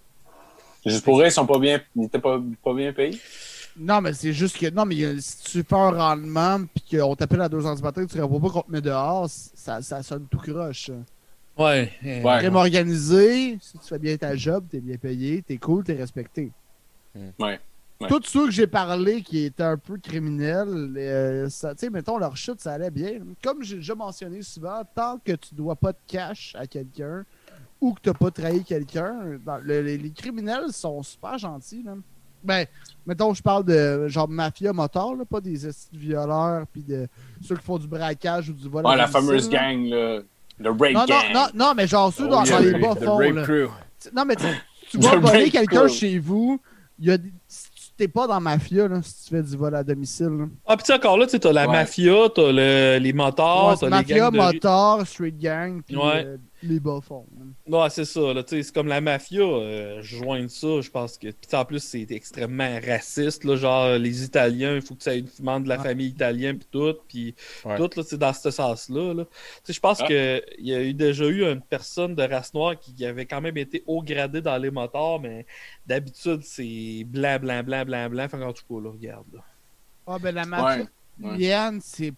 Juste pour eux, ils étaient pas bien payés. Non, mais c'est juste que. Non, mais si tu fais un rendement puis qu'on t'appelle à 2h du matin, tu ne réponds pas qu'on te met dehors, ça sonne tout croche. Ouais. Ouais. Crime organisé, si tu fais bien ta job, t'es bien payé, t'es cool, t'es respecté. Ouais. Ouais. Tous ceux que j'ai parlé qui étaient un peu criminels, tu sais, mettons, leur chute, ça allait bien. Comme j'ai déjà mentionné souvent, tant que tu dois pas de cash à quelqu'un ou que tu n'as pas trahi quelqu'un, les criminels sont super gentils. Là. Ben, mettons, je parle de genre mafia moteur, là, pas des estis de violeurs puis de ceux qui font du braquage ou du vol. à Ouais, la domicile, fameuse là. gang, là. Le rape Non, gang. non, mais genre ceux Oh, dans yeah, les the bas-fonds. Rape là. Crew. Non, mais tu The vas voler Rape quelqu'un Crew. chez vous, il y a si tu t'es pas dans mafia, là, si tu fais du vol à domicile. Là. Ah, pis tu sais, encore là, tu sais, t'as la Ouais. mafia, t'as les motards, Ouais, t'as c'est les mafia, gangs de rue. moteur, street gang, puis Ouais. les bas-fonds. là. Ouais, c'est ça, là, tu sais, c'est comme la mafia, je joins ça, je pense que... Pis en plus, c'est extrêmement raciste, là, genre, les Italiens, il faut que ça ait une membre de la Ouais. famille italienne, pis tout, pis Ouais. tout, là, c'est dans ce sens-là, là. Tu sais, je pense Ah. que il y a déjà eu une personne de race noire qui avait quand même été haut gradé dans les motards, mais d'habitude, c'est blanc, blanc, blanc, blanc, blanc, fait qu'en tout cas, là, regarde, là. Ah, ben la mafia Ouais. italienne, c'est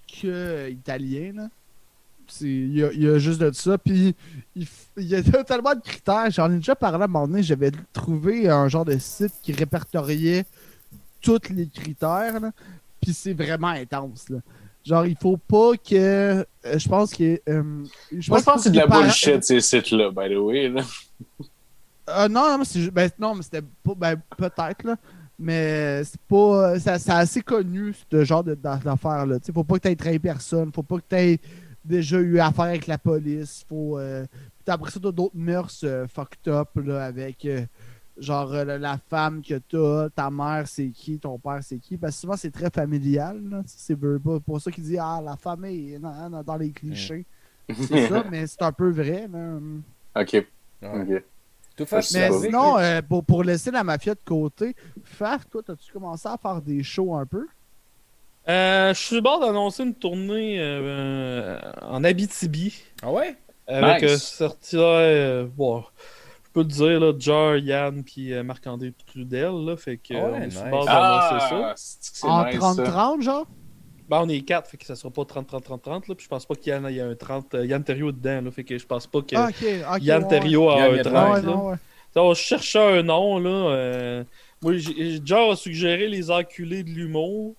que italien, là. Il y a juste de ça. Puis il y a tellement de critères. J'en ai déjà parlé à un moment donné. J'avais trouvé un genre de site qui répertoriait tous les critères. Là. Puis c'est vraiment intense. Là. Genre, il faut pas que. Je pense que. Moi, je pense que c'est de la bullshit, ces sites-là, by the way. Là. Non, mais non, mais c'était pas. Ben, peut-être, là. Mais c'est pas. C'est assez connu, ce genre d'affaires-là. Faut pas que tu aies trahi personne. Faut pas que tu aies déjà eu affaire avec la police. Faut. Puis après ça, t'as d'autres mœurs fucked up, là, avec. Genre, la femme que t'as, ta mère, c'est qui, ton père, c'est qui. Parce que souvent, c'est très familial. Là. C'est pas pour ça qu'il dit, la famille, dans les clichés. C'est ça, mais c'est un peu vrai. Là. OK. Ouais. Tout Mais facile. sinon, pour laisser la mafia de côté, Faf, toi, as-tu commencé à faire des shows un peu? Je suis sur le bord d'annoncer une tournée en Abitibi. Ah ouais? Avec Nice. sortie bon, je peux te dire, là, Jar, Yann puis Marc-André Trudel, là, fait que Ouais, on est nice. sur le bord d'annoncer ça. C'est En nice, ça. 30-30, genre? Ben, on est 4, fait que ça sera pas 30-30-30-30, là, puis je pense pas qu'il y a un 30, Yann Thériault dedans, là, fait que je pense pas que Ok, Yann ouais. Thériault a Yann, un il y a 30, Ouais, là. non, ouais. On cherchait un nom, là. Moi, Jar a suggéré les enculés de l'humour.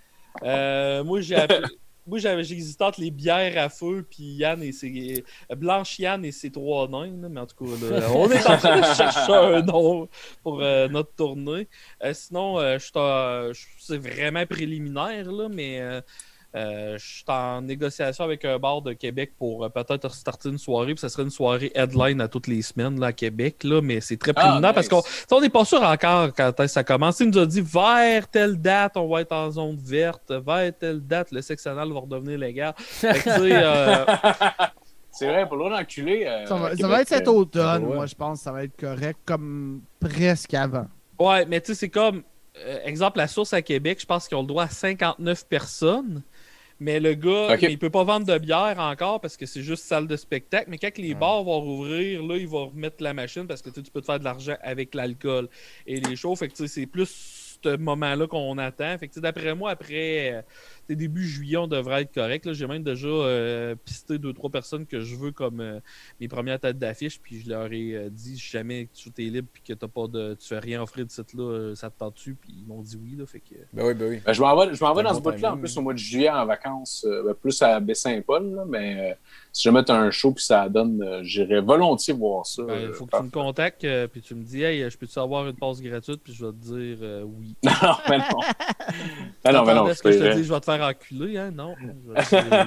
Moi, j'ai hésité entre les bières à feu puis Yann et ses Blanche Yann et ses 3 nains, là, mais en tout cas, là, on est en train de chercher un nom pour notre tournée. Sinon, c'est vraiment préliminaire, là, mais je suis en négociation avec un bar de Québec pour peut-être starter une soirée, puis ça serait une soirée headline à toutes les semaines là, à Québec, là, mais c'est très préliminaire parce qu'on n'est pas sûr encore quand ça commence. Il nous a dit vers telle date, on va être en zone verte, vers telle date, le sexe anal va redevenir légal. Fait que, tu sais, C'est vrai, pour l'autre enculé. Ça va Québec, être cet automne, ouais. moi, je pense que ça va être correct, comme presque avant. ouais, mais tu sais, c'est comme, exemple, la source à Québec, je pense qu'ils ont le droit à 59 personnes. Mais le gars, Ok. mais il peut pas vendre de bière encore parce que c'est juste salle de spectacle. Mais quand les bars vont rouvrir, là, ils vont remettre la machine parce que tu peux te faire de l'argent avec l'alcool et les shows. Fait que c'est plus ce moment-là qu'on attend. Fait que d'après moi, après début juillet, on devrait être correct. Là. J'ai même déjà pisté 2-3 personnes que je veux comme mes premières têtes d'affiche. Puis je leur ai dit si jamais tu es libre et que tu fais rien offrir de site là, ça te tente-tu? Puis ils m'ont dit oui. Là, fait que... Ben oui, ben oui. Je m'en vais C'est dans un ce bon bout-là en timing. plus au mois de juillet en vacances, plus à Baie-Saint-Paul, là, mais si jamais tu as un show puis ça donne, j'irai volontiers voir ça. Il faut que tu me contactes puis tu me dis hey, je peux-tu avoir une passe gratuite puis je vais te dire oui. Non, mais non. Mais non, mais non. Est-ce que je te dis je vais te faire enculer, hein? Non. Je vais te dire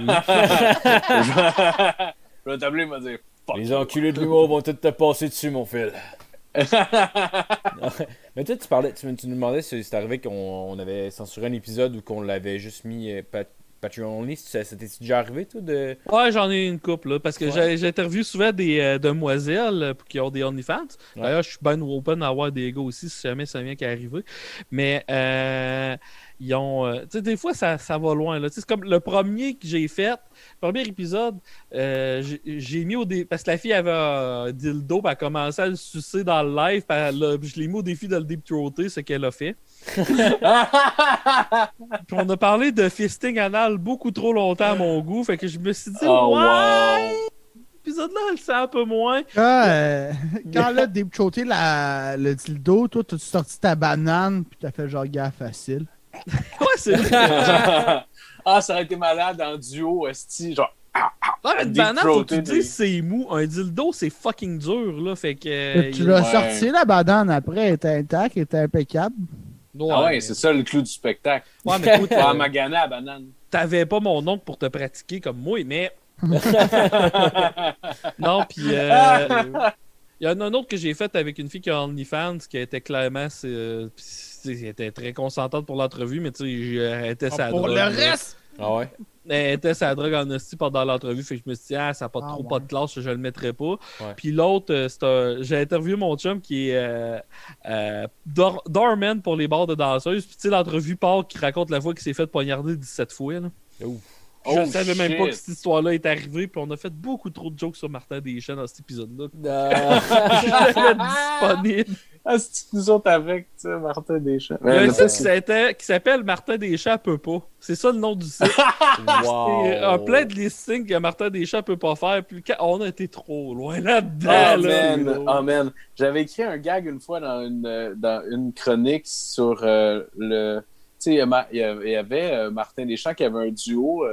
oui. Je vais t'appeler et me dire fuck. Les enculés de l'humour vont tous te passer dessus, mon fil. Mais toi, tu nous demandais si c'est arrivé qu'on avait censuré un épisode ou qu'on l'avait juste mis Patreon only. Ça t'est déjà arrivé, toi, de... Ouais, j'en ai une couple, là, parce que j'interviewe souvent des demoiselles qui ont des OnlyFans. Ouais. D'ailleurs, je suis bien open à avoir des gars aussi, si jamais ça vient qu'à arriver. Mais ils ont... tu sais, des fois, ça va loin, là. Tu sais, c'est comme le premier que j'ai fait, le premier épisode, j'ai mis parce que la fille avait un dildo, puis elle a commencé à le sucer dans le live, puis je l'ai mis au défi de le deep-throater, ce qu'elle a fait. Puis on a parlé de fisting anal beaucoup trop longtemps à mon goût, fait que je me suis dit, Oh, ouais, wow. l'épisode-là, elle le sait un peu moins. Quand là, déchoté le dildo, toi, t'as sorti ta banane, puis t'as fait genre gars facile. Ouais, c'est vrai. Ah, ça aurait été malade en duo, esti, genre. Ouais, mais une banane, faut que tu Deep-throater dises c'est mou. Un dildo, c'est fucking dur, là, fait que... Tu l'as ouais. sorti, la banane, après, elle était intacte, elle était impeccable. Ah ouais, c'est ça le clou du spectacle. Ouais, mais écoute, Pas maganer à la banane. t'avais pas mon oncle pour te pratiquer comme moi, mais... Non, puis... Il y en a un autre que j'ai fait avec une fille qui a OnlyFans, qui était clairement... elle était très consentante pour l'entrevue, mais tu sais, elle était sa Pour drogue, le là. reste, Ah ouais? Elle était sa drogue en hostie pendant l'entrevue, fait que je me suis dit, ça n'a pas trop pas de classe, je le mettrais pas. Puis l'autre, j'ai interviewé mon chum qui est doorman pour les bars de danseuses. Puis tu sais, l'entrevue part qui raconte la fois qu'il s'est fait poignarder 17 fois. Là. Ouf. Je savais même pas que cette histoire-là est arrivée, puis on a fait beaucoup trop de jokes sur Martin Deschamps dans cet épisode-là. Je l'avais disponible. Ah, c'est nous autres avec, tu sais, Martin Deschamps. Il y a un Mais site ça, qui s'appelle Martin Deschamps peut pas. C'est ça le nom du site. Wow. C'est un plein de listings que Martin Deschamps peut pas faire. Puis on a été trop loin là-dedans. Oh, là. man. Oh, man. J'avais écrit un gag une fois dans une chronique sur le... Tu sais, il y avait Martin Deschamps qui avait un duo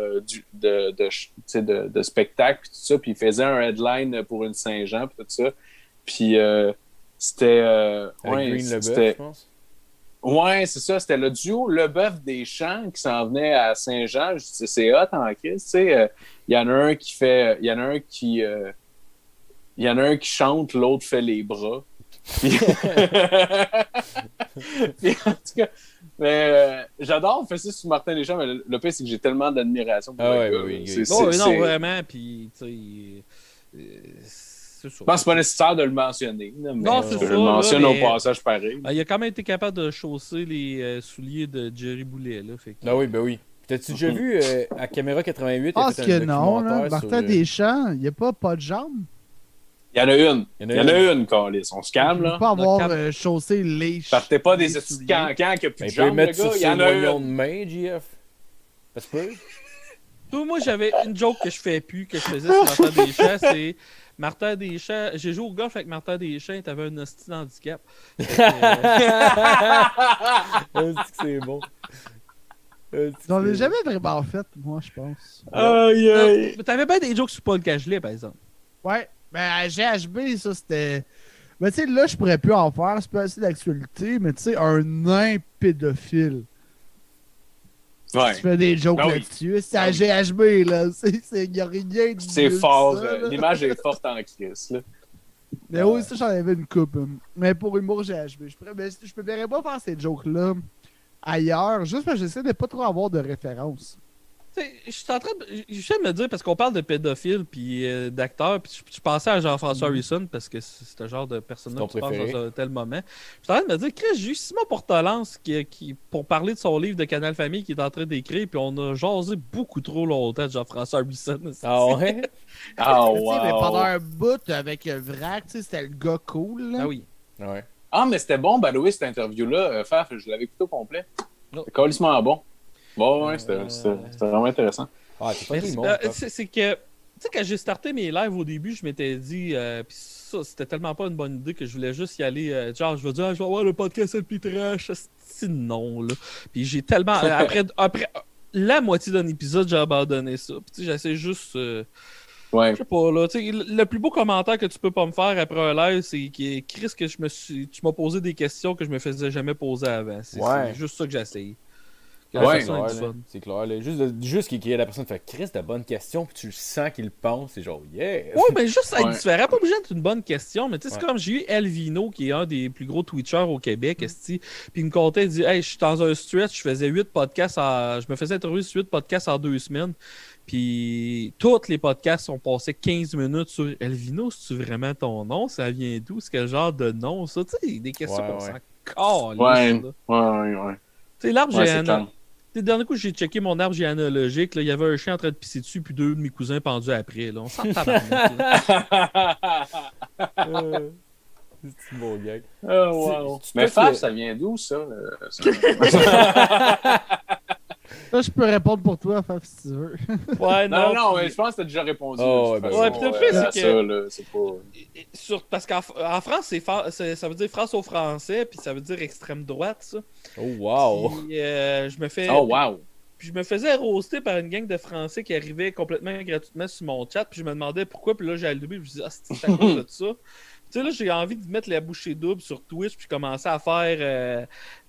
de spectacle puis tout ça, puis il faisait un headline pour une Saint-Jean puis tout ça. Puis C'était. Avec Green Leboeuf, c'était. je pense. Ouais, c'est ça. C'était le duo Leboeuf-Deschamps qui s'en venait à Saint-Jean. Je dis, c'est hot en crise. Tu sais, il y en a un qui fait. Il y en a un qui. Il y en a un qui chante, l'autre fait les bras. Puis, en tout cas, mais, j'adore faire ça sur Martin Deschamps, mais le pire, c'est que j'ai tellement d'admiration pour le gars. Oui. Non, vraiment, puis, tu sais, c'est ça. Je pense que c'est pas nécessaire de le mentionner. Là, mais Non, c'est je ça, le mentionne là, au mais- passage pareil. Il a quand même été capable de chausser les souliers de Jerry Boulet, là. Fait que... Ah oui, ben oui. T'as-tu déjà vu à Caméra 88, Je pense il a que fait un non, là. documentaire Martin sur, Deschamps, il n'y a pas de jambes. Il y en a une. Il y en a une, Carlis. On se calme, Il ne là. peut pas avoir Le chaussé les Partez pas des les petits souliers. cancans qui a plus Ben, de il peut le jambes, le mettre gars. sur Il y ses en a moignons une. de main, JF. Ça se peut? Toi, moi, j'avais une joke que je fais plus, que je faisais sur Martin Deschamps, c'est Martin Deschamps. J'ai joué au golf avec Martin Deschamps, t'avais un hostie d'handicap. Fait que, Est-ce que c'est bon? J'en ai jamais vraiment fait, moi, je pense. Aïe, aïe. mais t'avais bien des jokes sur Paul Cagelet, par exemple. Ouais, ben à GHB, ça c'était. Mais tu sais, là, je pourrais plus en faire, c'est pas assez d'actualité, mais tu sais, un nain pédophile. Ouais. Tu fais des jokes Ben oui. là-dessus. C'est à Ben oui. GHB, là. Il n'y a rien de. C'est mieux que fort. ça, là. L'image est forte en crise, là. Mais oui, ça, j'en avais une coupe. Mais pour humour GHB, je me verrais pas faire ces jokes-là ailleurs, juste parce que j'essaie de pas trop avoir de référence. Tu sais, je suis en train de. Je viens de me dire, parce qu'on parle de pédophiles puis d'acteurs, puis je pensais à Jean-François Harrison, parce que c'est ce genre de personnage C'est qui ton passe préféré. dans un tel moment. Je suis en train de me dire, Chris, j'ai eu Simon Portalance pour parler de son livre de Canal Famille qu'il est en train d'écrire, puis on a jasé beaucoup trop longtemps de Jean-François Harrison. Ah ouais? Ah, Tu sais, mais pendant wow. un bout avec Vrac, tu sais, c'était le gars cool. Là. Ah oui. Ouais. Ah, mais c'était bon, by the way, cette interview-là. Faf, je l'avais écouté au complet. Non. C'était calissement bon. Bon, ouais, c'était vraiment intéressant. Ah, t'es pas Mais tout le c'est monde. c'est que, tu sais, quand j'ai starté mes lives au début, je m'étais dit, puis ça, c'était tellement pas une bonne idée que je voulais juste y aller, genre, je vais dire, ah, je vais avoir le podcast le plus trash, c'est non, là. Puis j'ai tellement, après la moitié d'un épisode, j'ai abandonné ça. Puis tu sais, j'essaie juste, Ouais. je sais pas, là, tu sais, le plus beau commentaire que tu peux pas me faire après un live, c'est que, Chris, que tu m'as posé des questions que je me faisais jamais poser avant. C'est juste ça que j'essaye. Que la Ouais. personne ait du Clair, là. fun. C'est clair. Là. Juste qu'il y ait la personne qui fait Chris de bonnes questions, puis tu le sens qu'il le pense, c'est genre yeah! Ouais, mais juste être Ouais. différent. Pas obligé d'être une bonne question, mais tu sais, c'est Ouais. comme j'ai eu Elvino, qui est un des plus gros Twitchers au Québec, esti, puis il me comptait, il dit, hey, je suis dans un stretch, je faisais 8 podcasts, je me faisais interviewer sur 8 podcasts en 2 semaines, puis tous les podcasts ont passé 15 minutes sur Elvino, c'est-tu vraiment ton nom? Ça vient d'où? C'est quel genre de nom, ça? Tu sais, des questions Ouais, qu'on ouais. s'en calisse, Ouais. là. Ouais. Tu sais, l'arbre Ouais, c'est généalogique. clair. Le dernier coup, j'ai checké mon arbre généalogique. Là, il y avait un chien en train de pisser dessus, puis 2 de mes cousins pendus après. Là. On s'en tabarnak. Là. C'est un bon gag. Oh, wow. Tu Mais peux Faf, que- ça vient d'où, ça? Là, je peux répondre pour toi, Faf, si tu veux. Ouais, Non, non. mais je pense que t'as déjà répondu. Oh, de toute ouais, façon. ouais, puis le pire, c'est que- ça, là, c'est pas... Parce qu'en France, ça veut dire France au français, puis ça veut dire extrême droite, ça. Oh wow! Puis, je me fais. Oh, wow! Puis je me faisais roaster par une gang de Français qui arrivaient complètement gratuitement sur mon chat, puis je me demandais pourquoi, puis là j'ai allumé, puis je me disais, ah, c'est à cause de ça. Tu sais, là, j'ai envie de mettre la bouchée double sur Twitch, puis commencer à faire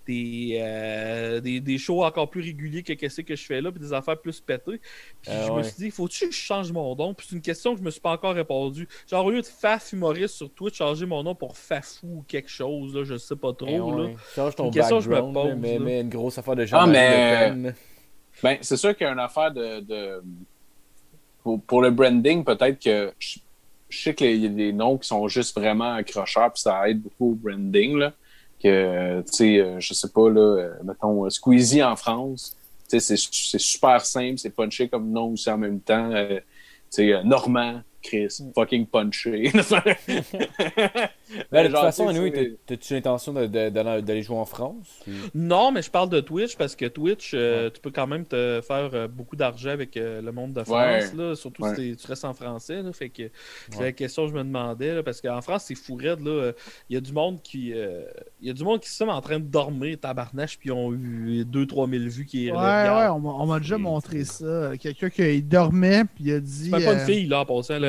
des shows encore plus réguliers que qu'est-ce que je fais là, puis des affaires plus pétées. Puis je me ouais. suis dit, faut-tu que je change mon nom? Puis c'est une question que je me suis pas encore répondu. Genre, au lieu de Faf humoriste sur Twitch, changer mon nom pour Fafou ou quelque chose, là, je sais pas trop. Eh là. ouais. Change ton Une question que je me background, là, pose, mais, là. mais une grosse affaire de Ah, Jean-Marie mais- Le Pen. Ben, c'est sûr qu'il y a une affaire de... Pour le branding, peut-être que... Je sais qu'il y a des noms qui sont juste vraiment accrocheurs, puis ça aide beaucoup au branding, là. Que, tu sais, je sais pas, là, mettons, Squeezie en France, tu sais, c'est super simple, c'est punché comme nom aussi en même temps. Tu sais, Normand, Chris, fucking punché. Ben, de toute Genre, façon, tu sais, anyway, t'as-tu l'intention d'aller jouer en France? Ou... Non, mais je parle de Twitch parce que Twitch, tu peux quand même te faire beaucoup d'argent avec le monde de France, là, surtout Ouais. si tu restes en français. Là, fait que c'est la question que je me demandais, là, parce qu'en France, c'est fou raide. Là, il y a du monde qui sont en train de dormir, tabarnache, puis ils ont eu 2-3 000 vues qui Ouais, regardent. on m'a déjà montré ça. Quelqu'un qui dormait, puis il a dit. C'est même pas une fille, là, en passant. Elle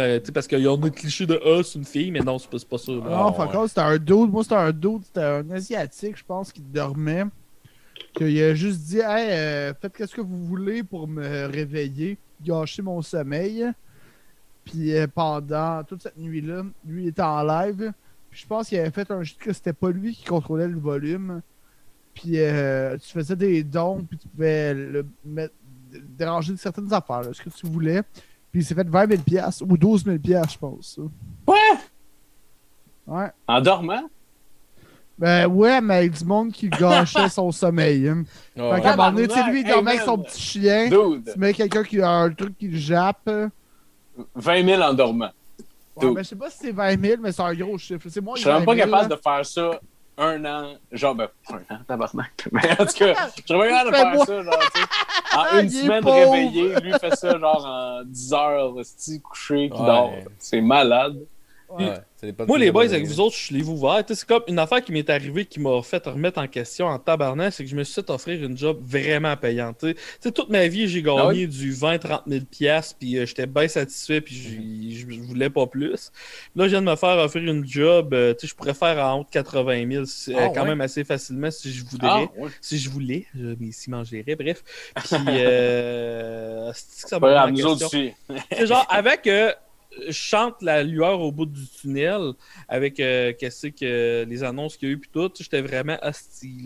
tu sais, parce qu'il y a un cliché de c'est une fille, mais non, c'est pas ça. Là. Non, fuck off, c'était un dude. Moi, c'était un Asiatique, je pense, qui dormait. Qu'il a juste dit, hey, faites ce que vous voulez pour me réveiller, gâcher mon sommeil. Puis pendant toute cette nuit-là, lui il était en live. Puis je pense qu'il avait fait un jeu que c'était pas lui qui contrôlait le volume. Puis tu faisais des dons, puis tu pouvais déranger de certaines affaires, là, ce que tu voulais. Puis il s'est fait 20 000 $ ou 12 000 $, je pense. Ça. Quoi? Ouais. En dormant? Ben ouais, mais avec du monde qui gâchait son sommeil. Hein. Oh. Fait qu'à un moment donné, tu sais, lui, il Hey, dormait avec man. son petit chien. Dude, Tu mets quelqu'un qui a un truc qui le jappe. 20 000 en dormant. Ouais, Dude. ben, je sais pas si c'est 20 000, mais c'est un gros chiffre. C'est moins Je serais même pas 20 000, capable là. de faire ça un an. Genre, ben, un an, tabarnak. Mais en tout cas, je serais pas capable de Fais-moi. faire ça, genre, tu sais. En une Il est semaine pauvre. réveillé, lui fait ça, genre, en 10 heures, esti, couché, qui Ouais. dort. C'est malade. Ouais, ça dépend de Moi, tes les boys, abonnés. avec vous autres, je l'ai ouvert. C'est comme une affaire qui m'est arrivée qui m'a fait remettre en question en tabarnak, c'est que je me suis fait offrir une job vraiment payante. Tu sais, toute ma vie, j'ai gagné Ah oui? du 20-30 000 $, puis j'étais bien satisfait, puis je voulais pas plus. Là, je viens de me faire offrir une job, tu sais, je pourrais faire en haut de 80 000 quand ouais? même assez facilement si je voudrais. Ah, ouais. Si je voulais, mais s'il mangerait, bref. Puis, c'est que ça Pas m'a grave, mis nous en autres question. aussi. C'est genre, avec je chante la lueur au bout du tunnel, avec qu'est-ce que les annonces qu'il y a eu, puis tout, j'étais vraiment hostile.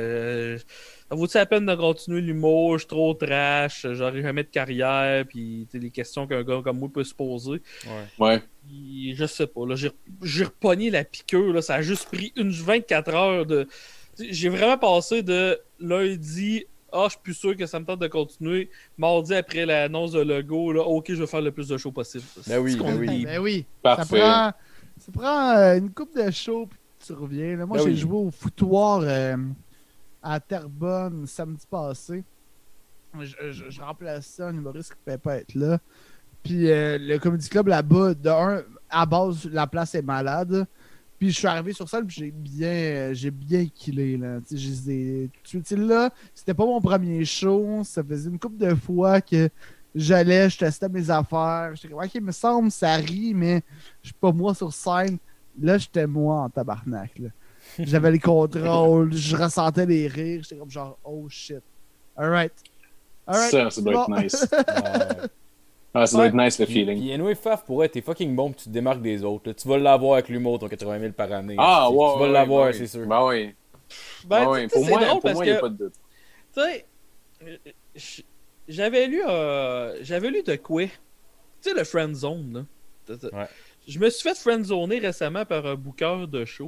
Ça vaut-il la peine de continuer l'humour? Je suis trop trash, j'aurai jamais de carrière, puis les questions qu'un gars comme moi peut se poser. Ouais. Ouais. Puis, je sais pas, là, j'ai repogné la piqûre, là, ça a juste pris 24 heures de. J'ai vraiment passé de lundi. Je suis plus sûr que ça me tente de continuer. Mardi, après l'annonce de logo, là, ok, je vais faire le plus de shows possible. Ben oui, C'est qu'on ben est oui. des- Ben oui. Parfait. Ça prend une coupe de show, puis tu reviens. Là. Moi, Ben j'ai oui. joué au foutoir à Terrebonne samedi passé. Je remplaçais un humoriste qui ne pouvait pas être là. Puis le Comedy Club là-bas, à base, la place est malade. Puis je suis arrivé sur scène, puis j'ai bien killé. Là. Tu sais, là, c'était pas mon premier show. Ça faisait une couple de fois que j'allais, je testais mes affaires. J'étais comme, ok, me semble, ça rit, mais je suis pas moi sur scène. Là, j'étais moi en tabarnak. Là. J'avais les contrôles, je ressentais les rires. J'étais comme genre, oh shit. Alright. Ça doit être nice. Ah, ça doit être nice, le feeling. Puis anyway, Faf, pour être t'es fucking bon, puis tu te démarques des autres. Là. Tu vas l'avoir avec l'humour, ton 80 000 par année. Ah, Tu ouais. vas l'avoir, ouais, c'est sûr. Ben oui. Ben, Ben oui. tu sais, Pour c'est moi, drôle parce il n'y a que, pas de doute. tu sais, j'avais lu de quoi? Tu sais, le friend zone, là. Ouais. Je me suis fait friendzoner récemment par un booker de show.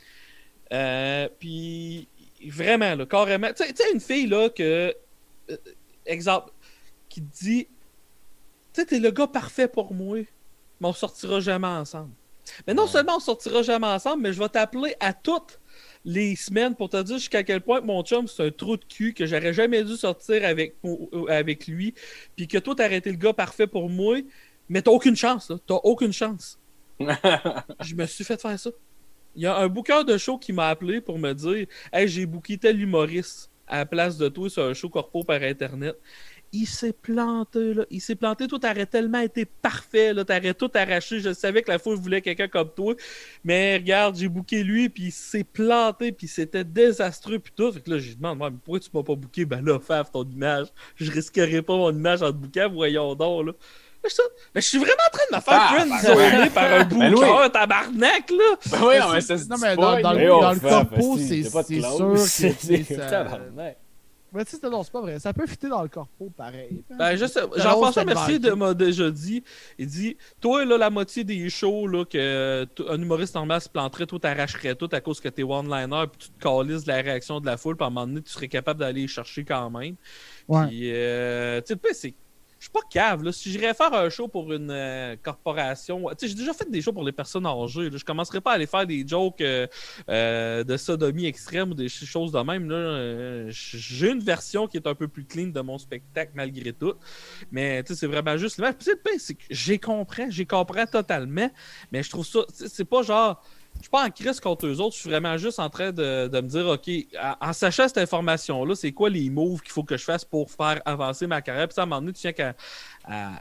Puis, vraiment, là, carrément. Tu sais, une fille, là, que. Exemple, qui te dit. Tu sais, t'es le gars parfait pour moi, mais on sortira jamais ensemble. Mais non seulement on sortira jamais ensemble, mais je vais t'appeler à toutes les semaines pour te dire jusqu'à quel point que mon chum, c'est un trou de cul, que j'aurais jamais dû sortir avec lui, puis que toi, t'as arrêté le gars parfait pour moi, mais t'as aucune chance, là. T'as aucune chance. Je me suis fait faire ça. Il y a un booker de show qui m'a appelé pour me dire « Hey, j'ai booké tel humoriste à la place de toi sur un show corpo par Internet. » Il s'est planté, là. Il s'est planté. Toi, t'aurais tellement été parfait, là. T'aurais tout arraché. Je savais que la foule voulait quelqu'un comme toi. Mais regarde, j'ai booké lui, puis il s'est planté, puis c'était désastreux, puis tout. Fait que là, je lui demande, mais pourquoi tu m'as pas booké? Ben là, Faf, ton image. Je risquerais pas mon image en te bookant, voyons donc, là. Mais je suis vraiment en train de me faire friendzoner par un booker, tabarnak, là! Ben oui, mais ça se Non, dit mais pas, dans Mais oh, le Faf, corpo, esti, c'est t'as pas de sûr clause. que tu sais, C'est ça... tabarnak. Mais tu sais, non, c'est pas vrai. Ça peut fitter dans le corpo, pareil. Ben, je sais. C'est Jean-François drôle, Mercier c'est m'a déjà dit, il dit, toi, là, la moitié des shows, là, que un humoriste normal se planterait, toi, t'arracherais tout à cause que t'es one-liner, puis tu te calisses de la réaction de la foule, puis à un moment donné, tu serais capable d'aller les chercher quand même. Ouais. Puis, tu sais, le pire, c'est. Je suis pas cave, là. Si j'irais faire un show pour une corporation. Tu sais, j'ai déjà fait des shows pour les personnes âgées. Là. Je commencerai pas à aller faire des jokes de sodomie extrême ou des choses de même. Là. J'ai une version qui est un peu plus clean de mon spectacle malgré tout. Mais tu sais, c'est vraiment juste l'image. Puis, le pire, c'est que j'ai compris totalement. Mais je trouve ça. C'est pas genre. Je suis pas en crise contre eux autres, je suis vraiment juste en train de me dire, OK, en sachant cette information-là, c'est quoi les moves qu'il faut que je fasse pour faire avancer ma carrière? Puis ça, à un moment donné, tu tiens qu'à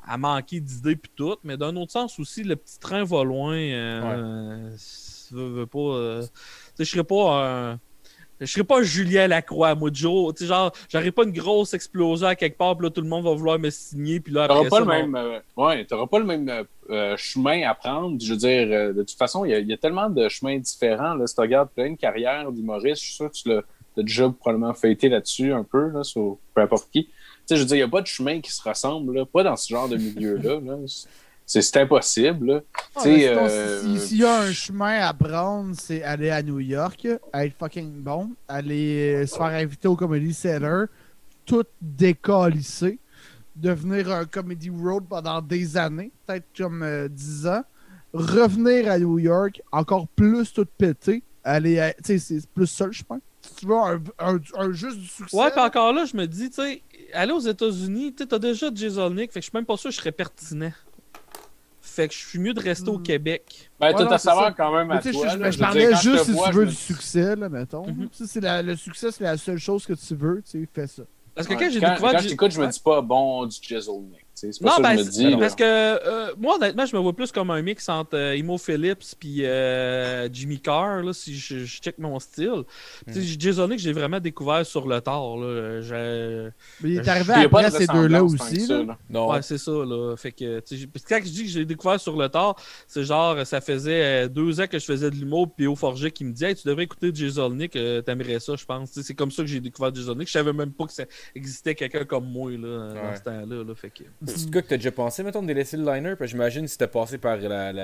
à manquer d'idées puis tout, mais d'un autre sens aussi, le petit train va loin. Veux pas. Je serais pas un. Je serais pas Julien Lacroix, moi, Joe. Tu sais, genre, j'aurais pas une grosse explosion à quelque part, puis là, tout le monde va vouloir me signer, puis là, après t'auras pas ça... le même, t'auras pas le même chemin à prendre. Je veux dire, de toute façon, il y a tellement de chemins différents. Là, si tu regardes plein de carrières d'humoriste, je suis sûr que tu l'as déjà probablement fêté là-dessus un peu, là, sur peu importe qui. Tu sais, je veux dire, il n'y a pas de chemin qui se ressemble, là, pas dans ce genre de milieu-là. Là. C'est impossible. Là. S'il y a un chemin à prendre, c'est aller à New York, être fucking bon, aller se faire inviter au Comedy Cellar, tout décalisser, devenir un Comedy Road pendant des années, peut-être comme 10 ans, revenir à New York, encore plus tout pété, aller, tu sais, c'est plus ça le chemin. Si tu veux un juste du succès. Ouais, puis encore là, je me dis, tu sais, aller aux États-Unis, tu sais, t'as déjà Jeselnik, fait que je suis même pas sûr que je serais pertinent. Fait que je suis mieux de rester au Québec. Ben, tout à savoir quand même à toi. Je parlais juste si tu veux du succès, là, mettons. Le succès, c'est la seule chose que tu veux, tu sais, fais ça. Parce que quand j'ai découvert... Quand je t'écoute, je me dis pas bon du Jeselnik. C'est pas ça que je me dis. Parce que moi, honnêtement, je me vois plus comme un mix entre Emo Phillips et Jimmy Carr, là, si je check mon style. Jeselnik, j'ai vraiment découvert sur le tard. Là. Mais il est arrivé après ces deux-là aussi. Là. Non. Ouais, c'est ça. Là. Fait que, quand je dis que j'ai découvert sur le tard, c'est genre, ça faisait 2 ans que je faisais de l'humour, puis P.O. Forget qui me dit hey, tu devrais écouter Jeselnik, t'aimerais ça, je pense. C'est comme ça que j'ai découvert Jeselnik. Je savais même pas que ça existait quelqu'un comme moi là, dans ce temps-là. Là. Fait que... C'est quoi que t'as déjà pensé, mettons, de délaisser le liner? Parce que j'imagine si t'as passé par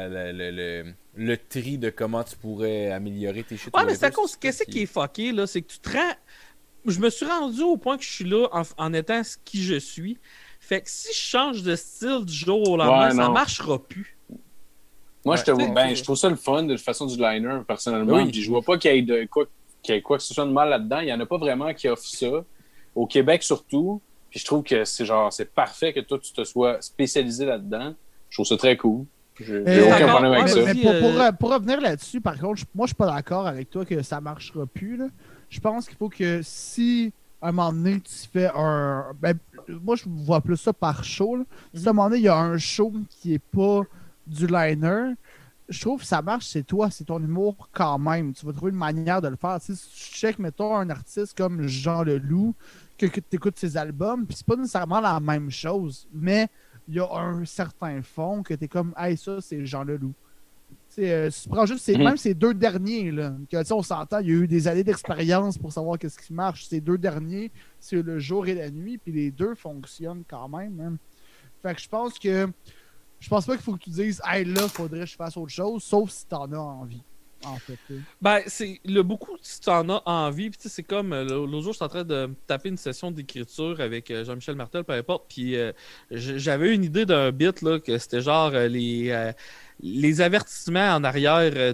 le tri de comment tu pourrais améliorer tes shit. Ouais, mais c'est à cause, qu'est-ce qui est fucké, là? C'est que tu te rends... Je me suis rendu au point que je suis là en étant qui je suis. Fait que si je change de style du jour au lendemain, ça marchera plus. Moi, je trouve ça le fun de la façon du liner, personnellement. Oui. Puis je vois pas qu'il y ait quoi que ce soit de mal là-dedans. Il y en a pas vraiment qui offrent ça. Au Québec, surtout. Puis je trouve que c'est parfait que toi, tu te sois spécialisé là-dedans. Je trouve ça très cool. J'ai aucun problème avec ça. Mais pour revenir là-dessus, par contre, moi, je suis pas d'accord avec toi que ça marchera plus. Là. Je pense qu'il faut que si, à un moment donné, tu fais un... Ben, moi, je vois plus ça par show. Là. Si, à un moment donné, il y a un show qui est pas du liner, je trouve que ça marche, c'est toi, c'est ton humour quand même. Tu vas trouver une manière de le faire. Tu sais, si tu check, mettons, un artiste comme Jean Leloup, que tu écoutes ses albums, puis c'est pas nécessairement la même chose, mais il y a un certain fond que tu es comme, hey, ça, c'est Jean Leloup. Si tu prends juste même ces 2 derniers, là, que, on s'entend, il y a eu des années d'expérience pour savoir qu'est-ce qui marche. Ces 2 derniers, c'est le jour et la nuit, puis les 2 fonctionnent quand même. Hein. Fait que je pense pas qu'il faut que tu dises, hey, là, faudrait que je fasse autre chose, sauf si t'en as envie. En fait, ben, c'est beaucoup si tu en as envie. Puis, c'est comme l'autre jour, j'étais en train de taper une session d'écriture avec Jean-Michel Martel, peu importe. Puis, j'avais une idée d'un bit là, que c'était genre les avertissements en arrière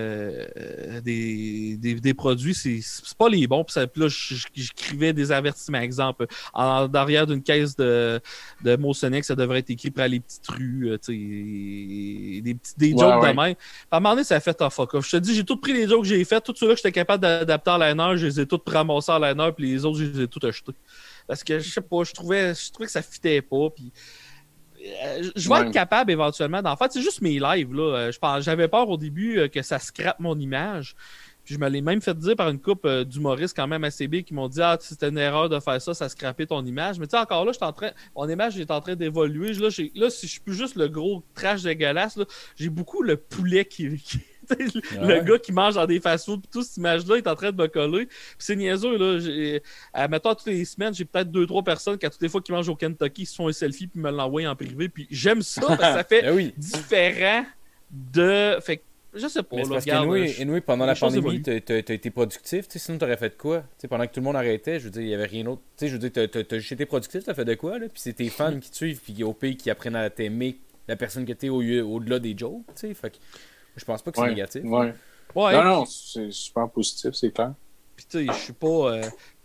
des produits, c'est pas les bons. Puis là, j'écrivais des avertissements. Exemple, en arrière d'une caisse de Motionex, ça devrait être écrit pour les petites rues, des jokes de même. À un moment donné, ça a fait un fuck off. Je te dis, j'ai tout pris les jokes que j'ai fait, tous ceux-là que j'étais capable d'adapter en liner, je les ai tous ramassés en liner, puis les autres, je les ai tous achetés. Parce que, je sais pas, je trouvais que ça fitait pas, puis... je vais être capable éventuellement d'en faire. C'est juste mes lives, là. J'avais peur au début que ça scrape mon image. Puis je me l'ai même fait dire par une couple d'humoristes quand même assez big qui m'ont dit « Ah, c'était une erreur de faire ça, ça scrapait ton image. » Mais tu sais, encore là, mon image est en train d'évoluer. Là, si je suis plus juste le gros trash dégueulasse, là, j'ai beaucoup le poulet le gars qui mange dans des fast-foods, puis toute cette image-là est en train de me coller. Puis c'est niaiseux, là. Mettons, toutes les semaines, j'ai peut-être 2-3 personnes qui, à toutes les fois qu'ils mangent au Kentucky, ils se font un selfie puis me l'envoient en privé. Puis j'aime ça parce que ça fait différent de... Fait que, je sais pas. Mais là, parce regarde, pendant la pandémie, t'as été productif. Sinon, t'aurais fait quoi? Pendant que tout le monde arrêtait, je veux dire, il y avait rien d'autre. Je veux dire, t'as juste été productif, t'as fait de quoi? Là? Puis c'est tes fans qui te suivent, puis au pays qui apprennent à t'aimer la personne que t'es au-delà des jokes. Fait que je pense pas que c'est négatif. Ouais. Non, c'est super positif, c'est clair. Puis tu sais, je suis pas...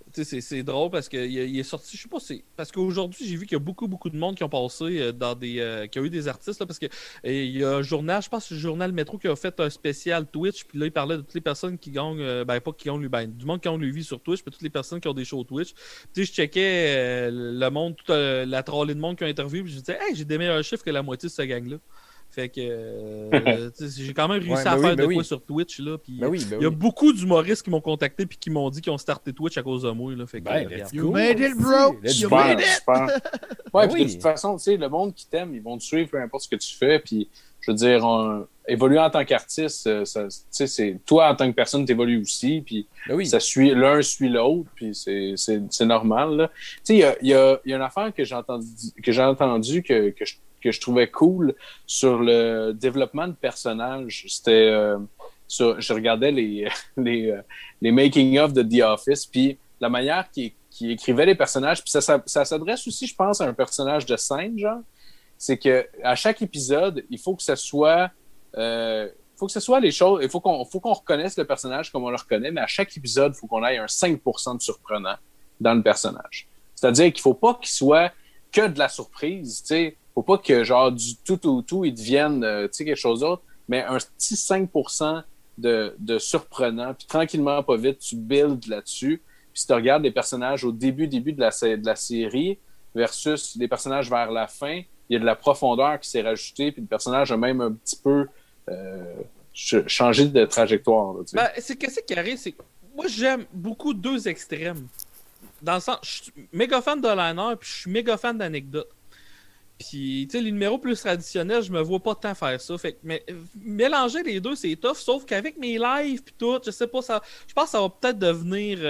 c'est drôle parce qu'il est sorti, je sais pas, parce qu'aujourd'hui, j'ai vu qu'il y a beaucoup de monde qui ont passé dans qui a eu des artistes, là, parce que il y a un journal, je pense que c'est le journal Métro qui a fait un spécial Twitch, puis là, il parlait de toutes les personnes qui gagnent, pas qui gagnent du monde qui ont lui vie sur Twitch, puis toutes les personnes qui ont des shows Twitch. Tu sais, je checkais le monde, toute la trolley de monde qui ont interviewé, puis je disais, hey, j'ai des meilleurs chiffres que la moitié de ce gang-là. Fait que j'ai quand même réussi à faire de quoi sur Twitch là. Puis il y a beaucoup d'humoristes qui m'ont contacté puis qui m'ont dit qu'ils ont starté Twitch à cause de moi là. Fait que you made it, bro. You made it. Ouais, puis de toute façon, tu sais, le monde qui t'aime, ils vont te suivre peu importe ce que tu fais. Puis je veux dire, évoluer en tant qu'artiste, c'est toi en tant que personne, t'évolues aussi. Puis ça suit l'un suit l'autre. Puis c'est normal là. Tu sais, il y a une affaire que j'ai entendu que je trouvais cool sur le développement de personnages. C'était je regardais les making-of de The Office, puis la manière qu'il écrivait les personnages, puis ça s'adresse aussi, je pense, à un personnage de scène, genre. C'est que à chaque épisode, il faut que ce soit les choses, il faut qu'on reconnaisse le personnage comme on le reconnaît, mais à chaque épisode, il faut qu'on ait un 5% de surprenant dans le personnage. C'est-à-dire qu'il faut pas qu'il soit que de la surprise, tu sais. Faut pas que, genre, du tout au tout, ils deviennent, quelque chose d'autre, mais un petit 5% de surprenant, puis tranquillement, pas vite, tu builds là-dessus. Puis si tu regardes les personnages au début de la série versus les personnages vers la fin, il y a de la profondeur qui s'est rajoutée, puis le personnage a même un petit peu changé de trajectoire. Là, c'est qu'est-ce qui arrive, c'est que moi, j'aime beaucoup deux extrêmes. Dans le sens, je suis méga fan de liner, puis je suis méga fan d'anecdotes. Puis, tu sais, les numéros plus traditionnels, je me vois pas tant faire ça. Fait que, mais mélanger les deux, c'est tough. Sauf qu'avec mes lives puis tout, je sais pas, je pense que ça va peut-être devenir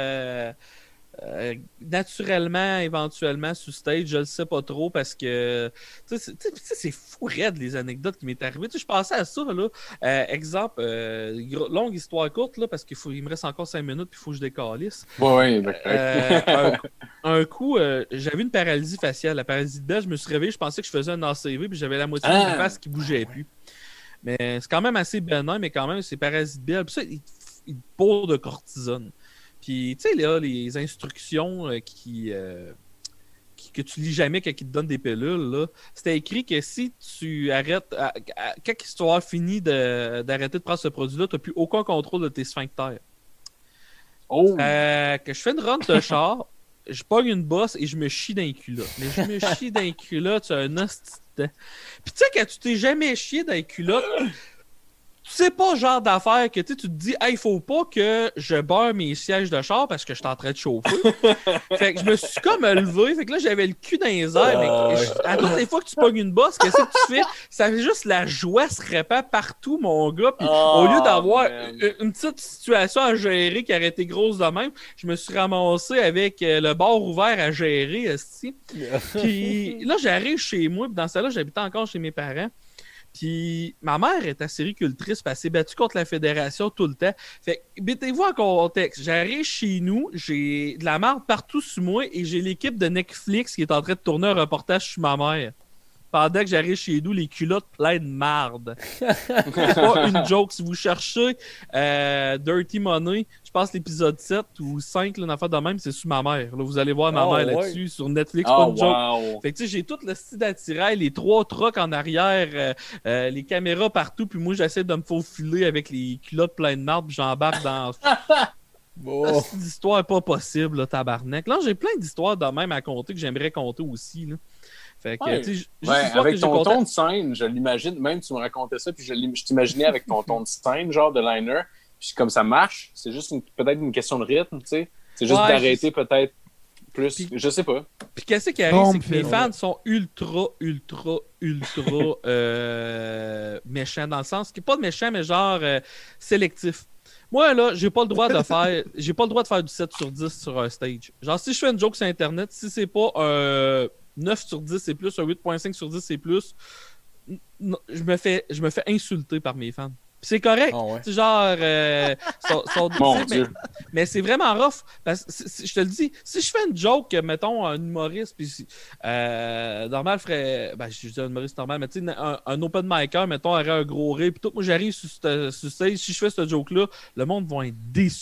naturellement, éventuellement, sur stage. Je le sais pas trop parce que, tu sais, c'est fou raide les anecdotes qui m'est arrivé. Tu sais, je pensais à ça, là. Exemple, longue histoire courte, là, parce qu'il me reste encore 5 minutes puis il faut que je décalisse. Oui, un coup, j'avais une paralysie faciale. La paralysie de bête, je me suis réveillé, je pensais que je faisais un ACV, puis j'avais la moitié de ma face qui bougeait plus. Mais c'est quand même assez bénin, mais quand même, c'est paralysie de bête. Puis ça, il te pose de cortisone. Puis, tu sais, là, les instructions que tu lis jamais quand ils te donnent des pilules, là, c'était écrit que si tu arrêtes, quand tu auras fini d'arrêter de prendre ce produit-là, tu n'as plus aucun contrôle de tes sphincters. Oh! Que je fais une run de char, je pogne une bosse et je me chie dans les culottes. Mais je me chie dans les culottes, c'est un hostie de temps. Puis tu sais, quand tu t'es jamais chié dans les culottes, tu sais pas le genre d'affaire que tu te dis, hey, faut pas que je beurre mes sièges de char parce que je suis en train de chauffer. Fait que je me suis comme levé. Fait que là, j'avais le cul dans les airs. Mais à toutes les fois que tu pognes une bosse, qu'est-ce que tu fais? Ça fait juste la joie se répand partout, mon gars. Puis au lieu d'avoir une petite situation à gérer qui aurait été grosse de même, je me suis ramassé avec le bar ouvert à gérer. Puis là, j'arrive chez moi. Puis dans ce temps-là, j'habitais encore chez mes parents. Puis ma mère est acéricultrice, puis elle s'est battue contre la fédération tout le temps. Fait que, mettez-vous en contexte. J'arrive chez nous, j'ai de la marde partout sur moi et j'ai l'équipe de Netflix qui est en train de tourner un reportage sur ma mère. Pendant que j'arrive chez nous, les culottes pleines de marde. C'est pas une joke. Si vous cherchez Dirty Money, je pense l'épisode 7 ou 5, là, une affaire de même, c'est sur ma mère. Là, vous allez voir ma mère là-dessus, sur Netflix, pas une joke. Fait que tu sais, j'ai tout le style d'attirail, les 3 trucks en arrière, les caméras partout, puis moi, j'essaie de me faufiler avec les culottes pleines de marde, puis j'embarque dans... Cette histoire est pas possible, là, tabarnak. Là, j'ai plein d'histoires de même à compter que j'aimerais compter aussi, là. Fait que, avec ton ton de scène, je l'imagine, même tu me racontais ça, puis je t'imaginais avec ton ton de scène, genre de liner, puis comme ça marche, c'est juste peut-être une question de rythme, tu sais. C'est juste d'arrêter peut-être plus, puis, je sais pas. Puis qu'est-ce qui arrive, c'est que mes fans sont ultra méchants, dans le sens, qui n'est pas de méchant, mais genre sélectif. Moi, là, j'ai pas le droit de faire du 7 sur 10 sur un stage. Genre, si je fais une joke sur Internet, si c'est pas 9 sur 10 c'est plus, un 8.5 sur 10 c'est plus, je me fais insulter par mes fans. Puis c'est correct. Oh ouais. C'est genre mais c'est vraiment rough. Parce que je te le dis, si je fais une joke, mettons un humoriste, puis normal ferait. Ben je dis un humoriste normal, mais tu sais, un open micer, mettons, aurait un gros rire, puis tout, moi j'arrive sur stage, si je fais cette joke-là, le monde va être déçu.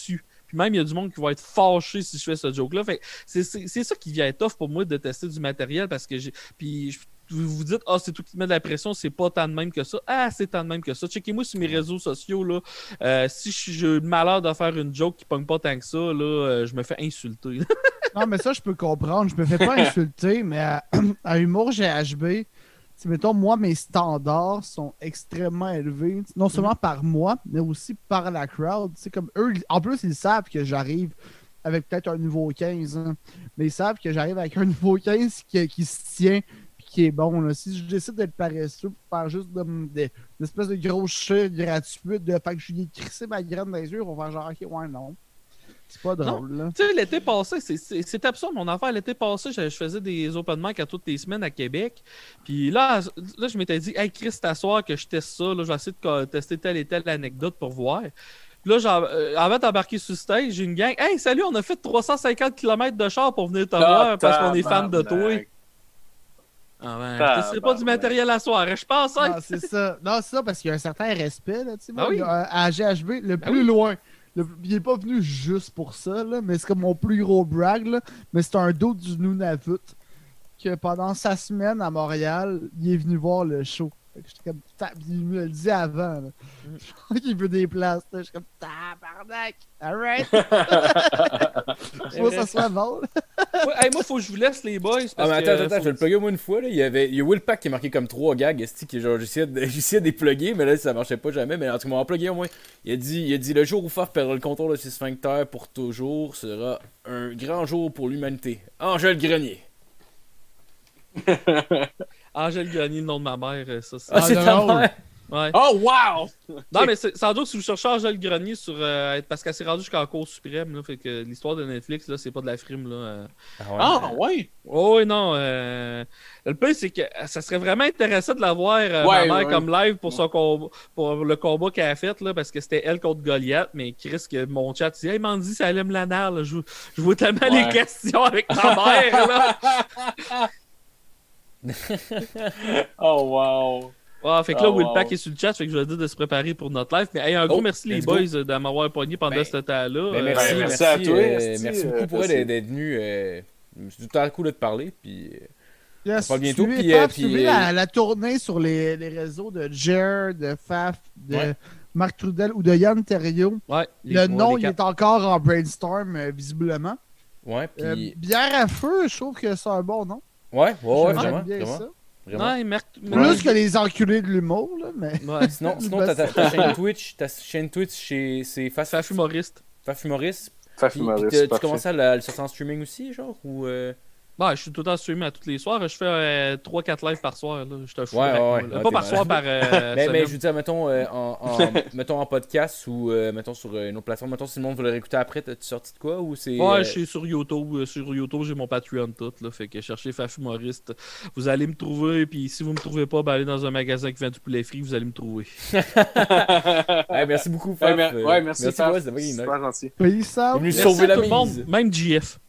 Puis même, il y a du monde qui va être fâché si je fais ce joke-là. Fait que c'est ça qui vient tough pour moi de tester du matériel parce que vous vous dites, c'est tout qui met de la pression, c'est pas tant de même que ça. Ah, c'est tant de même que ça. Checkez-moi sur mes réseaux sociaux, là. Si j'ai le malheur de faire une joke qui pogne pas tant que ça, là, je me fais insulter. Non, mais ça, je peux comprendre. Je me fais pas insulter, mais à Humour GHB, mettons, moi, mes standards sont extrêmement élevés. Non seulement par moi, mais aussi par la crowd. Comme eux, en plus, ils savent que j'arrive avec peut-être un nouveau 15. Hein, mais ils savent que j'arrive avec un nouveau 15 qui se tient qui est bon. Là. Si je décide d'être paresseux pour faire juste des espèces de grosses chutes gratuites, de fait que je lui ai crissé ma graine dans les yeux, on va faire genre, ok, ouais, non. C'est pas drôle, là. Tu sais, l'été passé, c'est absurde, mon affaire. L'été passé, je faisais des open mic à toutes les semaines à Québec. Puis là je m'étais dit, hey, Chris, t'asseoir que je teste ça. Là, je vais essayer de tester telle et telle anecdote pour voir. Puis là, avant d'embarquer sur le stage, j'ai une gang. Hey, salut, on a fait 350 km de char pour venir te voir parce qu'on est fan de toi. Ah ben, je ne pas du matériel à soir, je pense. Hein? Non, c'est ça. Non, c'est ça parce qu'il y a un certain respect. Là, ah oui. À GHB, le plus loin. Il est pas venu juste pour ça, là, mais c'est comme mon plus gros brag. Là, mais c'est un dos du Nunavut que pendant sa semaine à Montréal, il est venu voir le show. J'étais comme, il me le dit avant. Je crois qu'il veut des places. Je suis comme, tabarnak! Alright! Faut que ça soit bon. Hey, moi, faut que je vous laisse, les boys. Mais attends, je vais le plugger moi une fois. Là. Il y a Willpack qui est marqué comme 3 gags. J'essayais de les plugger, mais là, ça marchait pas jamais. Mais en tout cas, on m'a plugué au moins. Il a dit le jour où Faf perdra le contrôle de ses sphincters pour toujours sera un grand jour pour l'humanité. Angèle Grenier. Angèle Grenier, le nom de ma mère, ça c'est. Ah, c'est ta mère? Ouais. Oh, wow! Non, mais sans doute, si vous cherchez Angèle Grenier sur. Parce qu'elle s'est rendue jusqu'à la Cour suprême, là, fait que l'histoire de Netflix, là, c'est pas de la frime, là. Ouais! Oh, oui, non. Le pire, c'est que ça serait vraiment intéressant de la voir, ma mère, comme live pour pour le combat qu'elle a fait, là, parce que c'était elle contre Goliath, mais Chris, que mon chat dit, hey, Mandy, ça allait me la nerf, là. Je vois tellement les questions avec ma mère, là. Oh, wow! Ouais, fait que là, Willpack est sur le chat, fait que je vais dire de se préparer pour notre live. Mais hey, un gros merci les boys de m'avoir pogné pendant ce temps-là. Merci à toi. Merci beaucoup pour elle d'être venu. C'est tout le temps cool de te parler. Puis, on parle bientôt. Suivez la tournée sur les réseaux de Jer, de Faf, de Marc Trudel ou de Yann Terriot. Ouais, le nom, il est encore en brainstorm, visiblement. Ouais, puis... Bière à feu, je trouve que c'est un bon nom. Ouais, vraiment. Ouais, plus que les enculés de l'humour, là, mais... Ouais, sinon ta chaîne Twitch, c'est Faf Humoriste. Faf Humoriste. Faf Humoriste, tu commences à le sortir en streaming aussi, genre, ou... Ouais, je suis tout le temps streamé à tous les soirs. Je fais 3-4 lives par soir. Là. Je te fous. Pas par soir, par mais je veux dire, mettons, mettons en podcast ou mettons sur une autre plateforme. Mettons, si le monde veut le réécouter après, t'as-tu sorti de quoi ou c'est... Ouais, je suis sur YouTube. Sur YouTube, j'ai mon Patreon tout. Là, fait que cherchez Faf Humoriste. Vous allez me trouver. Puis si vous me trouvez pas, allez dans un magasin qui vend du poulet frit. Vous allez me trouver. Merci beaucoup, Faf. Merci Faf. C'est super gentil. Venu sauver la mise. Même JF.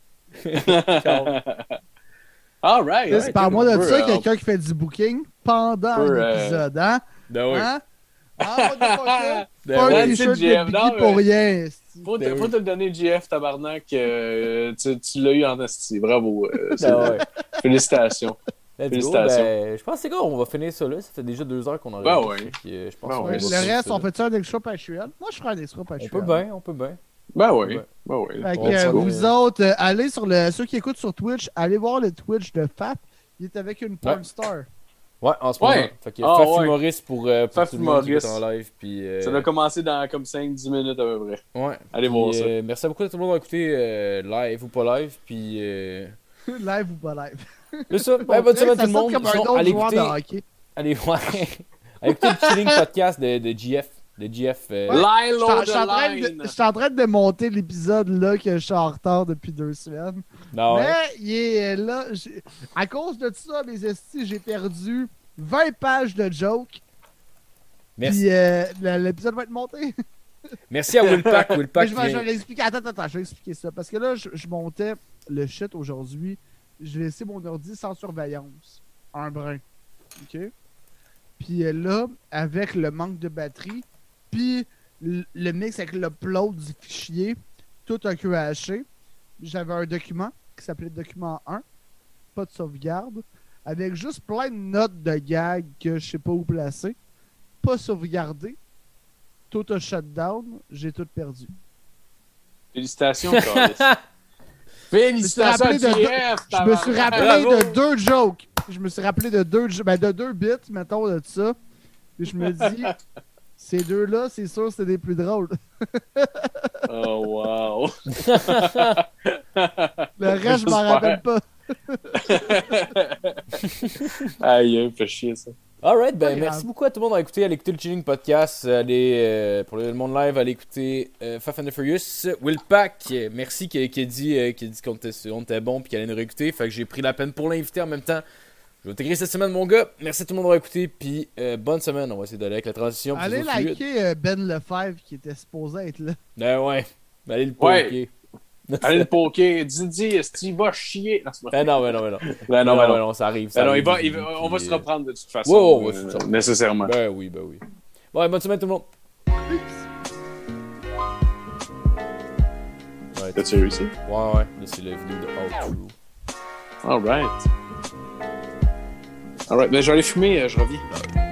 All right. C'est par moi de ça, quelqu'un qui fait du booking pendant un épisode, hein? Ben oui. Hein? Pas un t-shirt de Biggie pour rien. Faut te le donner, JF, tabarnak. Tu l'as eu en asti. Bravo. Félicitations. Je pense que c'est quoi, on va finir ça là. Ça fait déjà 2 heures qu'on en a. Je pense le reste, on fait ça un extra Patreon? Moi, je ferai un extra Patreon. On peut bien. Ben oui. Vous autres, allez sur ceux qui écoutent sur Twitch, allez voir le Twitch de Faf. Il est avec une porn star. Ouais, en ce moment. Fait que Faf Humoriste pour Faf tout le monde qui est en live. Puis, ça va commencer dans comme 5-10 minutes à peu près. Ouais. Allez voir ça. Merci beaucoup à tout le monde d'écouter live ou pas live. Puis, live ou pas live. C'est ça. Bonne semaine tout le monde. Allez écouter. Allez écouter le Chilling Podcast de GF. De GF. Je suis en train de monter l'épisode là que je suis en retard depuis 2 semaines. Mais il est là. À cause de ça, mes estis, j'ai perdu 20 pages de jokes. Merci. Puis l'épisode va être monté. Merci à Willpack. Je vais l'expliquer. Attends, je vais expliquer ça. Parce que là, je montais le shit aujourd'hui. J'ai laissé mon ordi sans surveillance. Un brin. OK? Puis là, avec le manque de batterie, puis le mix avec l'upload du fichier, tout a crashé. J'avais un document qui s'appelait document 1, pas de sauvegarde, avec juste plein de notes de gags que je sais pas où placer, pas sauvegardé, tout a shutdown, j'ai tout perdu. Félicitations, Carlis. Félicitations à TF! Je me suis rappelé de 2 jokes. Je me suis rappelé de 2 bits, mettons, de ça. Et je me dis, ces deux-là, c'est sûr, c'est des plus drôles. Oh, wow! Le reste, je m'en rappelle pas. Aïe, fait chier ça. Alright, ben Pas merci grave. beaucoup à tout le monde d'avoir écouté. Allez écouter le Chilling Podcast. Allez, pour le monde live, allez écouter Fast and the Furious. Willpack, merci qui a dit qu'on était bon puis qu'il allait nous réécouter. Fait que j'ai pris la peine pour l'inviter en même temps. Je vais t'écrire cette semaine, mon gars. Merci à tout le monde d'avoir écouté. Puis bonne semaine. On va essayer d'aller avec la transition. Allez liker Ben Lefebvre qui était supposé être là. Ouais. Allez le Ouais. poker. Allez le poker. Didi, Steve va chier. Non, c'est pas vrai. Ben non. Ben non, ça arrive. Ben non, arrive, on va se reprendre de toute façon. Ouais, c'est ça. Nécessairement. Ben oui. Bon, bonne semaine tout le monde. Ouais, T'as-tu réussi? Ouais. Là, c'est la vidéo de Outro. Alright. Ben je vais aller fumer, je reviens.